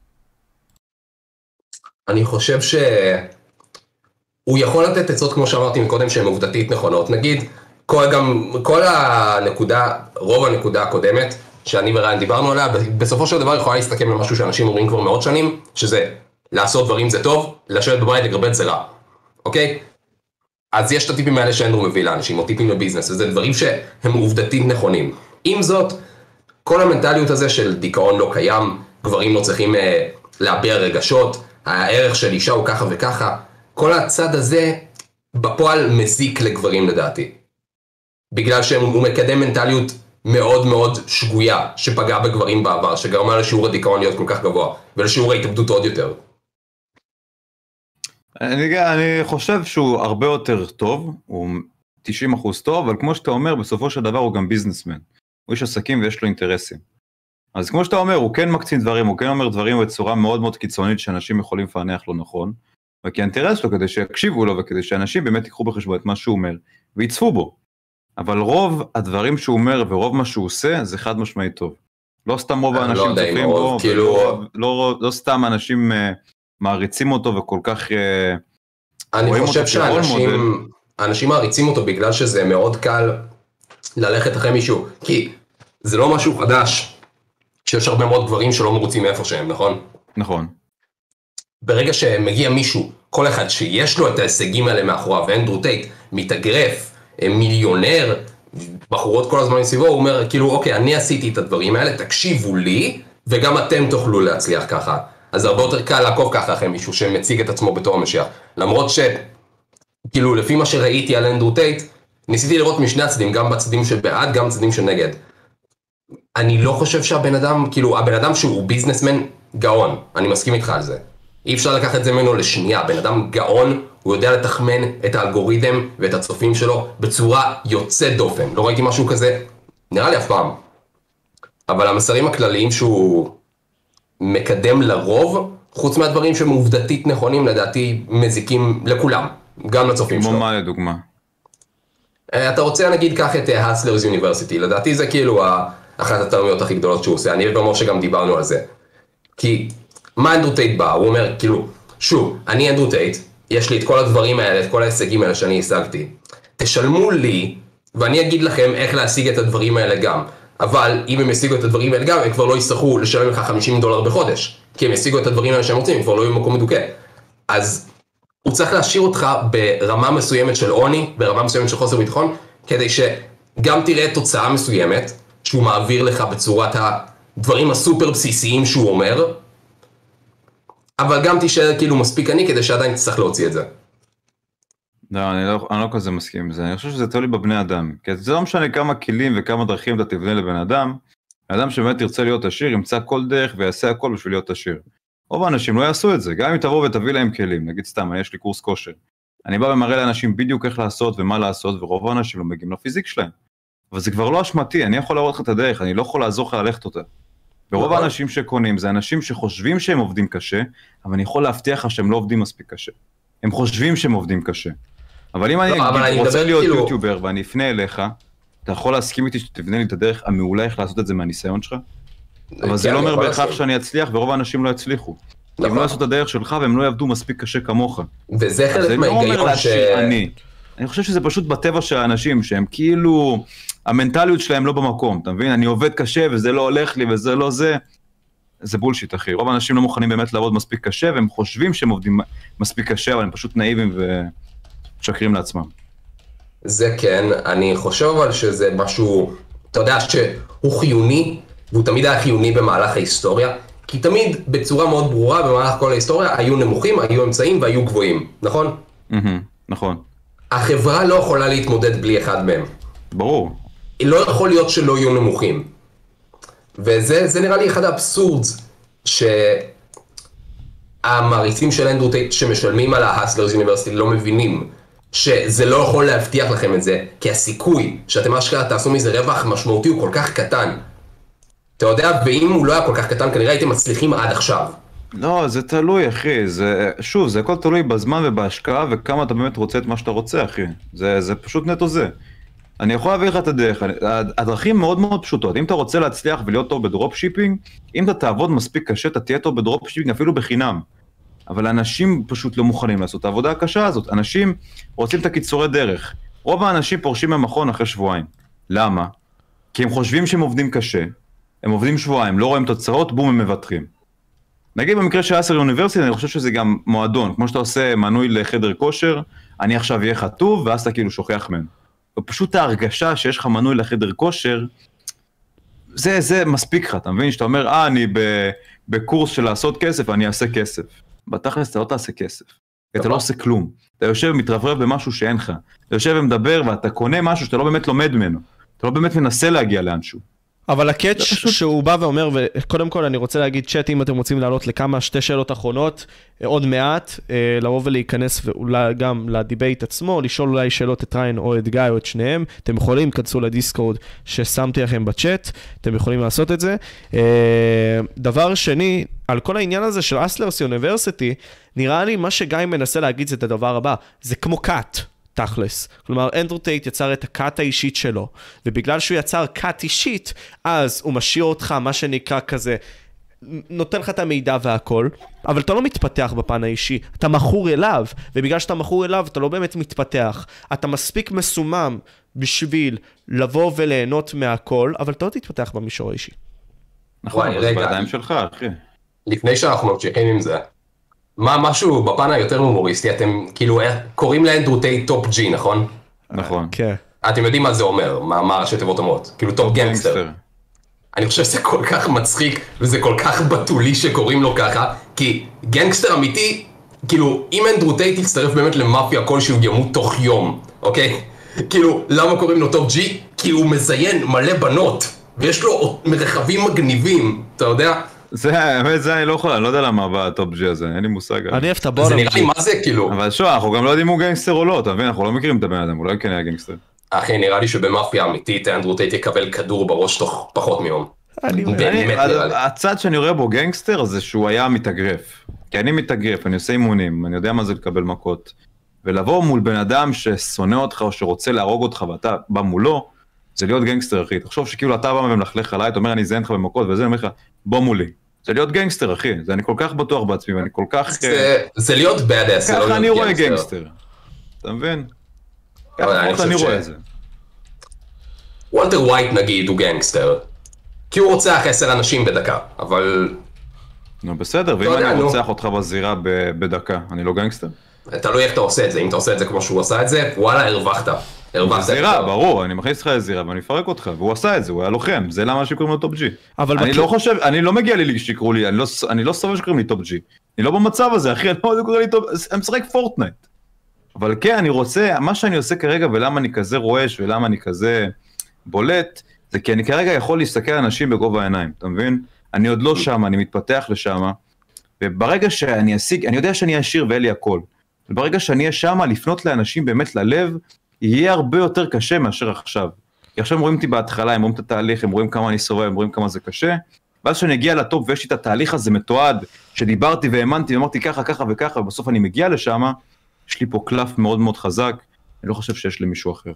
אני חושב שהוא יכול לתת עצות, כמו שאמרתי מקודם, שהן עובדתית נכונות. נגיד, כל, גם, כל הנקודה, רוב הנקודה הקודמת, שאני וריין דיברנו עליה, בסופו של דבר יכולה להסתכל למשהו שאנשים אומרים כבר מאות שנים, שזה לעשות דברים זה טוב, לשבת בבית לגרבט זה רע, אוקיי? אז יש את הטיפים האלה שאנדרו מביא לאנשים, או טיפים לביזנס, וזה דברים שהם עובדתית נכונים. עם זאת, כל המנטליות הזה של דיכאון לא קיים, גברים לא צריכים אה, להביע רגשות, הערך של אישה הוא ככה וככה, כל הצד הזה בפועל מזיק לגברים לדעתי. בגלל שהוא מקדם מנטליות מאוד מאוד שגויה, שפגעה בגברים בעבר, שגרמה לשיעור הדיכאון להיות כל כך גבוה, ולשיעור ההתאבדות עוד יותר. אני, אני חושב שהוא הרבה יותר טוב, הוא תשעים אחוז טוב, אבל כמו שאתה אומר, בסופו של דבר הוא גם ביזנסמן. הוא איש עסקים ויש לו אינטרסים. אז כמו שאתה אומר, הוא כן מקצין דברים, הוא כן אומר דברים בצורה מאוד מאוד קיצונית, שאנשים יכולים לפענח לא נכון, וכי האינטרס לו כדי שיקשיבו לו, וכדי שאנשים באמת ייקחו בחשבון את מה שהוא אומר, ויצפו בו. אבל רוב הדברים שהוא אומר, ורוב מה שהוא עושה, זה חד משמעי טוב. לא סתם רוב האנשים צופים בו, לא סתם אנשים מעריצים אותו, וכל כך אני חושב שאנשים אנשים מעריצים אותו, בגלל שזה מאוד קל ללכת אחרי מישהו, כי זה לא משהו חדש, שיש הרבה מאוד גברים שלא מרוצים מאיפה שהם, נכון? נכון. ברגע שמגיע מישהו, כל אחד שיש לו את ההישגים האלה מאחוריו, ואנדרו טייט מתאגרף, מיליונר, בחורות כל הזמן מסביבו, הוא אומר, כאילו, אוקיי, אני עשיתי את הדברים האלה, תקשיבו לי, וגם אתם תוכלו להצליח ככה. אז הרבה יותר קל לעקוב ככה אחרי מישהו שמציג את עצמו בתור המשיח. למרות ש, כאילו, לפי מה שראיתי על אנדרו טייט, ניסיתי לראות משני הצדדים, גם בצדדים שבעד, גם בצדדים שנגד. אני לא חושב שהבן אדם, כאילו, הבן אדם שהוא ביזנסמן גאון, אני מסכים איתך על זה. אי אפשר לקחת את זה ממנו לשנייה, בן אדם גאון, הוא יודע לתחמן את האלגוריתם ואת הצופים שלו בצורה יוצאת דופן. לא ראיתי משהו כזה, נראה לי אף פעם. אבל המסרים הכלליים שהוא מקדם לרוב, חוץ מהדברים שהם עובדתית נכונים, לדעתי מזיקים לכולם, גם לצופים שלו. כמו מה לדוגמה? אתה רוצה נגיד קח את הסלרס יוניברסיטי, לדעתי זה כאילו אחת הטעויות הכי גדולות שהוא עושה, אני ואמר שגם דיברנו על זה. כי מה אנדרו טייט בא? הוא אומר, כאילו, שוב, אני אנדרו טייט, יש לי את כל הדברים האלה, את כל ההישגים האלה שאני השגתי. תשלמו לי, ואני אגיד לכם איך להשיג את הדברים האלה גם. אבל אם הם ישיגו את הדברים האלה גם, הם כבר לא יצטרכו לשלם לך חמישים דולר בחודש. כי הם ישיגו את הדברים האלה שהם רוצים, הם כבר לא יהיו במקום מדוכא. אז הוא צריך להשאיר אותך ברמה מסוימת של עוני, ברמה מסוימת של חוסר ביטחון, כדי שגם תראה תוצאה מסוימת, שהוא מעביר לך בצורת הדברים הסופר בסיסיים שהוא אומר, אבל גם תישאר כאילו מספיק אני, כדי שעדיין תצטרך להוציא את זה. לא, אני לא, אני לא כזה מסכים עם זה. אני חושב שזה תלוי בבני אדם. כי זה לא משנה כמה כלים וכמה דרכים אתה תבנה לבן אדם. האדם שבאמת ירצה להיות עשיר, ימצא כל דרך ויעשה הכל בשביל להיות עשיר. רוב האנשים לא יעשו את זה. גם אם תבוא ותביא להם כלים, נגיד סתם, יש לי קורס כושר. אני בא ומראה לאנשים בדיוק איך לעשות ומה לעשות, ורוב האנשים לא מגיעים לפיזיק שלהם. אבל זה כבר לא אשמתי, אני יכול להראות לך את הדרך, אני לא יכול לעזור לך ללכת אותה. ורוב האנשים שקונים זה אנשים שחושבים שהם עובדים קשה, אבל אני יכול להבטיח לך שהם לא עובדים מספיק קשה. הם חושבים שהם עובדים קשה. אבל אם אני רוצה להיות יוטיובר ואני אפנה אליך, אתה יכול להסכים איתי שתבנה לי את הדרך המעולה איך לעשות את זה מהניסיון שלך? אבל זה לא אומר בהכרח שאני אצליח, ורוב האנשים לא יצליחו. הם לא יעשו את הדרך שלך והם לא יעבדו מספיק קשה כמוך. וזה חלק מההיגיון ש... אני חושב שזה פשוט בטבע של האנשים, שהם כאילו, המנטליות שלהם לא במקום, אתה מבין? אני עובד קשה וזה לא הולך לי וזה לא זה, זה בולשיט אחי. רוב האנשים לא מוכנים באמת לעבוד מספיק קשה, והם חושבים שהם עובדים מספיק קשה, אבל הם פשוט נאיבים ושקרים לעצמם. זה כן, אני חושב אבל שזה משהו, אתה יודע שהוא חיוני, והוא תמיד היה חיוני במהלך ההיסטוריה, כי תמיד בצורה מאוד ברורה במהלך כל ההיסטוריה, היו נמוכים, היו אמצעים והיו גבוהים, נכון? נכון. החברה לא יכולה להתמודד בלי אחד מהם. ברור. לא יכול להיות שלא יהיו נמוכים. וזה זה נראה לי אחד האבסורדס, שהמעריצים של אנדרו טייט שמשלמים על ההסלרס יוניברסיטי לא מבינים, שזה לא יכול להבטיח לכם את זה, כי הסיכוי שאתם אשכרה תעשו מזה רווח משמעותי הוא כל כך קטן. אתה יודע, ואם הוא לא היה כל כך קטן, כנראה הייתם מצליחים עד עכשיו. לא, זה תלוי, אחי. זה, שוב, זה הכל תלוי בזמן ובהשקעה, וכמה אתה באמת רוצה את מה שאתה רוצה, אחי. זה, זה פשוט נטו זה. אני יכול להביא לך את הדרך. הדרכים מאוד מאוד פשוטות. אם אתה רוצה להצליח ולהיות טוב בדרופ שיפינג, אם אתה תעבוד מספיק קשה, אתה תהיה טוב בדרופ שיפינג אפילו בחינם. אבל אנשים פשוט לא מוכנים לעשות את העבודה הקשה הזאת. אנשים רוצים את הקיצורי דרך. רוב האנשים פורשים מהמכון אחרי שבועיים. למה? כי הם חושבים שהם עובדים קשה. הם עובדים שבועיים, לא רואים תוצאות, בום, הם מבטרים. נגיד במקרה של הסלרס יוניברסיטי, אני חושב שזה גם מועדון, כמו שאתה עושה מנוי לחדר כושר, אני עכשיו אהיה חטוב, ואז אתה כאילו שוכח מהם. ופשוט ההרגשה שיש לך מנוי לחדר כושר, זה, זה מספיק לך, אתה מבין? שאתה אומר, אה, אני בקורס של לעשות כסף, אני אעשה כסף. בתכלס, אתה לא תעשה כסף. אתה לא עושה כלום. אתה יושב ומתרברב במשהו שאין לך. אתה יושב ומדבר, ואתה קונה משהו שאתה לא באמת לומד ממנו. אתה לא באמת מנסה להגיע לאנשהו. אבל הקאץ' שהוא בא ואומר, וקודם כל אני רוצה להגיד צ'אט, אם אתם רוצים לעלות לכמה שתי שאלות אחרונות, עוד מעט, לבוא ולהיכנס ואולי גם לדיבייט עצמו, לשאול אולי שאלות את ריין או את גיא או את שניהם, אתם יכולים, כנסו לדיסקורד ששמתי לכם בצ'אט, אתם יכולים לעשות את זה. דבר שני, על כל העניין הזה של אסלרס יוניברסיטי, נראה לי מה שגיא מנסה להגיד זה את הדבר הבא, זה כמו קאט. תכלס. כלומר, אנדרו טייט יצר את הקאט האישית שלו, ובגלל שהוא יצר קאט אישית, אז הוא משאיר אותך, מה שנקרא כזה, נותן לך את המידע והכל, אבל אתה לא מתפתח בפן האישי, אתה מכור אליו, ובגלל שאתה מכור אליו, אתה לא באמת מתפתח. אתה מספיק מסומם בשביל לבוא וליהנות מהכל, אבל אתה לא תתפתח במישור האישי. נכון, אבל זה בידיים שלך, אחי. לפני שאנחנו ממשיכים עם זה, מה משהו בפן היותר הומוריסטי, אתם כאילו קוראים לאנדרו טייט טופ ג'י, נכון? נכון. כן. אתם יודעים מה זה אומר, מה ראשי תיבות אומרות, כאילו טופ גנגסטר. אני חושב שזה כל כך מצחיק, וזה כל כך בטולי שקוראים לו ככה, כי גנגסטר אמיתי, כאילו אם אנדרו טייט יצטרף באמת למאפיה כלשהו ימות תוך יום, אוקיי? כאילו, למה קוראים לו טופ ג'י? כי הוא מזיין מלא בנות, ויש לו רכבים מגניבים, אתה יודע? זה, האמת, זה אני לא יכול, אני לא יודע למה בטופ ג'י הזה, אין לי מושג. אני אוהב את הבולום. זה נראה לי מה זה, כאילו. אבל שוב, אנחנו גם לא יודעים הוא גנגסטר או לא, אתה מבין? אנחנו לא מכירים את הבן אדם, אולי כן היה גנגסטר. אחי, נראה לי שבמאפיה אמיתית, אנדרו טייט יקבל כדור בראש תוך פחות מיום. הצד שאני רואה בו גנגסטר זה שהוא היה מתאגרף. כי אני מתאגרף, אני עושה אימונים, אני יודע מה זה לקבל מכות. ולבוא מול בן אדם ששונא אותך או שרוצה להרוג אותך ואתה בא מולו, זה להיות גנגסטר, אחי. תחשוב שכאילו אתה בא ומלכלך עליי, אתה אומר אני זיין לך במכות וזה, אני אומר לך, בוא מולי. זה להיות גנגסטר, אחי. זה אני כל כך בטוח בעצמי, ואני כל כך... זה להיות בדאס, זה לא להיות גנגסטר. ככה אני רואה גנגסטר. אתה מבין? ככה אני רואה את זה. וולטר ווייט נגיד הוא גנגסטר. כי הוא רוצח עשר אנשים בדקה, אבל... נו בסדר, ואם אני רוצח אותך בזירה בדקה, אני לא גנגסטר? תלוי איך אתה עושה את זה, אם אתה עושה את זה כמו שהוא עשה את זה, וואלה, הרווחת. זירה, ברור, אני מכניס לך לזירה ואני אפרק אותך, והוא עשה את זה, הוא היה לוחם, זה למה שקוראים לו טופ ג'י. אני לא חושב, אני לא מגיע לי שיקראו לי, אני לא סובל שקוראים לי טופ ג'י. אני לא במצב הזה, אחי, אני לא יודע קוראים לי טופ, אני משחק פורטנייט. אבל כן, אני רוצה, מה שאני עושה כרגע ולמה אני כזה רועש ולמה אני כזה בולט, זה כי אני כרגע יכול להסתכל על אנשים בגובה העיניים, אתה מבין? אני עוד לא שם, אני מתפתח לשם, וברגע שאני אשיג, אני יודע שאני אשיר ואין לי הכל. וברגע שאני אהיה שם, לפנות לאנשים באמת ללב, יהיה הרבה יותר קשה מאשר עכשיו. כי עכשיו הם רואים אותי בהתחלה, הם רואים את התהליך, הם רואים כמה אני סובל, הם רואים כמה זה קשה, ואז שאני אגיע לטופ ויש לי את התהליך הזה מתועד, שדיברתי והאמנתי ואמרתי ככה, ככה וככה, ובסוף אני מגיע לשם, יש לי פה קלף מאוד מאוד חזק, אני לא חושב שיש למישהו אחר.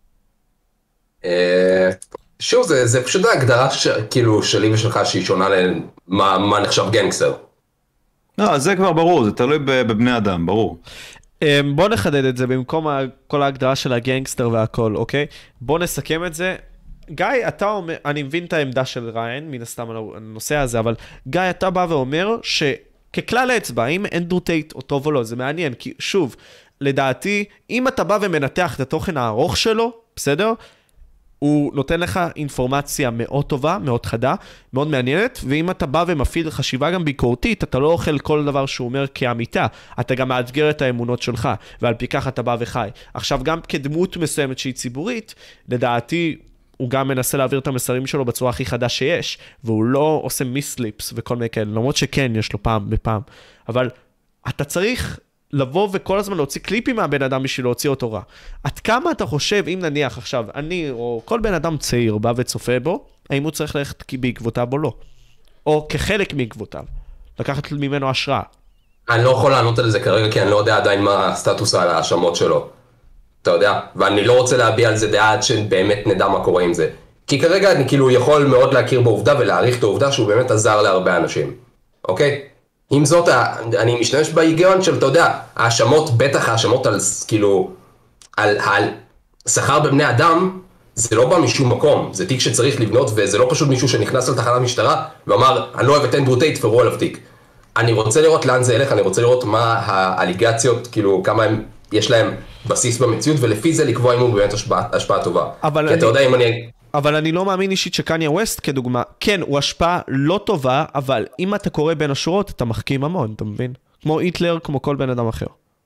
שוב, זה פשוט ההגדרה כאילו שלי ושלך שהיא שונה למה נחשב גנגסטר. לא, זה כבר ברור, זה תלוי בבני אדם, ברור. בוא נחדד את זה במקום כל ההגדרה של הגנגסטר והכל, אוקיי? בוא נסכם את זה. גיא, אתה אומר, אני מבין את העמדה של ריין, מן הסתם על הנושא הזה, אבל גיא, אתה בא ואומר שככלל האצבע, אם אנדרו טייט או טוב או לא, זה מעניין, כי שוב, לדעתי, אם אתה בא ומנתח את התוכן הארוך שלו, בסדר? הוא נותן לך אינפורמציה מאוד טובה, מאוד חדה, מאוד מעניינת, ואם אתה בא ומפעיל חשיבה גם ביקורתית, אתה לא אוכל כל דבר שהוא אומר כאמיתה, אתה גם מאתגר את האמונות שלך, ועל פי כך אתה בא וחי. עכשיו, גם כדמות מסוימת שהיא ציבורית, לדעתי, הוא גם מנסה להעביר את המסרים שלו בצורה הכי חדה שיש, והוא לא עושה מיסליפס וכל מיני כאלה, למרות שכן, יש לו פעם בפעם. אבל אתה צריך לבוא וכל הזמן להוציא קליפים מהבן אדם בשביל להוציא אותו רע. עד כמה אתה חושב, אם נניח עכשיו, אני או כל בן אדם צעיר בא וצופה בו, האם הוא צריך ללכת בעקבותיו או לא? או כחלק מעקבותיו. לקחת ממנו השראה. אני לא יכול לענות על זה כרגע, כי אני לא יודע עדיין מה הסטטוס על ההאשמות שלו. אתה יודע? ואני לא רוצה להביע על זה דעה עד שבאמת נדע מה קורה עם זה. כי כרגע אני כאילו יכול מאוד להכיר בעובדה ולהעריך את העובדה שהוא באמת עזר להרבה אנשים. אוקיי? עם זאת, אני משתמש בהיגיון של, אתה יודע, האשמות, בטח האשמות על, כאילו, על, על שכר בבני אדם, זה לא בא משום מקום, זה תיק שצריך לבנות, וזה לא פשוט מישהו שנכנס לתחנת משטרה, ואמר, אני לא אוהב את אנדרו טייט, תפרו עליו תיק. אני רוצה לראות לאן זה ילך, אני רוצה לראות מה האליגציות, כאילו, כמה הם, יש להם בסיס במציאות, ולפי זה לקבוע אם הוא באמת השפעה, השפעה טובה. כי אני... אתה יודע אם אני... אבל אני לא מאמין אישית שקניה ווסט כדוגמה, כן, הוא השפעה לא טובה, אבל אם אתה קורא בין השורות, אתה מחכים המון, אתה מבין? כמו היטלר, כמו כל בן אדם אחר.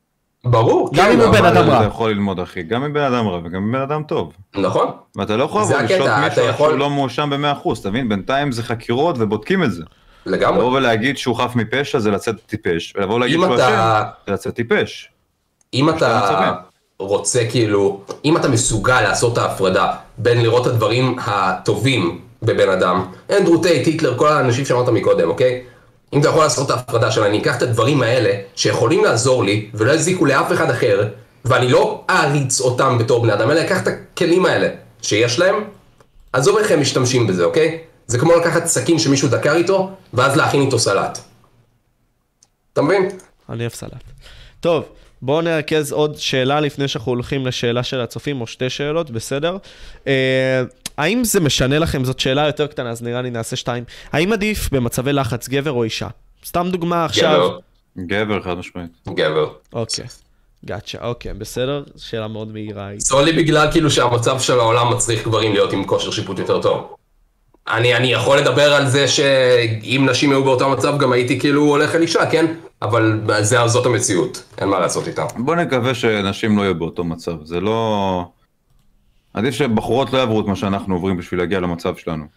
ברור, גם אם הוא בן אדם רע. אתה יכול ללמוד, אחי, גם אם בן אדם רע וגם אם בן אדם טוב. נכון. ואתה לא יכול לשלוט מישהו שהוא לא מואשם ב-מאה אחוז, תבין? בינתיים זה חקירות ובודקים את זה. לגמרי. לבוא ולהגיד שהוא חף מפשע זה לצאת טיפש, ולבוא להגיד שהוא אשם זה לצאת טיפש. אם אתה רוצה כאילו, אם אתה מסוגל לעשות את ההפרדה בין לראות את הדברים הטובים בבן אדם, אנדרו טייט, היטלר, כל האנשים שאמרת מקודם, אוקיי? אם אתה יכול לעשות את ההפרדה שלה, אני אקח את הדברים האלה שיכולים לעזור לי ולא יזיקו לאף אחד אחר, ואני לא אריץ אותם בתור בני אדם, אלא אקח את הכלים האלה שיש להם, עזוב איך הם משתמשים בזה, אוקיי? זה כמו לקחת סכין שמישהו דקר איתו, ואז להכין איתו סלט. אתה מבין? אני אוהב סלט. טוב, בואו נרכז עוד שאלה לפני שאנחנו הולכים לשאלה של הצופים, או שתי שאלות, בסדר? אה, האם זה משנה לכם, זאת שאלה יותר קטנה, אז נראה לי נעשה שתיים. האם עדיף במצבי לחץ גבר או אישה? סתם דוגמה עכשיו. גבר. גבר, חד משמעית. גבר. אוקיי. גאצ'ה, אוקיי, בסדר? שאלה מאוד מהירה. סולי בגלל כאילו שהמצב של העולם מצריך גברים להיות עם כושר שיפוט יותר טוב. אני, אני יכול לדבר על זה שאם נשים היו באותו מצב גם הייתי כאילו הולך אל אישה, כן? אבל זה, זאת המציאות, אין מה לעשות איתה. בוא נקווה שנשים לא יהיו באותו מצב, זה לא... עדיף שבחורות לא יעברו את מה שאנחנו עוברים בשביל להגיע למצב שלנו.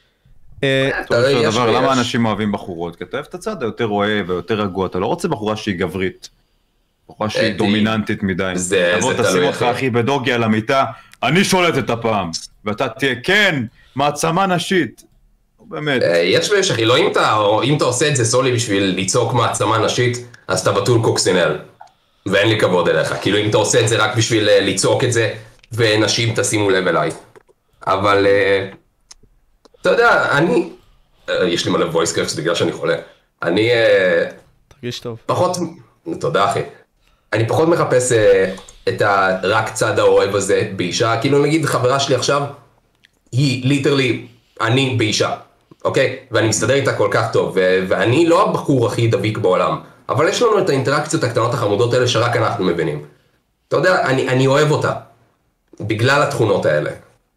למה אנשים אוהבים בחורות? כי אתה אוהב את הצד היותר אוהב ויותר רגוע, אתה לא רוצה בחורה שהיא גברית. בחורה שהיא דומיננטית מדי. תבוא תשים אותך אחי בדוגי על המיטה, אני שולט את הפעם, ואתה תהיה כן, מעצמה נשית. באמת. יש ויש אחי, לא אם אתה עושה את זה סולי בשביל לצעוק מעצמה נשית, אז אתה בטול קוקסינל, ואין לי כבוד אליך. כאילו אם אתה עושה את זה רק בשביל לצעוק את זה, ונשים תשימו לב אליי. אבל, אתה יודע, אני, יש לי מלא וויס קרפס בגלל שאני חולה. אני, תרגיש טוב. פחות, תודה אחי. אני פחות מחפש את הרק צד האוהב הזה באישה. כאילו נגיד חברה שלי עכשיו, היא ליטרלי, אני באישה, אוקיי? ואני מסתדר איתה כל כך טוב, ואני לא הבחור הכי דביק בעולם, אבל יש לנו את האינטראקציות הקטנות החמודות האלה שרק אנחנו מבינים. אתה יודע, אני, אני אוהב אותה. בגלל התכונות האלה.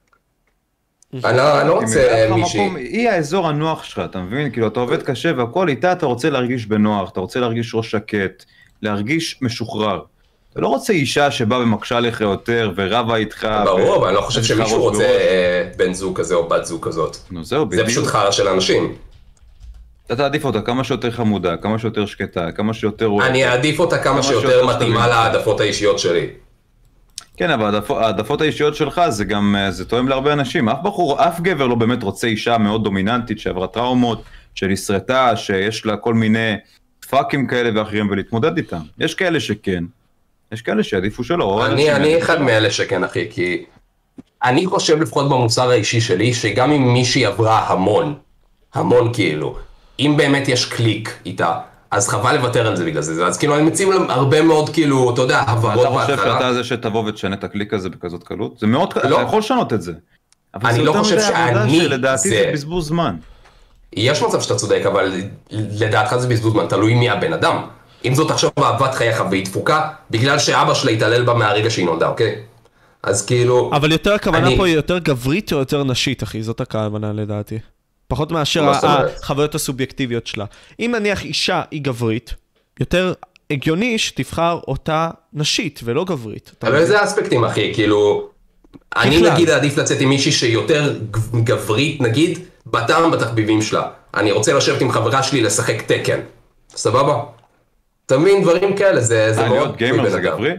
אני לא רוצה מישהי. היא האזור הנוח שלך, אתה מבין? כאילו, אתה עובד קשה והכל איתה, אתה רוצה להרגיש בנוח, אתה רוצה להרגיש ראש שקט, להרגיש משוחרר. אתה לא רוצה אישה שבאה ומקשה לך יותר ורבה איתך. ברור, אבל אני לא חושב שמישהו רוצה בן זוג כזה או בת זוג כזאת. זה פשוט חרא של אנשים. אתה תעדיף אותה כמה שיותר חמודה, כמה שיותר שקטה, כמה שיותר... אני אעדיף אותה כמה שיותר מתאימה להעדפות האישיות שלי. כן, אבל העדפות האישיות שלך זה גם, זה תואם להרבה אנשים. אף בחור, אף גבר לא באמת רוצה אישה מאוד דומיננטית שעברה טראומות, שנשרטה, שיש לה כל מיני פאקים כאלה ואחרים ולהתמודד איתם. יש כאלה שכן, יש כאלה שעדיפו שלא. אני, אני אחד מאלה שכן, אחי, כי אני חושב לפחות במוסר האישי שלי, שגם אם מישהי עברה המון, המון כאילו, אם באמת יש קליק איתה, אז חבל לוותר על זה בגלל זה, אז כאילו אני מציעים להם הרבה מאוד כאילו, אתה יודע, הברות בהתחלה. אתה חושב שאתה זה שתבוא ותשנה את הקליק הזה בכזאת קלות? זה מאוד, אתה יכול לשנות את זה. אני לא חושב שאני לדעתי זה בזבוז זמן. יש מצב שאתה צודק, אבל לדעתך זה בזבוז זמן, תלוי מי הבן אדם. אם זאת עכשיו אהבת חייך והיא דפוקה, בגלל שאבא שלה התעלל בה מהרגע שהיא נולדה, אוקיי? אז כאילו... אבל יותר הכוונה פה היא יותר גברית או יותר נשית, אחי, זאת הכוונה לדעתי. פחות מאשר החוויות הסובייקטיביות שלה. אם נניח אישה היא גברית, יותר הגיוני שתבחר אותה נשית ולא גברית. אבל איזה אספקטים, אחי? כאילו, אני נגיד עדיף לצאת עם מישהי שיותר גברית, נגיד, בטעם בתחביבים שלה. אני רוצה לשבת עם חברה שלי לשחק תקן. סבבה? אתה מבין דברים כאלה, זה מאוד... להיות גיימר זה גברי?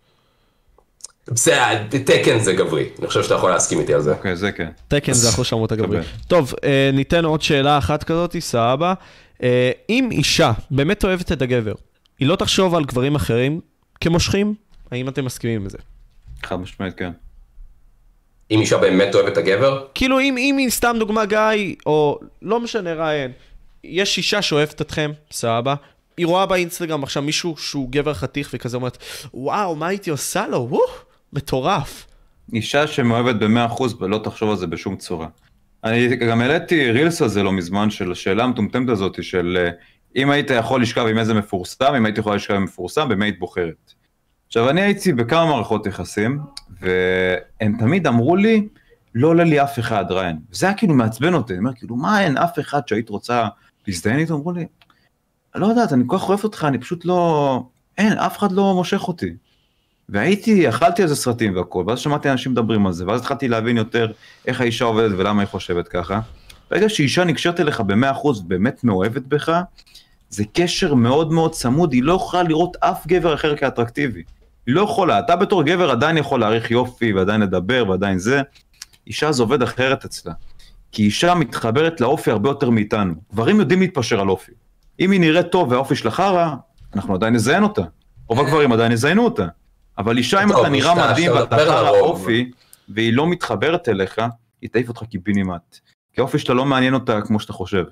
תקן זה גברי, אני חושב שאתה יכול להסכים איתי על זה. אוקיי, זה כן. תקן זה אחוז שמות הגברי. טוב, ניתן עוד שאלה אחת כזאת, סבבה. אם אישה באמת אוהבת את הגבר, היא לא תחשוב על גברים אחרים כמושכים? האם אתם מסכימים עם זה? חד משמעית, כן. אם אישה באמת אוהבת את הגבר? כאילו, אם היא סתם דוגמה גיא, או לא משנה רעיין, יש אישה שאוהבת אתכם, סבבה. היא רואה באינסטגרם עכשיו מישהו שהוא גבר חתיך וכזה אומרת, וואו, מה הייתי עושה לו? וואו, מטורף. אישה שמאוהבת ב-מאה אחוז ולא תחשוב על זה בשום צורה. אני גם העליתי רילס על זה לא מזמן, של השאלה המטומטמת הזאת, של אם היית יכול לשכב עם איזה מפורסם, אם היית יכול לשכב עם מפורסם, במה היית בוחרת. עכשיו, אני הייתי בכמה מערכות יחסים, והם תמיד אמרו לי, לא עולה לי אף אחד, ריין. וזה היה כאילו מעצבן אותי, אני אומר, כאילו, מה אין אף אחד שהיית רוצה להזדיין איתו? אמרו לי, לא יודעת, אני כל כך אוהב אותך, אני פשוט לא, אין, אף אחד לא מושך אותי. והייתי, אכלתי על זה סרטים והכל, ואז שמעתי אנשים מדברים על זה, ואז התחלתי להבין יותר איך האישה עובדת ולמה היא חושבת ככה. ברגע שאישה נקשרת אליך ב-מאה אחוז, באמת מאוהבת בך, זה קשר מאוד מאוד צמוד, היא לא יכולה לראות אף גבר אחר כאטרקטיבי. היא לא יכולה, אתה בתור גבר עדיין יכול להעריך יופי, ועדיין לדבר, ועדיין זה. אישה זה עובד אחרת אצלה. כי אישה מתחברת לאופי הרבה יותר מאיתנו. גברים יודעים להתפשר על אופי. אם היא נראית טוב והאופי שלה חרא, אנחנו עדיין נזיין אותה. רוב הגברים עדיין נזיינו אותה. אבל אישה אם אתה נראה מדהים ואתה חרא אופי, והיא לא מתחברת אליך, היא תעיף אותך קיבינימט. כי האופי שלה לא מעניין אותה כמו שאתה חושב.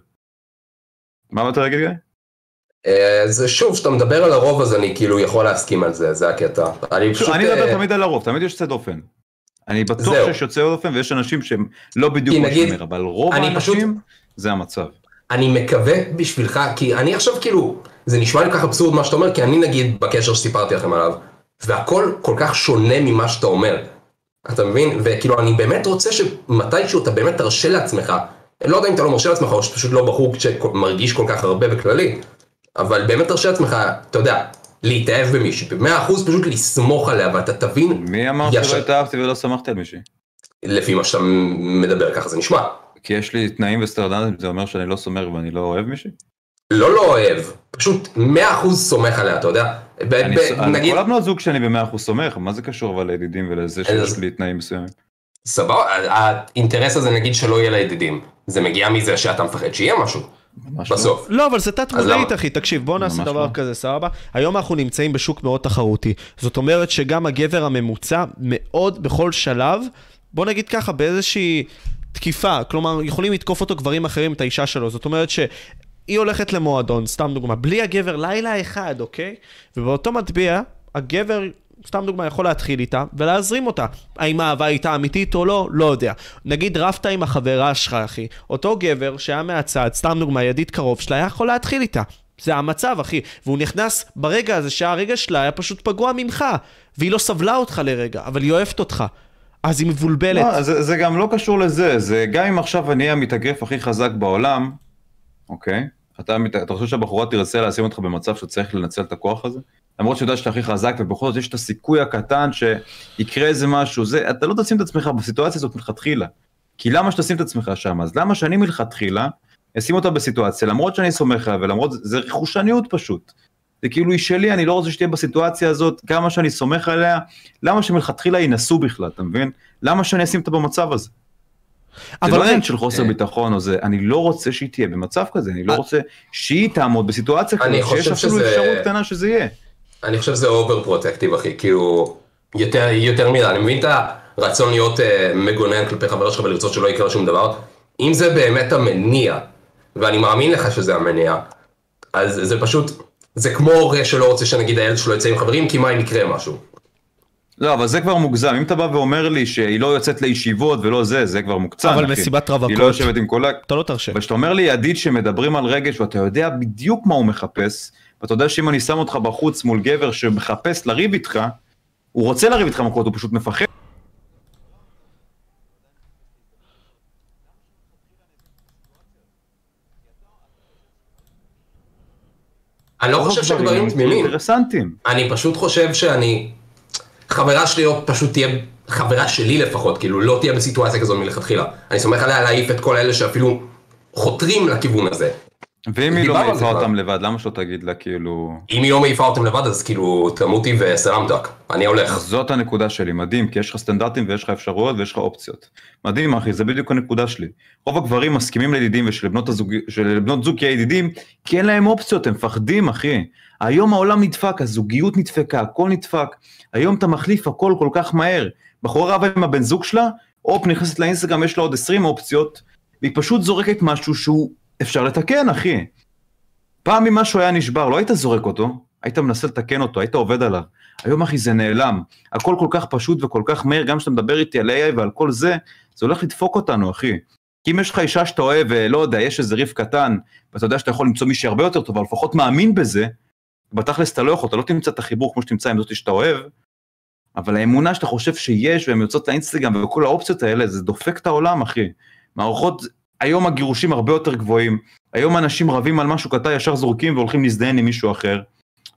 מה אתה להגיד, גיא? זה שוב, שאתה מדבר על הרוב, אז אני כאילו יכול להסכים על זה, זה הקטע. אני מדבר תמיד על הרוב, תמיד יש יוצא דופן. אני בטוח שיש יוצא דופן, ויש אנשים שהם לא בדיוק כמו שאומר, אבל רוב האנשים זה המצב. אני מקווה בשבילך, כי אני עכשיו כאילו, זה נשמע לי כך אבסורד מה שאתה אומר, כי אני נגיד בקשר שסיפרתי לכם עליו, והכל כל כך שונה ממה שאתה אומר. אתה מבין? וכאילו אני באמת רוצה שמתישהו אתה באמת תרשה לעצמך, לא יודע אם אתה לא מרשה לעצמך, או שפשוט לא בחור שמרגיש כל כך הרבה בכללי, אבל באמת תרשה לעצמך, אתה יודע, להתאהב במישהי, ב-מאה אחוז פשוט לסמוך עליה, ואתה תבין... מי אמר שלא התאהבתי ולא שמחתי על מישהי? לפי מה שאתה מדבר, ככה זה נשמע. כי יש לי תנאים וסטרדנטים, זה אומר שאני לא סומך ואני לא אוהב מישהי? לא לא אוהב, פשוט מאה אחוז סומך עליה, אתה יודע? אני כל הבנות זוג שאני ב-מאה אחוז סומך, מה זה קשור אבל לידידים ולזה שיש לי תנאים מסוימים? סבבה, האינטרס הזה נגיד שלא יהיה לידידים, זה מגיע מזה שאתה מפחד שיהיה משהו. בסוף. לא, אבל זה תת מודעית, אחי, תקשיב, בוא נעשה דבר כזה, סבבה? היום אנחנו נמצאים בשוק מאוד תחרותי, זאת אומרת שגם הגבר הממוצע מאוד בכל שלב, בוא נגיד ככה, באיזושהי תקיפה, כלומר, יכולים לתקוף אותו גברים אחרים את האישה שלו, זאת אומרת שהיא הולכת למועדון, סתם דוגמה, בלי הגבר לילה אחד, אוקיי? ובאותו מטביע, הגבר... סתם דוגמה, יכול להתחיל איתה ולהזרים אותה. האם האהבה איתה אמיתית או לא? לא יודע. נגיד רפת עם החברה שלך, אחי. אותו גבר שהיה מהצד, סתם דוגמה, ידיד קרוב שלה, היה יכול להתחיל איתה. זה המצב, אחי. והוא נכנס ברגע הזה שהרגע שלה היה פשוט פגוע ממך. והיא לא סבלה אותך לרגע, אבל היא אוהבת אותך. אז היא מבולבלת. לא, זה, זה גם לא קשור לזה. זה גם אם עכשיו אני המתאגרף הכי חזק בעולם, אוקיי? אתה, אתה חושב שהבחורה תרצה לשים אותך במצב שצריך לנצל את הכוח הזה? למרות שיודע שאתה הכי חזק, ובכל זאת יש את הסיכוי הקטן שיקרה איזה משהו, זה, אתה לא תשים את עצמך בסיטואציה הזאת מלכתחילה. כי למה שתשים את עצמך שם? אז למה שאני מלכתחילה, אשים אותה בסיטואציה, למרות שאני סומך עליה, ולמרות, זה רכושניות פשוט. זה כאילו היא שלי, אני לא רוצה שתהיה בסיטואציה הזאת, כמה שאני סומך עליה, למה שמלכתחילה ינסו בכלל, אתה מבין? למה שאני אשים אותה במצב הזה? זה לא עניין של חוסר ביטחון או זה, אני לא רוצה שהיא תהיה במצב כזה, אני לא רוצה שהיא תעמוד בסיטואציה כזאת, שיש אפילו אפשרות קטנה שזה יהיה. אני חושב שזה אובר פרוטקטיב, אחי, כאילו, יותר, יותר מידה, אני מבין את הרצון להיות uh, מגונן כלפי חבר שלך ולרצות שלא יקרה שום דבר, אם זה באמת המניע, ואני מאמין לך שזה המניע, אז זה פשוט, זה כמו הורה שלא רוצה שנגיד הילד שלו יצא עם חברים, כי מה אם יקרה משהו? לא, אבל זה כבר מוגזם, אם אתה בא ואומר לי שהיא לא יוצאת לישיבות ולא זה, זה כבר מוקצן, אבל מסיבת רווקות, היא לא יושבת עם קולק, אתה לא תרשה. אבל שאתה אומר לי ידיד שמדברים על רגש, ואתה יודע בדיוק מה הוא מחפש, ואתה יודע שאם אני שם אותך בחוץ מול גבר שמחפש לריב איתך, הוא רוצה לריב איתך מכות, הוא פשוט מפחד. אני לא חושב שגברים תמימים. אינטרסנטים. אני פשוט חושב שאני... חברה שלי לא פשוט תהיה... חברה שלי לפחות, כאילו לא תהיה בסיטואציה כזאת מלכתחילה. אני סומך עליה להעיף את כל אלה שאפילו חותרים לכיוון הזה. ואם היא לא מעיפה אותם לבד, למה שלא תגיד לה כאילו... אם היא לא מעיפה אותם לבד, אז כאילו תמותי וסלמתק, אני הולך. זאת הנקודה שלי, מדהים, כי יש לך סטנדרטים ויש לך אפשרויות ויש לך אופציות. מדהים אחי, זה בדיוק הנקודה שלי. רוב הגברים מסכימים לידידים ושלבנות הזוג... זוג כידידים, כי אין להם אופציות, הם מפחדים אחי. היום העולם נדפק, הזוגיות נדפקה, הכל נדפק. היום אתה מחליף הכל כל כך מהר. בחורה רבה עם הבן זוג שלה, אופ נכנסת לאינסטגרם, יש לה עוד עשרים אופציות, והיא פשוט זורקת משהו שהוא אפשר לתקן, אחי. פעם אם משהו היה נשבר, לא היית זורק אותו, היית מנסה לתקן אותו, היית עובד עליו. היום, אחי, זה נעלם. הכל כל כך פשוט וכל כך מהר, גם שאתה מדבר איתי על איי איי ועל כל זה, זה הולך לדפוק אותנו, אחי. כי אם יש לך אישה שאתה אוהב, ולא יודע, יש איזה ריף קטן, ואתה יודע שאתה יכול למצוא מישהי הרבה יותר טובה, לפחות מאמין בזה, בתכלס אתה לא יכול, אתה לא תמצא את החיבור כמו שתמצא עם זאת שאתה אוהב, אבל האמונה שאתה חושב שיש, והן יוצאות לאינסטגרם, וכל האופציות האלה, זה דופק את העולם, אחי. מערכות, היום הגירושים הרבה יותר גבוהים, היום אנשים רבים על משהו קטן, ישר זורקים והולכים להזדיין עם מישהו אחר,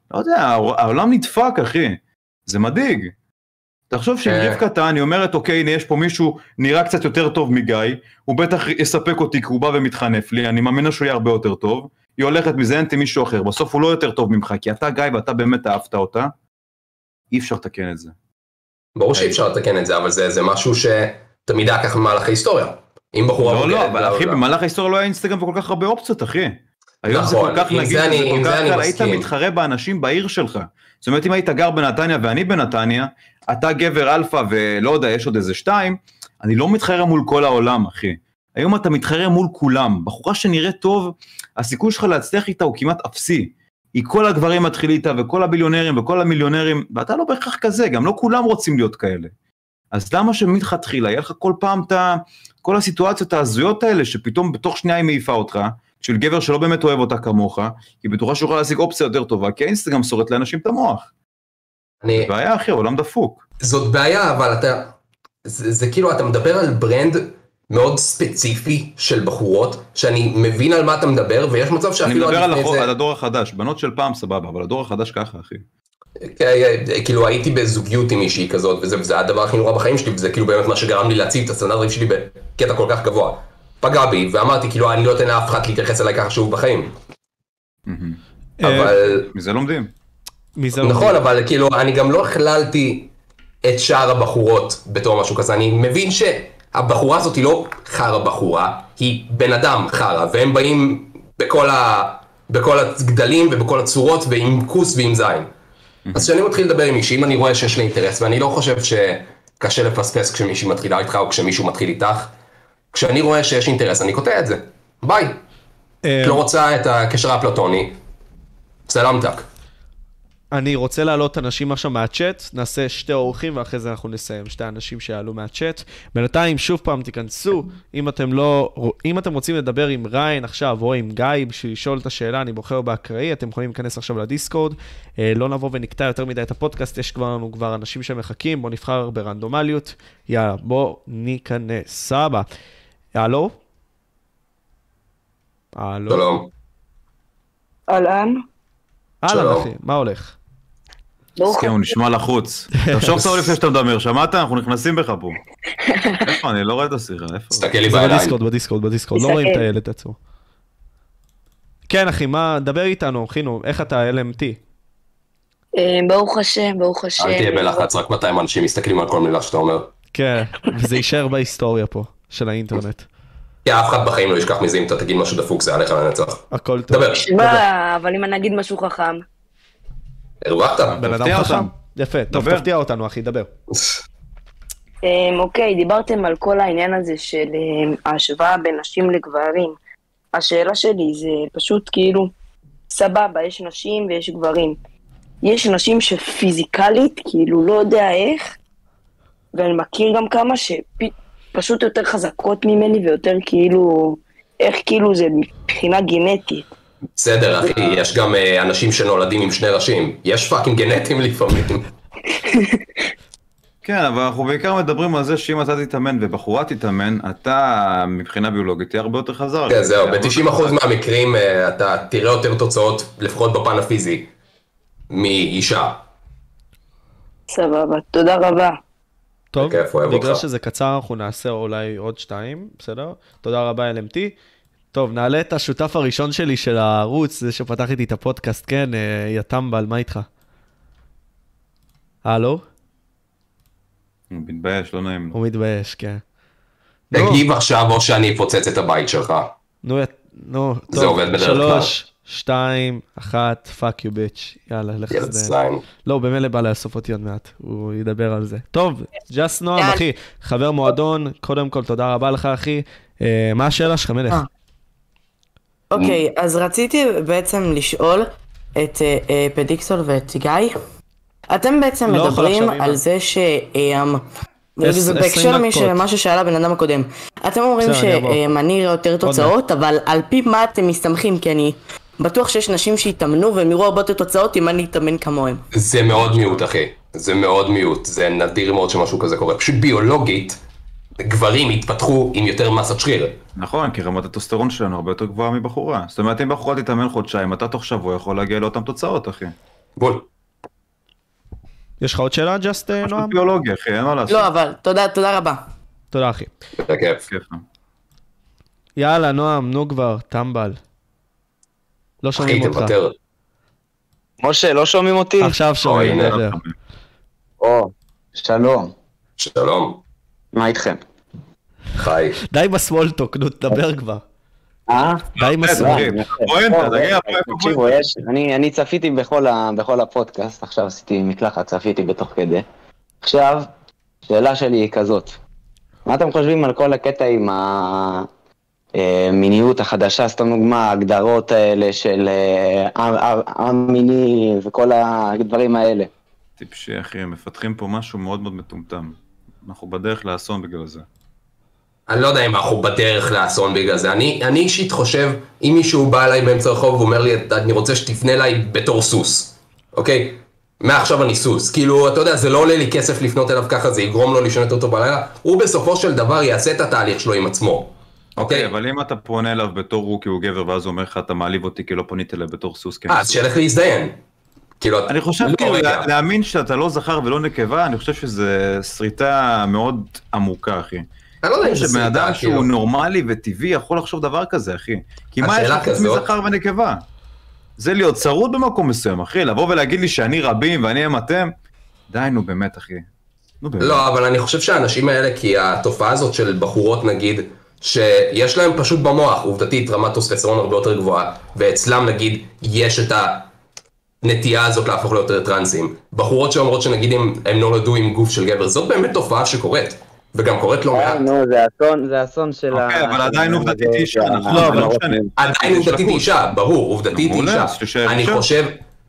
לא יודע, העולם נדפק, אחי. זה מדאיג. תחשוב שעם רבקה אני אומרת, אוקיי, הנה יש פה מישהו נראה קצת יותר טוב מגיא, הוא בטח יספק אותי כי הוא בא ומתחנף לי, אני מאמין שהוא יהיה הרבה יותר טוב, היא הולכת מזיינת עם מישהו אחר, בסוף הוא לא יותר טוב ממך, כי אתה גיא ואתה באמת אהבת אותה, אי אפשר לתקן את זה. ברור שאי אפשר לתקן את זה, אבל זה, זה משך שתמיד היה ככה במהלך ההיסטוריה. אם בחורה... לא, לא, אבל אחי, במהלך ההיסטוריה לא היה אינסטגרם וכל כך הרבה אופציות, אחי. היום זה כל כך נגיד, זה כל כך קל, היית מתחרה באנשים בעיר שלך. זאת אומרת, אם היית גר בנתניה ואני בנתניה, אתה גבר אלפא ולא יודע, יש עוד איזה שתיים, אני לא מתחרה מול כל העולם, אחי. היום אתה מתחרה מול כולם. בחורה שנראה טוב, הסיכוי שלך להצליח איתה הוא כמעט אפסי. היא כל הגברים מתחיל איתה, וכל הביליונרים וכל המיליונרים, ואתה לא בהכרח כזה, גם לא כולם רוצים להיות כאלה. אז למה שמתחילה, יהיה לך כל פעם את כל הסיטואציות ההזויות האלה, שפתאום בתוך שנייה היא מעיפה אותך, של גבר שלא באמת אוהב אותה כמוך, כי בטוחה שיוכל להשיג אופציה יותר טובה, כי האינסטגרם שורט לאנשים את המוח. אני... זה בעיה, אחי, העולם דפוק. זאת בעיה, אבל אתה... זה, זה כאילו, אתה מדבר על ברנד מאוד ספציפי של בחורות, שאני מבין על מה אתה מדבר, ויש מצב שאפילו... אני מדבר על, זה... על הדור החדש, בנות של פעם סבבה, אבל הדור החדש ככה, אחי. כאילו, הייתי בזוגיות עם מישהי כזאת, וזה, וזה הדבר הכי נורא בחיים שלי, וזה כאילו באמת מה שגרם לי להציב את הסטנדרטים שלי בקטע כל כך גבוה. פגע בי, ואמרתי, כאילו, אני לא אתן לאף אחד להתייחס אליי ככה שוב בחיים. אבל... מזה לומדים. נכון, אבל כאילו, אני גם לא הכללתי את שאר הבחורות בתור משהו כזה. אני מבין שהבחורה הזאת היא לא חרה בחורה, היא בן אדם חרה, והם באים בכל ה... בכל הגדלים ובכל הצורות, ועם כוס ועם זין. אז כשאני מתחיל לדבר עם מישהי, אם אני רואה שיש לי אינטרס, ואני לא חושב שקשה לפספס כשמישהי מתחילה איתך, או כשמישהו מתחיל איתך, כשאני רואה שיש אינטרס, אני קוטע את זה. ביי. לא רוצה את הקשר האפלטוני. סלמתק. אני רוצה להעלות אנשים עכשיו מהצ'אט, נעשה שתי אורחים ואחרי זה אנחנו נסיים, שתי אנשים שיעלו מהצ'אט. בינתיים שוב פעם תיכנסו, אם אתם לא, אם אתם רוצים לדבר עם ריין עכשיו או עם גיא בשביל לשאול את השאלה, אני בוחר באקראי, אתם יכולים להיכנס עכשיו לדיסקורד, לא נבוא ונקטע יותר מדי את הפודקאסט, יש כבר לנו כבר אנשים שמחכים, בואו נבחר ברנדומליות, יאללה, בואו ניכנס, סבא. הלו? הלו? שלום. אהלן? אהלן אחי, מה הולך? כן, הוא נשמע לחוץ. תחשוב טוב לפני שאתה מדבר, שמעת? אנחנו נכנסים בך פה. איפה? אני לא רואה את השיחה, איפה? תסתכל לי זה בעיניים. בדיסקורד, בדיסקורד, בדיסקורד, לא רואים את הילד עצמו. כן אחי, מה, דבר איתנו, חינו, איך אתה אל אם טי? ברוך השם, ברוך השם. אל תהיה בלחץ, רק מאתיים אנשים מסתכלים על כל מילה שאתה אומר. כן, וזה יישאר בהיסטוריה פה, של האינטרנט. כי אף אחד בחיים לא ישכח מזה אם אתה תגיד משהו דפוק, זה עליך לנצח. הכל טוב. דבר. שמע, אבל אם אני אגיד משהו חכם. הרווחת. בן אדם חכם? יפה, טוב, תפתיע אותנו אחי, דבר. אוקיי, דיברתם על כל העניין הזה של ההשוואה בין נשים לגברים. השאלה שלי זה פשוט כאילו, סבבה, יש נשים ויש גברים. יש נשים שפיזיקלית, כאילו לא יודע איך, ואני מכיר גם כמה שפשוט יותר חזקות ממני ויותר כאילו, איך כאילו זה מבחינה גנטית. בסדר אחי, יש גם אנשים שנולדים עם שני ראשים, יש פאקינג גנטים לפעמים. כן, אבל אנחנו בעיקר מדברים על זה שאם אתה תתאמן ובחורה תתאמן, אתה מבחינה ביולוגית תהיה הרבה יותר חזר. כן, זהו, ב-תשעים אחוז מהמקרים אתה תראה יותר תוצאות, לפחות בפן הפיזי, מאישה. סבבה, תודה רבה. טוב, בגלל שזה קצר, אנחנו נעשה אולי עוד שתיים, בסדר? תודה רבה אל אם טי. טוב, נעלה את השותף הראשון שלי של הערוץ, זה שפתח איתי את הפודקאסט, כן, יתמבל, מה איתך? הלו? הוא מתבייש, לא נעים לו. הוא מתבייש, כן. תגיב עכשיו או שאני אפוצץ את הבית שלך. נו, נו, טוב. זה עובד בדרך כלל. שלוש, שתיים, אחת, fuck you bitch. יאללה, לך לסדן. לא, במילא בא לאסוף אותי עוד מעט, הוא ידבר על זה. טוב, ג'ס נועם, אחי, חבר מועדון, קודם כל תודה רבה לך, אחי. מה השאלה שלך, מלך? אוקיי, אז רציתי בעצם לשאול את פדיקסול ואת גיא. אתם בעצם מדברים על זה ש... זה בהקשר למה ששאלה בן אדם הקודם. אתם אומרים שאני אראה יותר תוצאות, אבל על פי מה אתם מסתמכים? כי אני בטוח שיש נשים שהתאמנו והם יראו הרבה יותר תוצאות אם אני אתאמן כמוהם. זה מאוד מיעוט, אחי. זה מאוד מיעוט. זה נדיר מאוד שמשהו כזה קורה. פשוט ביולוגית, גברים התפתחו עם יותר מסת שריר. נכון, כי רמת הטוסטרון שלנו הרבה יותר גבוהה מבחורה. זאת אומרת, אם בחורה תתאמן חודשיים, אתה תוך שבוע יכול להגיע לאותם תוצאות, אחי. בול. יש לך עוד שאלה, ג'סט, נועם? משהו ביולוגיה, אחי, אין מה לעשות. לא, אבל תודה, תודה רבה. תודה, אחי. בכיף. יאללה, נועם, נו כבר, טמבל. לא שומעים אותך. אחי, תוותר. משה, לא שומעים אותי? עכשיו שומעים, דבר. או, שלום. שלום. מה איתכם? חי. די בסמולטוק, נו, תדבר כבר. אה? די בסמולטוק. פואנטה, תגיע, תקשיבו, אני צפיתי בכל הפודקאסט, עכשיו עשיתי מקלחת, צפיתי בתוך כדי. עכשיו, שאלה שלי היא כזאת. מה אתם חושבים על כל הקטע עם המיניות החדשה, סתם דוגמה, ההגדרות האלה של המיני וכל הדברים האלה? טיפשי, אחי, הם מפתחים פה משהו מאוד מאוד מטומטם. אנחנו בדרך לאסון בגלל זה. אני לא יודע אם אנחנו בדרך לאסון בגלל זה. אני, אני אישית חושב, אם מישהו בא אליי באמצע הרחוב ואומר לי, אני רוצה שתפנה אליי בתור סוס, אוקיי? מעכשיו אני סוס. כאילו, אתה יודע, זה לא עולה לי כסף לפנות אליו ככה, זה יגרום לו לישון אותו בלילה. הוא בסופו של דבר יעשה את התהליך שלו עם עצמו. אוקיי, אבל אם אתה פונה אליו בתור הוא כי הוא גבר, ואז הוא אומר לך, אתה מעליב אותי כי לא פנית אליי בתור סוס. אה, אז שילך להזדיין. אני חושב כאילו להאמין שאתה לא זכר ולא נקבה, אני חושב שזה שריטה מאוד עמוקה, אחי. אני לא יודע אם זה שבן אדם שהוא נורמלי וטבעי יכול לחשוב דבר כזה, אחי. כי מה יש לך מזכר ונקבה? זה להיות צרוד במקום מסוים, אחי. לבוא ולהגיד לי שאני רבים ואני הם אתם, די, נו באמת, אחי. לא, אבל אני חושב שהאנשים האלה, כי התופעה הזאת של בחורות, נגיד, שיש להם פשוט במוח, עובדתית, רמת טוסטסטרון הרבה יותר גבוהה, ואצלם, נגיד, יש את הנטייה הזאת להפוך ליותר טרנסים. בחורות שאומרות שנגיד הם נולדו עם גוף של גבר, זאת באמת תופעה שקורית. וגם קורית לא מעט. נו, זה אסון, זה אסון של ה... אוקיי, אבל עדיין עובדתית אישה. לא, אבל לא משנה. עדיין עובדתית אישה, ברור, עובדתית אישה. אני חושב...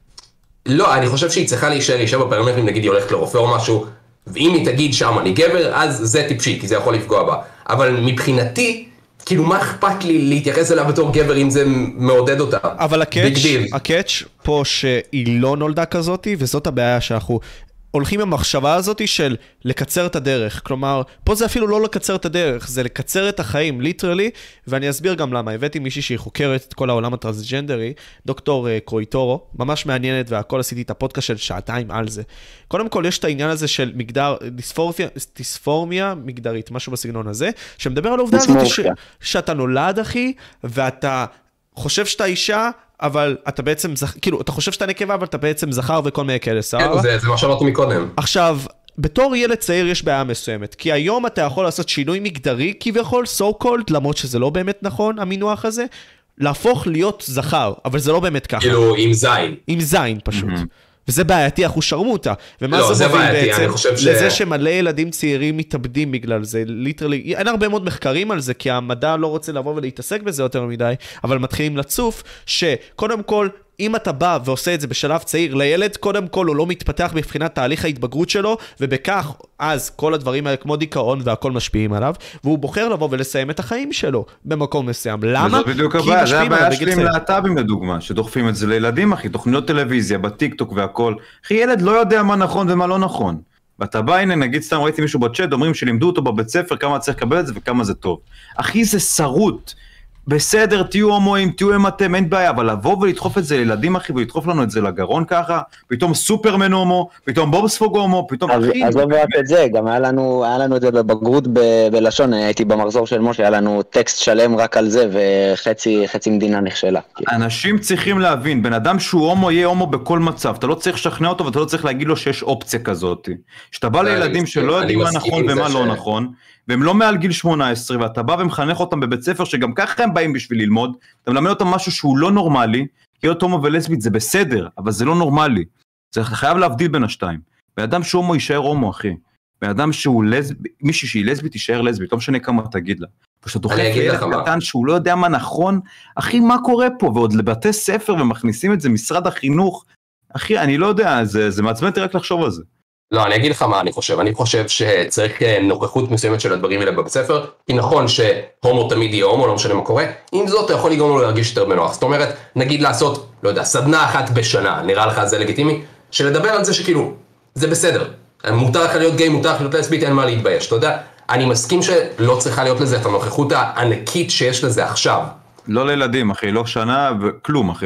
לא, אני חושב שהיא צריכה להישאר אישה בפרמטרים, נגיד היא הולכת לרופא או משהו, ואם היא תגיד שם אני גבר, אז זה טיפשי, כי זה יכול לפגוע בה. אבל מבחינתי, כאילו מה אכפת לי להתייחס אליה בתור גבר אם זה מעודד אותה? אבל הקאץ' פה שהיא לא נולדה כזאת, וזאת הבעיה שאנחנו... הולכים במחשבה הזאת של לקצר את הדרך. כלומר, פה זה אפילו לא לקצר את הדרך, זה לקצר את החיים, ליטרלי, ואני אסביר גם למה. הבאתי מישהי שהיא חוקרת את כל העולם הטרנסג'נדרי, דוקטור uh, קרויטורו, ממש מעניינת, והכל עשיתי את הפודקאסט של שעתיים על זה. קודם כל, יש את העניין הזה של מגדר, דיספורמיה, דיספורמיה מגדרית, משהו בסגנון הזה, שמדבר על העובדה הזאת ש, שאתה נולד, אחי, ואתה חושב שאתה אישה, אבל אתה בעצם, כאילו, אתה חושב שאתה נקבה, אבל אתה בעצם זכר וכל מיני כאלה, סבבה? זה, זה מה שאמרתי מקודם. עכשיו, בתור ילד צעיר יש בעיה מסוימת, כי היום אתה יכול לעשות שינוי מגדרי כביכול, so called, למרות שזה לא באמת נכון, המינוח הזה, להפוך להיות זכר, אבל זה לא באמת ככה. כאילו, עם זין. עם זין, פשוט. וזה בעייתי, אנחנו שרמו אותה. ומה לא, זה, זה מוביל בעייתי, בעצם? אני חושב ש... לזה שמלא ילדים צעירים מתאבדים בגלל זה, ליטרלי, אין הרבה מאוד מחקרים על זה, כי המדע לא רוצה לבוא ולהתעסק בזה יותר מדי, אבל מתחילים לצוף, שקודם כל, אם אתה בא ועושה את זה בשלב צעיר לילד, קודם כל הוא לא מתפתח מבחינת תהליך ההתבגרות שלו, ובכך אז כל הדברים האלה כמו דיכאון והכל משפיעים עליו, והוא בוחר לבוא ולסיים את החיים שלו במקום מסוים. למה? וזאת בדיוק הבעיה, זה הבעיה שלי עם להט"בים לדוגמה, שדוחפים את זה לילדים, אחי, תוכניות טלוויזיה, בטיק טוק והכל. אחי, ילד לא יודע מה נכון ומה לא נכון. ואתה בא, הנה, נגיד סתם ראיתי מישהו בצ'אט, אומרים שלימדו אותו בבית ספר, כמה צריך לקבל את זה וכמה זה טוב. אחי, זה שרוט. בסדר, תהיו הומואים, תהיו הם אתם, אין בעיה, אבל לבוא ולדחוף את זה לילדים, אחי, ולדחוף לנו את זה לגרון ככה, פתאום סופרמן הומו, פתאום בובספוג הומו, פתאום אחי. אז לא רק את זה, גם היה לנו, היה לנו את זה בבגרות בלשון, הייתי במחזור של משה, היה לנו טקסט שלם רק על זה, וחצי, חצי מדינה נכשלה. אנשים צריכים להבין, בן אדם שהוא הומו, יהיה הומו בכל מצב, אתה לא צריך לשכנע אותו, ואתה לא צריך להגיד לו שיש אופציה כזאת. שאתה בא לילדים שלא יודעים מה נכון ומה לא נכון, והם לא מעל גיל שמונה עשרה, ואתה בא ומחנך אותם בבית ספר, שגם ככה הם באים בשביל ללמוד, אתה מלמד אותם משהו שהוא לא נורמלי, כי להיות הומו ולסבית זה בסדר, אבל זה לא נורמלי. זה חייב להבדיל בין השתיים. באדם שהוא הומו יישאר הומו, אחי. באדם שהוא לסבית, מישהי שהיא לסבית יישאר לסבית, לא משנה כמה תגיד לה. פשוט דוחף ילד קטן שהוא לא יודע מה נכון, אחי, מה קורה פה? ועוד לבתי ספר ומכניסים את זה, משרד החינוך, אחי, אני לא יודע, זה, זה מעצבן אותי רק לחשוב על זה. לא, אני אגיד לך מה אני חושב. אני חושב שצריך נוכחות מסוימת של הדברים האלה בבית ספר, כי נכון שהומו תמיד יהיה הומו, לא משנה מה קורה, עם זאת אתה יכול לגרום לו להרגיש יותר בנוח. זאת אומרת, נגיד לעשות, לא יודע, סדנה אחת בשנה, נראה לך זה לגיטימי, שלדבר על זה שכאילו, זה בסדר. מותר לך להיות גיי, מותר לך להיות לסבית, אין מה להתבייש, אתה יודע? אני מסכים שלא צריכה להיות לזה את הנוכחות הענקית שיש לזה עכשיו. לא לילדים, אחי, לא שנה וכלום, אחי.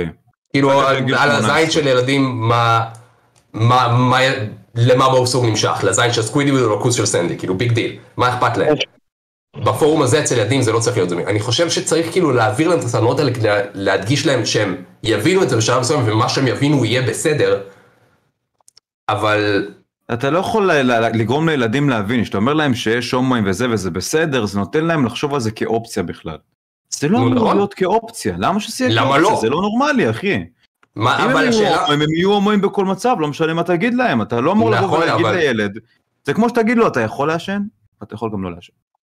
כאילו, על הזין של ילדים, מה, למה באופסור נמשך? לזין של סקווידי או לכוס של סנדי, כאילו ביג דיל, מה אכפת להם? בפורום הזה אצל ילדים זה לא צריך להיות דומה. אני חושב שצריך כאילו להעביר להם את הסדנאות האלה, להדגיש להם שהם יבינו את זה בשלב מסוים, ומה שהם יבינו יהיה בסדר, אבל... אתה לא יכול לגרום לילדים להבין, שאתה אומר להם שיש הומואים וזה וזה בסדר, זה נותן להם לחשוב על זה כאופציה בכלל. זה לא אמור להיות כאופציה, למה שזה יהיה כאופציה? זה לא נורמלי, אחי. אם הם יהיו הומואים בכל מצב, לא משנה מה תגיד להם, אתה לא אמור לבוא ולהגיד לילד, זה כמו שתגיד לו, אתה יכול לעשן? אתה יכול גם לא לעשן.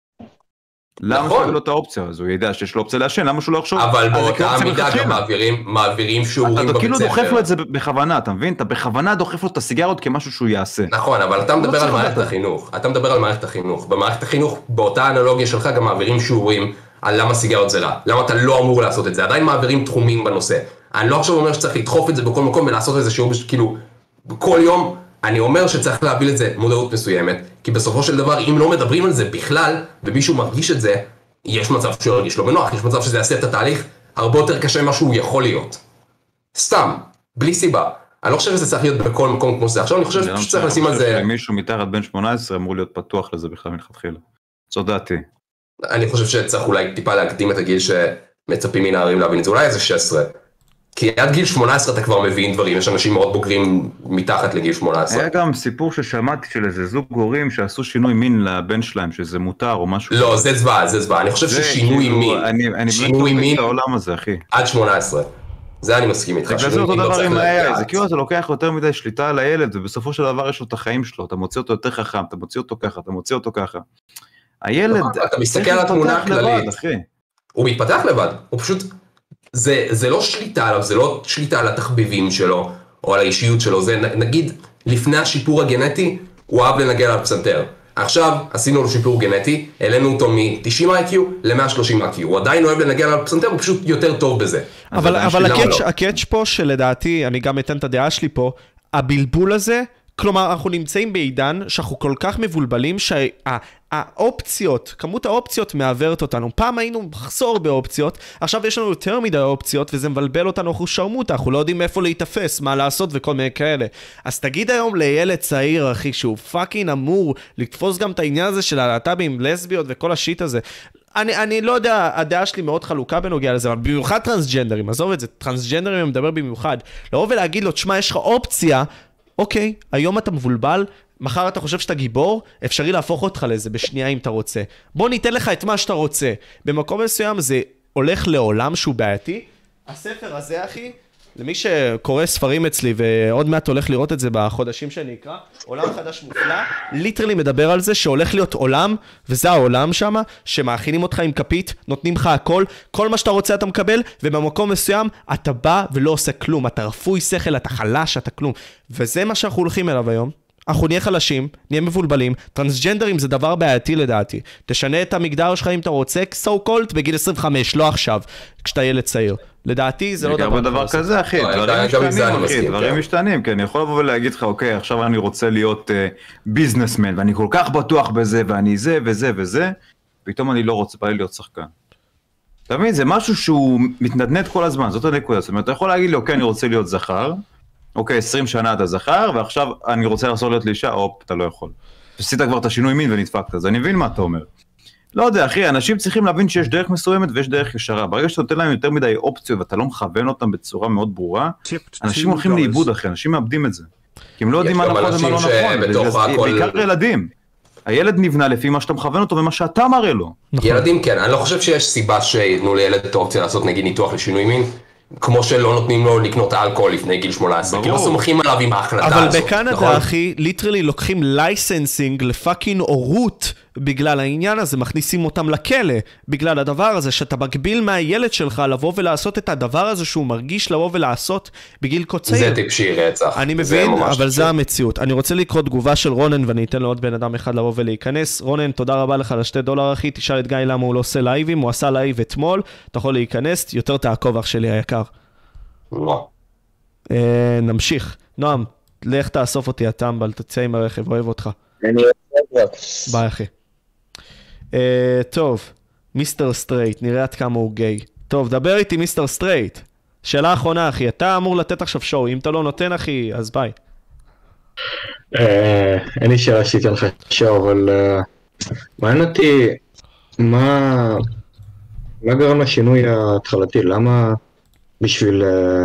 למה שהוא לא את האופציה הזו? הוא ידע שיש לו אופציה לעשן, למה שהוא לא יחשוב? אבל באותה המידה גם מעבירים שיעורים בבית ספר. אתה כאילו דוחף לו את זה בכוונה, אתה מבין? אתה בכוונה דוחף לו את הסיגרות כמשהו שהוא יעשה. נכון, אבל אתה מדבר על מערכת החינוך. אתה מדבר על מערכת החינוך. במערכת החינוך, באותה אנלוגיה שלך גם מעבירים שיעורים על למה סיגרות זה רע. למה אתה לא אמור לעשות את זה. עדיין מעבירים תחומים בנושא. אני לא עכשיו אומר שצריך לדחוף את זה בכל מקום ולעשות איזה שיעור, כאילו, כל יום אני אומר שצריך להביא לזה מודעות מסוימת, כי בסופו של דבר, אם לא מדברים על זה בכלל, ומישהו מרגיש את זה, יש מצב שהוא ירגיש לא בנוח, יש מצב שזה יעשה את התהליך הרבה יותר קשה ממה שהוא יכול להיות. סתם, בלי סיבה. אני לא חושב שזה צריך להיות בכל מקום כמו זה. עכשיו אני חושב שצריך לשים על זה... מישהו מתחת בן שמונה עשרה אמור להיות פתוח לזה בכלל מלכתחילה. זו דעתי. אני חושב שצריך אולי טיפה להקדים את הגיל שמצפים מנערים להבין את זה. אולי איזה שש עשרה. כי עד גיל שמונה עשרה אתה כבר מבין דברים, יש אנשים מאוד בוגרים מתחת לגיל שמונה עשרה. היה גם סיפור ששמעתי של איזה זוג הורים שעשו שינוי מין לבן שלהם, שזה מותר או משהו. לא, זה זוועה, זה זוועה. אני חושב ששינוי מין, שינוי מין, העולם הזה, אחי. עד שמונה עשרה. זה אני מסכים איתך. זה אותו דבר עם ה-איי איי, זה כאילו אתה לוקח יותר מדי שליטה על הילד, ובסופו של דבר יש לו את החיים שלו, אתה מוציא אותו יותר חכם, אתה מוציא אותו ככה, אתה מוציא אותו ככה. הילד, אתה מסתכל על התמונה הכללית, הוא מתפתח לבד, הוא פשוט זה, זה לא שליטה עליו, זה לא שליטה על התחביבים שלו, או על האישיות שלו, זה נגיד, לפני השיפור הגנטי, הוא אהב לנגן על פסנתר. עכשיו, עשינו לו שיפור גנטי, העלינו אותו מ-תשעים איי קיו ל-מאה ושלושים איי קיו. הוא עדיין אוהב לנגן על פסנתר, הוא פשוט יותר טוב בזה. אבל, אבל הקאץ', הקאץ' פה שלדעתי, אני גם אתן את הדעה שלי פה, הבלבול הזה, כלומר, אנחנו נמצאים בעידן שאנחנו כל כך מבולבלים שהאופציות, כמות האופציות מעברת אותנו. פעם היינו מחסור באופציות, עכשיו יש לנו יותר מדי אופציות, וזה מבלבל אותנו, אנחנו שרמוטה, אנחנו לא יודעים איפה להתאפס, מה לעשות וכל מיני כאלה. אז תגיד היום לילד צעיר, אחי, שהוא פאקינג אמור לתפוס גם את העניין הזה של הלהט"בים, לסביות וכל השיט הזה. אני, אני לא יודע, הדעה שלי מאוד חלוקה בנוגע לזה, אבל במיוחד טרנסג'נדרים, עזוב את זה, טרנסג'נדרים אני מדבר במיוחד. לבוא ולהגיד לו, תשמע, יש לך אופציה, אוקיי, היום אתה מבולבל, מחר אתה חושב שאתה גיבור, אפשרי להפוך אותך לזה בשנייה אם אתה רוצה. בוא ניתן לך את מה שאתה רוצה. במקום מסוים זה הולך לעולם שהוא בעייתי. הספר הזה, אחי, למי שקורא ספרים אצלי, ועוד מעט הולך לראות את זה בחודשים שאני אקרא, עולם חדש מופלא, ליטרלי מדבר על זה שהולך להיות עולם, וזה העולם שם, שמאכינים אותך עם כפית, נותנים לך הכל, כל מה שאתה רוצה אתה מקבל, ובמקום מסוים אתה בא ולא עושה כלום, אתה רפוי שכל, אתה חלש, אתה כלום. וזה מה שאנחנו הולכים אליו היום. אנחנו נהיה חלשים, נהיה מבולבלים, טרנסג'נדרים זה דבר בעייתי לדעתי. תשנה את המגדר שלך אם אתה רוצה, so called בגיל עשרים וחמש, לא עכשיו, כשאתה ילד צעיר. לדעתי זה לא דבר, דבר כזה, אחי, דברים משתנים, אחי, דברים משתנים, כי אני יכול לבוא ולהגיד לך, אוקיי, עכשיו אני רוצה להיות ביזנסמן, ואני כל כך בטוח בזה, ואני זה וזה וזה, פתאום אני לא רוצה, בא לי להיות שחקן. אתה מבין, זה משהו שהוא מתנדנד כל הזמן, זאת הנקודה, זאת אומרת, אתה יכול להגיד לי, אוקיי, אני רוצה להיות זכר, אוקיי, עשרים שנה אתה זכר, ועכשיו אני רוצה לעשות להיות לאישה, אופ, אתה לא יכול. עשית כבר את השינוי מין ונדפקת, אז אני מבין מה אתה אומר. לא יודע, אחי, אנשים צריכים להבין שיש דרך מסוימת ויש דרך ישרה. ברגע שאתה נותן להם יותר מדי אופציות ואתה לא מכוון אותם בצורה מאוד ברורה, אנשים הולכים לאיבוד אחרי, אנשים מאבדים את זה. כי הם לא יודעים מה נכון ומה לא נכון, בעיקר ילדים. הילד נבנה לפי מה שאתה מכוון אותו ומה שאתה מראה לו. ילדים כן, אני לא חושב שיש סיבה שיתנו לילד את האופציה לעשות נגיד ניתוח לשינוי מין, כמו שלא נותנים לו לקנות אלכוהול לפני גיל שמונה עשרה, כי לא סומכים עליו עם ההחלטה הזאת. אבל בקנדה, אחי, ליטרלי לוקחים לייסנסינג לפאקינג אורות בגלל העניין הזה, מכניסים אותם לכלא, בגלל הדבר הזה, שאתה מגביל מהילד שלך לבוא ולעשות את הדבר הזה שהוא מרגיש לבוא ולעשות בגיל קוצר. זה טיפשי רצח. אני מבין, אבל זה המציאות. אני רוצה לקרוא תגובה של רונן, ואני אתן לו עוד בן אדם אחד לבוא ולהיכנס. רונן, תודה רבה לך לשתי דולר, אחי. תשאל את גיא למה הוא לא עושה לייבים, הוא עשה לייב אתמול, אתה יכול להיכנס, יותר תעקוב אח שלי היקר. לא. נמשיך. נועם, לך תאסוף אותי הטמבל, תצא עם הרכב, אוהב אותך. אני אוהב אותך. ביי אחי. Uh, טוב, מיסטר סטרייט, נראה עד כמה הוא גיי. טוב, דבר איתי מיסטר סטרייט. שאלה אחרונה, אחי, אתה אמור לתת עכשיו שואו, אם אתה לא נותן, אחי, אז ביי. אין לי שאלה שתיתן לך שואו, אבל מעניין אותי, מה גרם לשינוי ההתחלתי? למה בשביל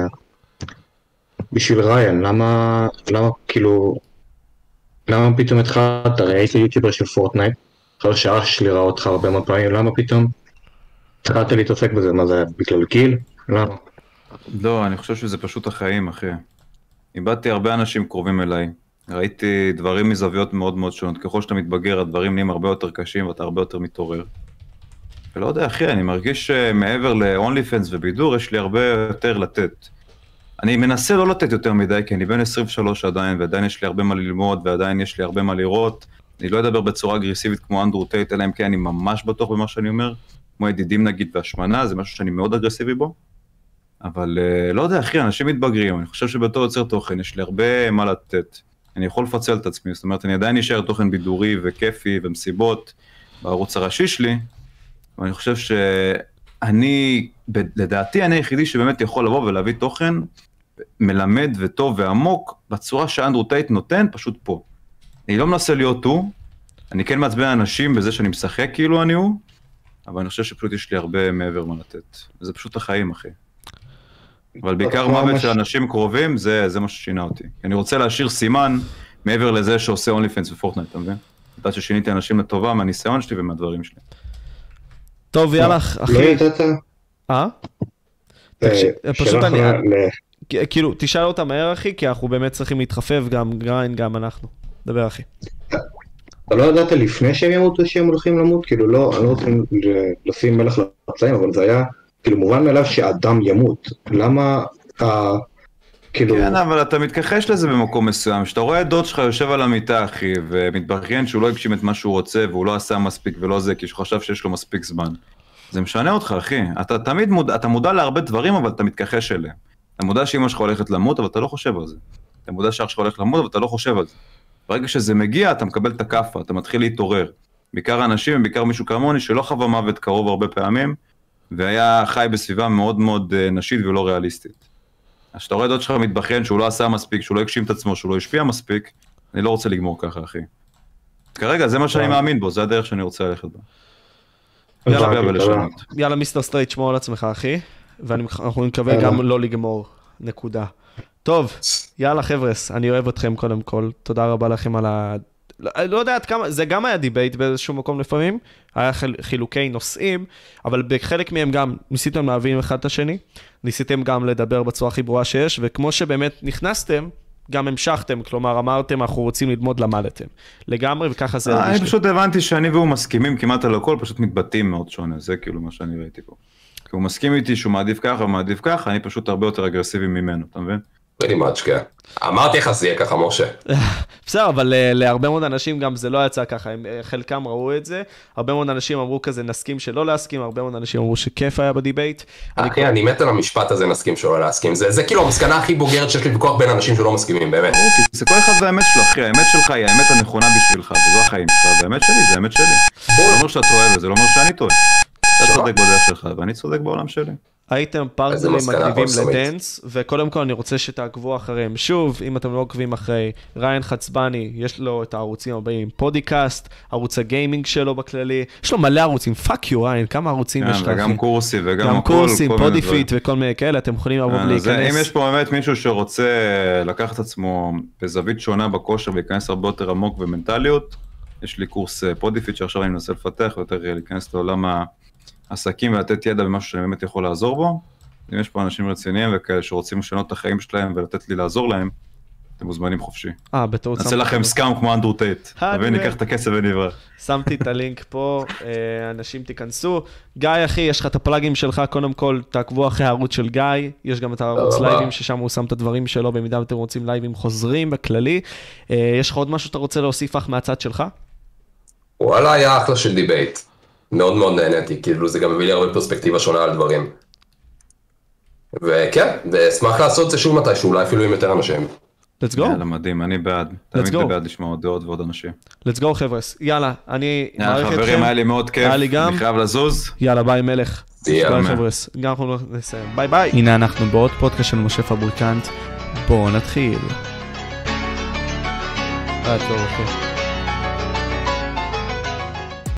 בשביל ריין, למה כאילו, למה פתאום התחלת? הרי הייתי יוטיובר של פורטנייט, אחרי שעה שלי ראה אותך הרבה מאוד פעמים, למה פתאום התחלת להתעסק בזה? מה זה, בגלל גיל? למה? לא, אני חושב שזה פשוט החיים, אחי. איבדתי הרבה אנשים קרובים אליי. ראיתי דברים מזוויות מאוד מאוד שונות. ככל שאתה מתבגר, הדברים נהיים הרבה יותר קשים ואתה הרבה יותר מתעורר. ולא יודע, אחי, אני מרגיש שמעבר ל-OnlyFans ובידור, יש לי הרבה יותר לתת. אני מנסה לא לתת יותר מדי, כי אני בן עשרים ושלוש עדיין, ועדיין יש לי הרבה מה ללמוד, ועדיין יש לי הרבה מה לראות. אני לא אדבר בצורה אגרסיבית כמו אנדרו טייט, אלא אם כן אני ממש בטוח במה שאני אומר. כמו ידידים נגיד והשמנה, זה משהו שאני מאוד אגרסיבי בו. אבל לא יודע, אחי, אנשים מתבגרים. אני חושב שבתור יוצר תוכן יש לי הרבה מה לתת. אני יכול לפצל את עצמי, זאת אומרת, אני עדיין נשאר תוכן בידורי וכיפי ומסיבות בערוץ הראשי שלי, ואני חושב שאני, לדעתי אני היחידי שבאמת יכול לבוא ולהביא תוכן מלמד וטוב ועמוק, בצורה שאנדרו טייט נותן, פשוט פה. אני לא מנסה להיות הוא, אני כן מעצבן אנשים בזה שאני משחק כאילו אני הוא, אבל אני חושב שפשוט יש לי הרבה מעבר מה לתת. וזה פשוט החיים, אחי. אבל בעיקר מוות של אנשים קרובים, זה, זה מה ששינה אותי. אני רוצה להשאיר סימן מעבר לזה שעושה OnlyFans ופורטנייט, אתה מבין? אתה ששיניתי אנשים לטובה מהניסיון שלי ומהדברים שלי. טוב, יאללה, אחי. לא ידעת? אה? פשוט אני... כאילו, תשאל אותה מהר, אחי, כי אנחנו באמת צריכים להתחפף, גם גריין, גם אנחנו. דבר, אחי. אתה לא ידעת לפני שהם ימותו שהם הולכים למות? כאילו, לא, אני לא רוצה לשים מלך לפצעים, אבל זה היה... כאילו מובן מאליו שאדם ימות, למה, אה, כאילו... כן, אבל אתה מתכחש לזה במקום מסוים, שאתה רואה דוד שלך יושב על המיטה, אחי, ומתבכיין שהוא לא הגשים את מה שהוא רוצה, והוא לא עשה מספיק ולא זה, כי הוא חשב שיש לו מספיק זמן. זה משנה אותך, אחי. אתה תמיד מודע, אתה מודע להרבה דברים, אבל אתה מתכחש אליהם. אתה מודע שאמא שלך הולכת למות, אבל אתה לא חושב על זה. אתה מודע שאח שלך הולך למות, אבל אתה לא חושב על זה. ברגע שזה מגיע, אתה מקבל את הכאפה, אתה מתחיל להתעורר. בעיקר האנשים, בעיקר מישהו כמוני, שלא חווה מוות קרוב הרבה פעמים, והיה חי בסביבה מאוד מאוד נשית ולא ריאליסטית. אז שאתה רואה דוד שלך מתבכיין שהוא לא עשה מספיק, שהוא לא הגשים את עצמו, שהוא לא השפיע מספיק, אני לא רוצה לגמור ככה, אחי. כרגע, זה מה שאני מאמין בו, זה הדרך שאני רוצה ללכת בה. יאללה, מיסטר סטרייט, שמור על עצמך, אחי, ואנחנו נקווה גם לא לגמור, נקודה. טוב, יאללה חבר'ס, אני אוהב אתכם קודם כל, תודה רבה לכם על ה... לא יודע עד כמה, זה גם היה דיבייט באיזשהו מקום לפעמים, היה חילוקי נושאים, אבל בחלק מהם גם ניסיתם להבין אחד את השני, ניסיתם גם לדבר בצורה הכי ברורה שיש, וכמו שבאמת נכנסתם, גם המשכתם, כלומר אמרתם, אנחנו רוצים ללמוד, למדתם. לגמרי, וככה זה... אני פשוט הבנתי שאני והוא מסכימים כמעט על הכל, פשוט מתבטאים מאוד שונה, זה כאילו מה שאני ראיתי פה. כי הוא מסכים איתי שהוא מעדיף ככה, מעדיף ככה, אני פשוט הרבה יותר אגרסיבי ממנו, אתה מבין? pretty much, כן. אמרתי איך זה יהיה ככה, משה. בסדר, אבל להרבה מאוד אנשים גם זה לא יצא ככה, חלקם ראו את זה, הרבה מאוד אנשים אמרו כזה נסכים שלא להסכים, הרבה מאוד אנשים אמרו שכיף היה בדיבייט. אחי, אני מת על המשפט הזה נסכים שלא להסכים, זה כאילו המסקנה הכי בוגרת שיש לי בכוח בין אנשים שלא מסכימים, באמת. זה כל אחד והאמת שלו, אחי, האמת שלך היא האמת הנכונה בשבילך, וזו החיים שלך, והאמת שלי זה האמת שלי. זה לא אומר שאתה טועה וזה לא אומר שאני טועה. אתה צודק בדרך שלך, ואני צודק בעולם שלי. הייתם פרטנרים מגניבים לדנס, וקודם כל אני רוצה שתעקבו אחריהם. שוב, אם אתם לא עוקבים אחרי ריין חצבני, יש לו את הערוצים הבאים, פודיקאסט, ערוץ הגיימינג שלו בכללי, יש לו מלא ערוצים, פאק יו ריין, כמה ערוצים יש לך? וגם קורסי וגם הכל. גם קורסים, פודיפיט וכל מיני כאלה, אתם יכולים לבוא ולהיכנס. אם יש פה באמת מישהו שרוצה לקחת עצמו בזווית שונה בכושר, ולהיכנס הרבה יותר עמוק ומנטליות, יש לי קורס פודיפיט שעכשיו אני מנסה לפתח, ויותר להיכנס לעולם ה... עסקים ולתת ידע במשהו שאני באמת יכול לעזור בו. אם יש פה אנשים רציניים וכאלה שרוצים לשנות את החיים שלהם ולתת לי לעזור להם, אתם מוזמנים חופשי. אה, בתור... נעשה לכם סקאם כמו אנדרו טייט. תבין, ניקח את הכסף ונברח. שמתי את הלינק פה, אנשים תיכנסו. גיא, אחי, יש לך את הפלאגים שלך, קודם כל תעקבו אחרי הערוץ של גיא, יש גם את הערוץ לייבים ששם הוא שם את הדברים שלו, במידה ואתם רוצים לייבים חוזרים בכללי. יש לך עוד משהו שאתה רוצה להוסיף אך מהצד שלך? וואלה, היה אחלה של דיבייט. מאוד מאוד נהניתי, כאילו זה גם מביא לי הרבה פרספקטיבה שונה על דברים. וכן, ואשמח לעשות את זה שוב מתי, שאולי אפילו עם יותר אנשים. Let's go. יאללה, מדהים, אני בעד. תמיד בעד לשמוע עוד דעות ועוד אנשים. Let's go, חבר'ס. יאללה, אני מעריך אתכם. חברים, היה לי מאוד כיף. אני חייב לזוז. יאללה, ביי מלך. גם אנחנו נסיים. ביי ביי. הנה אנחנו בעוד פודקאסט של משה פבריקנט. בואו נתחיל. אה, טוב, אוקיי.